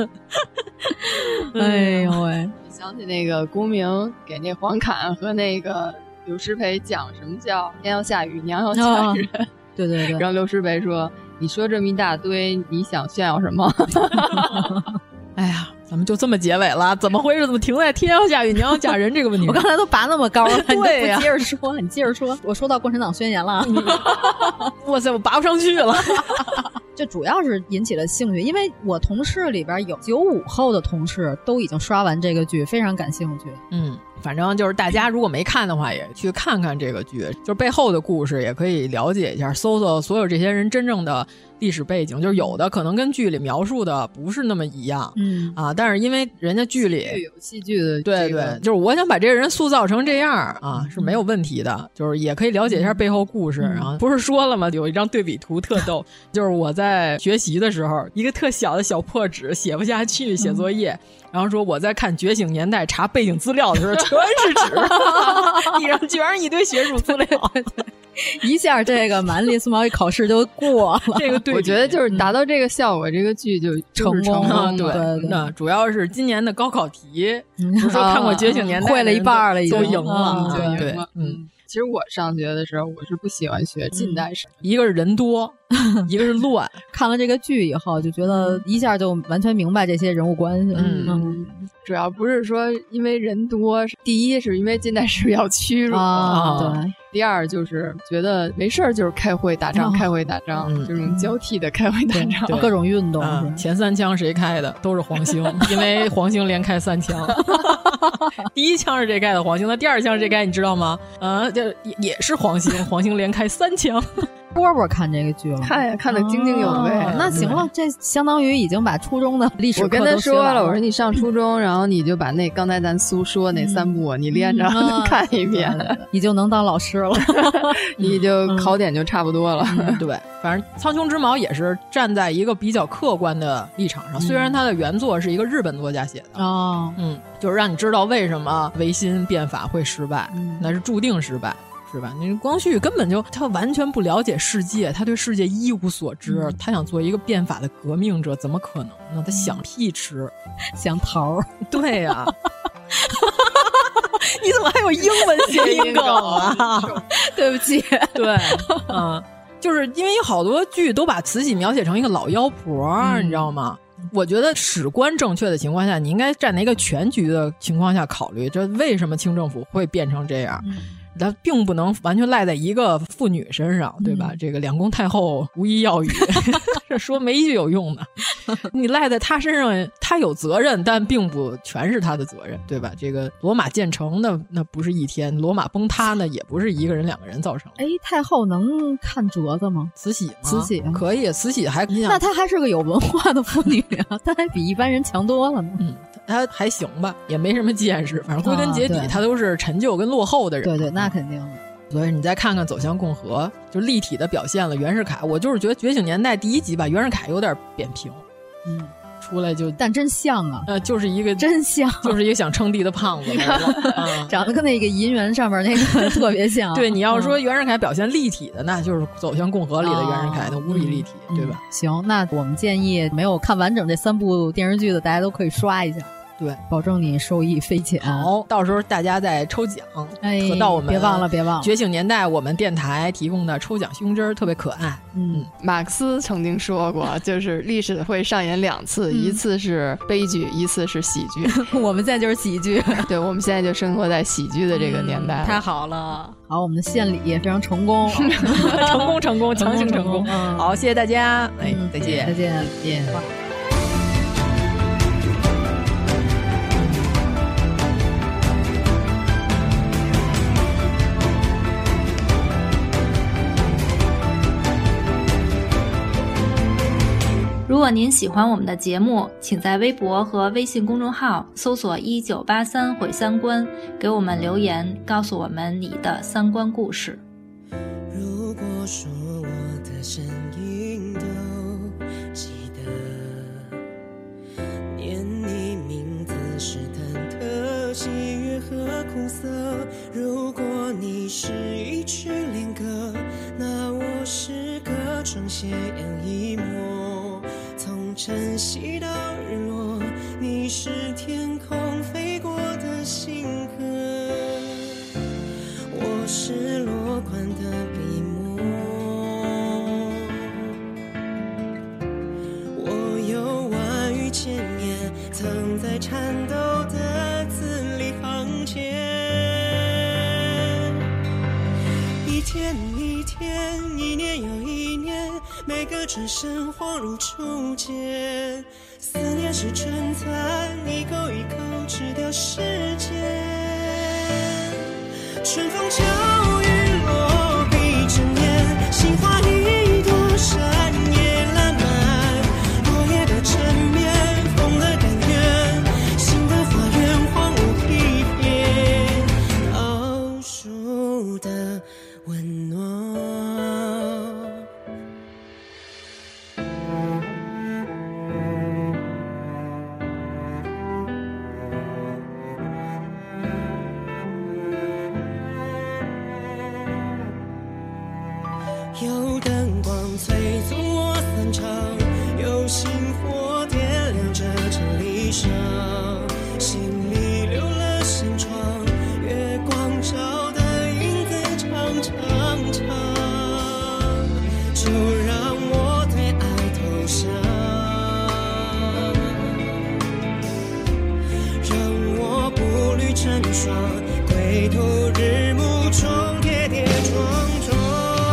哎呦喂！
想起那个辜明给那黄侃和那个刘师培讲什么叫天要下雨娘要嫁人、哦、
对对对，
然后刘师培说你说这么一大堆你想炫耀什么？
哎呀，咱们就这么结尾了，怎么回事？怎么停在天要下雨娘要嫁人这个问题？
我刚才都拔那么高了，
对呀、啊，
你接着说，你接着说。我说到共产党宣言了，
哇塞，我拔不上去了。
这主要是引起了兴趣，因为我同事里边有九五后的同事都已经刷完这个剧，非常感兴趣。
嗯，反正就是大家如果没看的话，也去看看这个剧，就是背后的故事也可以了解一下，搜搜所有这些人真正的历史背景，就是有的可能跟剧里描述的不是那么一样，嗯啊，但是因为人家剧里
有戏剧的、
这个，对对，就是我想把这个人塑造成这样啊，是没有问题的，就是也可以了解一下背后故事。嗯、然后不是说了吗？有一张对比图特逗，就是我在学习的时候，一个特小的小破纸写不下去写作业。嗯，然后说我在看《觉醒年代》查背景资料的时候，全是纸，地上全是一堆学术资料。
一下这个满列斯毛语考试就过了。
这个对，
我觉得就是达到这个效果，嗯、这个剧就
成功
了。
对
对对，
那主要是今年的高考题，不是说看过《觉醒年代》
会了一半了，已经
都赢了，
就赢
了。嗯。
其实我上学的时候，我是不喜欢学近代史、
嗯，一个是人多，一个是乱。
看了这个剧以后，就觉得一下就完全明白这些人物关系。
嗯，嗯主要不是说因为人多，第一是因为近代史比较屈辱，
啊、对。
第二就是觉得没事儿就是开会打仗，哦、开会打仗、嗯，这种交替的开会打仗，
各种运动、
嗯。前三枪谁开的？都是黄兴，因为黄兴连开三枪。第一枪是谁开的？黄兴。那第二枪是谁开？你知道吗？啊，就也也是黄兴，黄兴连开三枪。
波波看这个剧了，
看呀，看得津津有味、
哦。那行了，这相当于已经把初中的历史课
都学完了。我跟他说
了，
我说你上初中，然后你就把那刚才咱苏说那三部、嗯、你连着、嗯、看一遍、
嗯，你就能当老师了，
你就考点就差不多了。
嗯、对，反正《苍穹之矛》也是站在一个比较客观的立场上，嗯、虽然它的原作是一个日本作家写的
哦，
嗯，就是让你知道为什么维新变法会失败，
嗯、
那是注定失败。是吧？那光绪根本就他完全不了解世界，他对世界一无所知、嗯、他想做一个变法的革命者，怎么可能呢？他想屁吃，
想桃。
对呀、啊。你怎么还有英文谐音梗啊？
对不起。
对，嗯，就是因为有好多剧都把慈禧描写成一个老妖婆、嗯、你知道吗？我觉得史观正确的情况下，你应该站在一个全局的情况下考虑，这为什么清政府会变成这样？嗯，它并不能完全赖在一个妇女身上，对吧？嗯、这个两宫太后无医药语，这说没一句有用的。你赖在她身上，她有责任，但并不全是她的责任，对吧？这个罗马建成的那不是一天，罗马崩塌呢也不是一个人两个人造成的。
哎，太后能看折子吗？
慈禧吗？
慈禧
可以，慈禧还
那她还是个有文化的妇女啊，她还比一般人强多了呢。
嗯。他还行吧，也没什么见识，反正归根结底，他、啊、都是陈旧跟落后的人。
对对，那肯定的。
所以你再看看《走向共和》，就立体的表现了袁世凯。我就是觉得《觉醒年代》第一集吧，袁世凯有点扁平，
嗯，
出来就
但真像啊，
呃，就是一个
真像，
就是一个想称帝的胖子，
嗯、长得跟那个银元上面那个特别像。
对，你要说袁世凯表现立体的，那就是《走向共和》里的袁世凯，那、哦、无比立体、嗯，对吧？
行，那我们建议没有看完整这三部电视剧的，大家都可以刷一下。
对，
保证你受益匪浅。
好，到时候大家再抽奖，
哎，
得到我们
别忘了，别忘了《
觉醒年代》我们电台提供的抽奖胸针，特别可爱。
嗯，马克思曾经说过，就是历史会上演两次，嗯、一次是悲剧，一次是喜剧。
我们现在就是喜剧，
对，我们现在就生活在喜剧的这个年代。
嗯、太好了，好，我们的献礼也非常成功，
成功，成功，强行成功。
嗯、
好，谢谢大家，哎，
嗯、
再见，
再见，
再见。
您喜欢我们的节目，请在微博和微信公众号搜索一九八三毁三观，给我们留言，告诉我们你的三观故事。
如果说我的声音都记得，念你名字是忐忑喜悦和苦涩。如果你是一曲恋歌，那我是个窗斜阳一抹。从晨曦到日落，你是天空飞过的星河。我是落款的笔墨，我有万语千言藏在颤抖的字里行间。一天一天，一年又一年，每个转身恍如初见。思念是春蚕，一口一口吃掉时间。春风秋雨落，闭着眼，心花一朵，山野烂漫，落叶的缠绵，风的甘愿，心的花园荒芜一片，倒数的温暖。有灯光催促我散场，有星火点亮着这理想，心里留了扇窗，月光照的影子长长长，就让我对爱投降，让我步履成双，归途日暮中跌跌撞撞。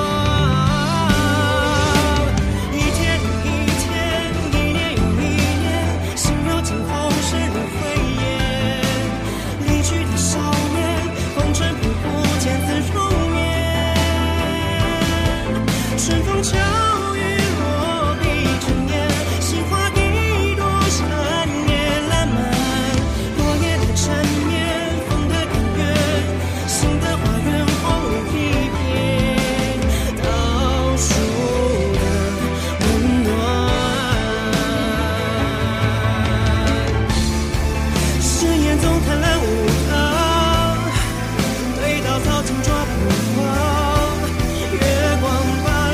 春风秋雨落，闭着眼，心花一朵，山野烂漫，落叶的缠绵，风的甘愿，心的花园荒芜一片，倒数的温暖。誓言总贪婪无常，对稻草紧抓不放，月光把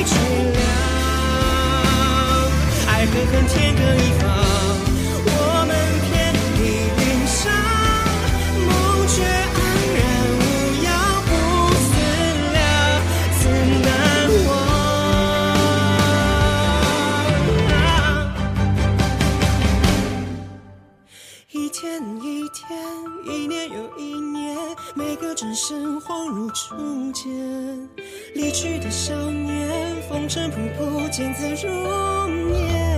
爱和恨天各一方，我们遍体鳞伤，梦却安然无恙，不思量，自难忘。一天一天，一年又一年，每个转身恍如初见。离去的少年，风尘仆仆，见字如面。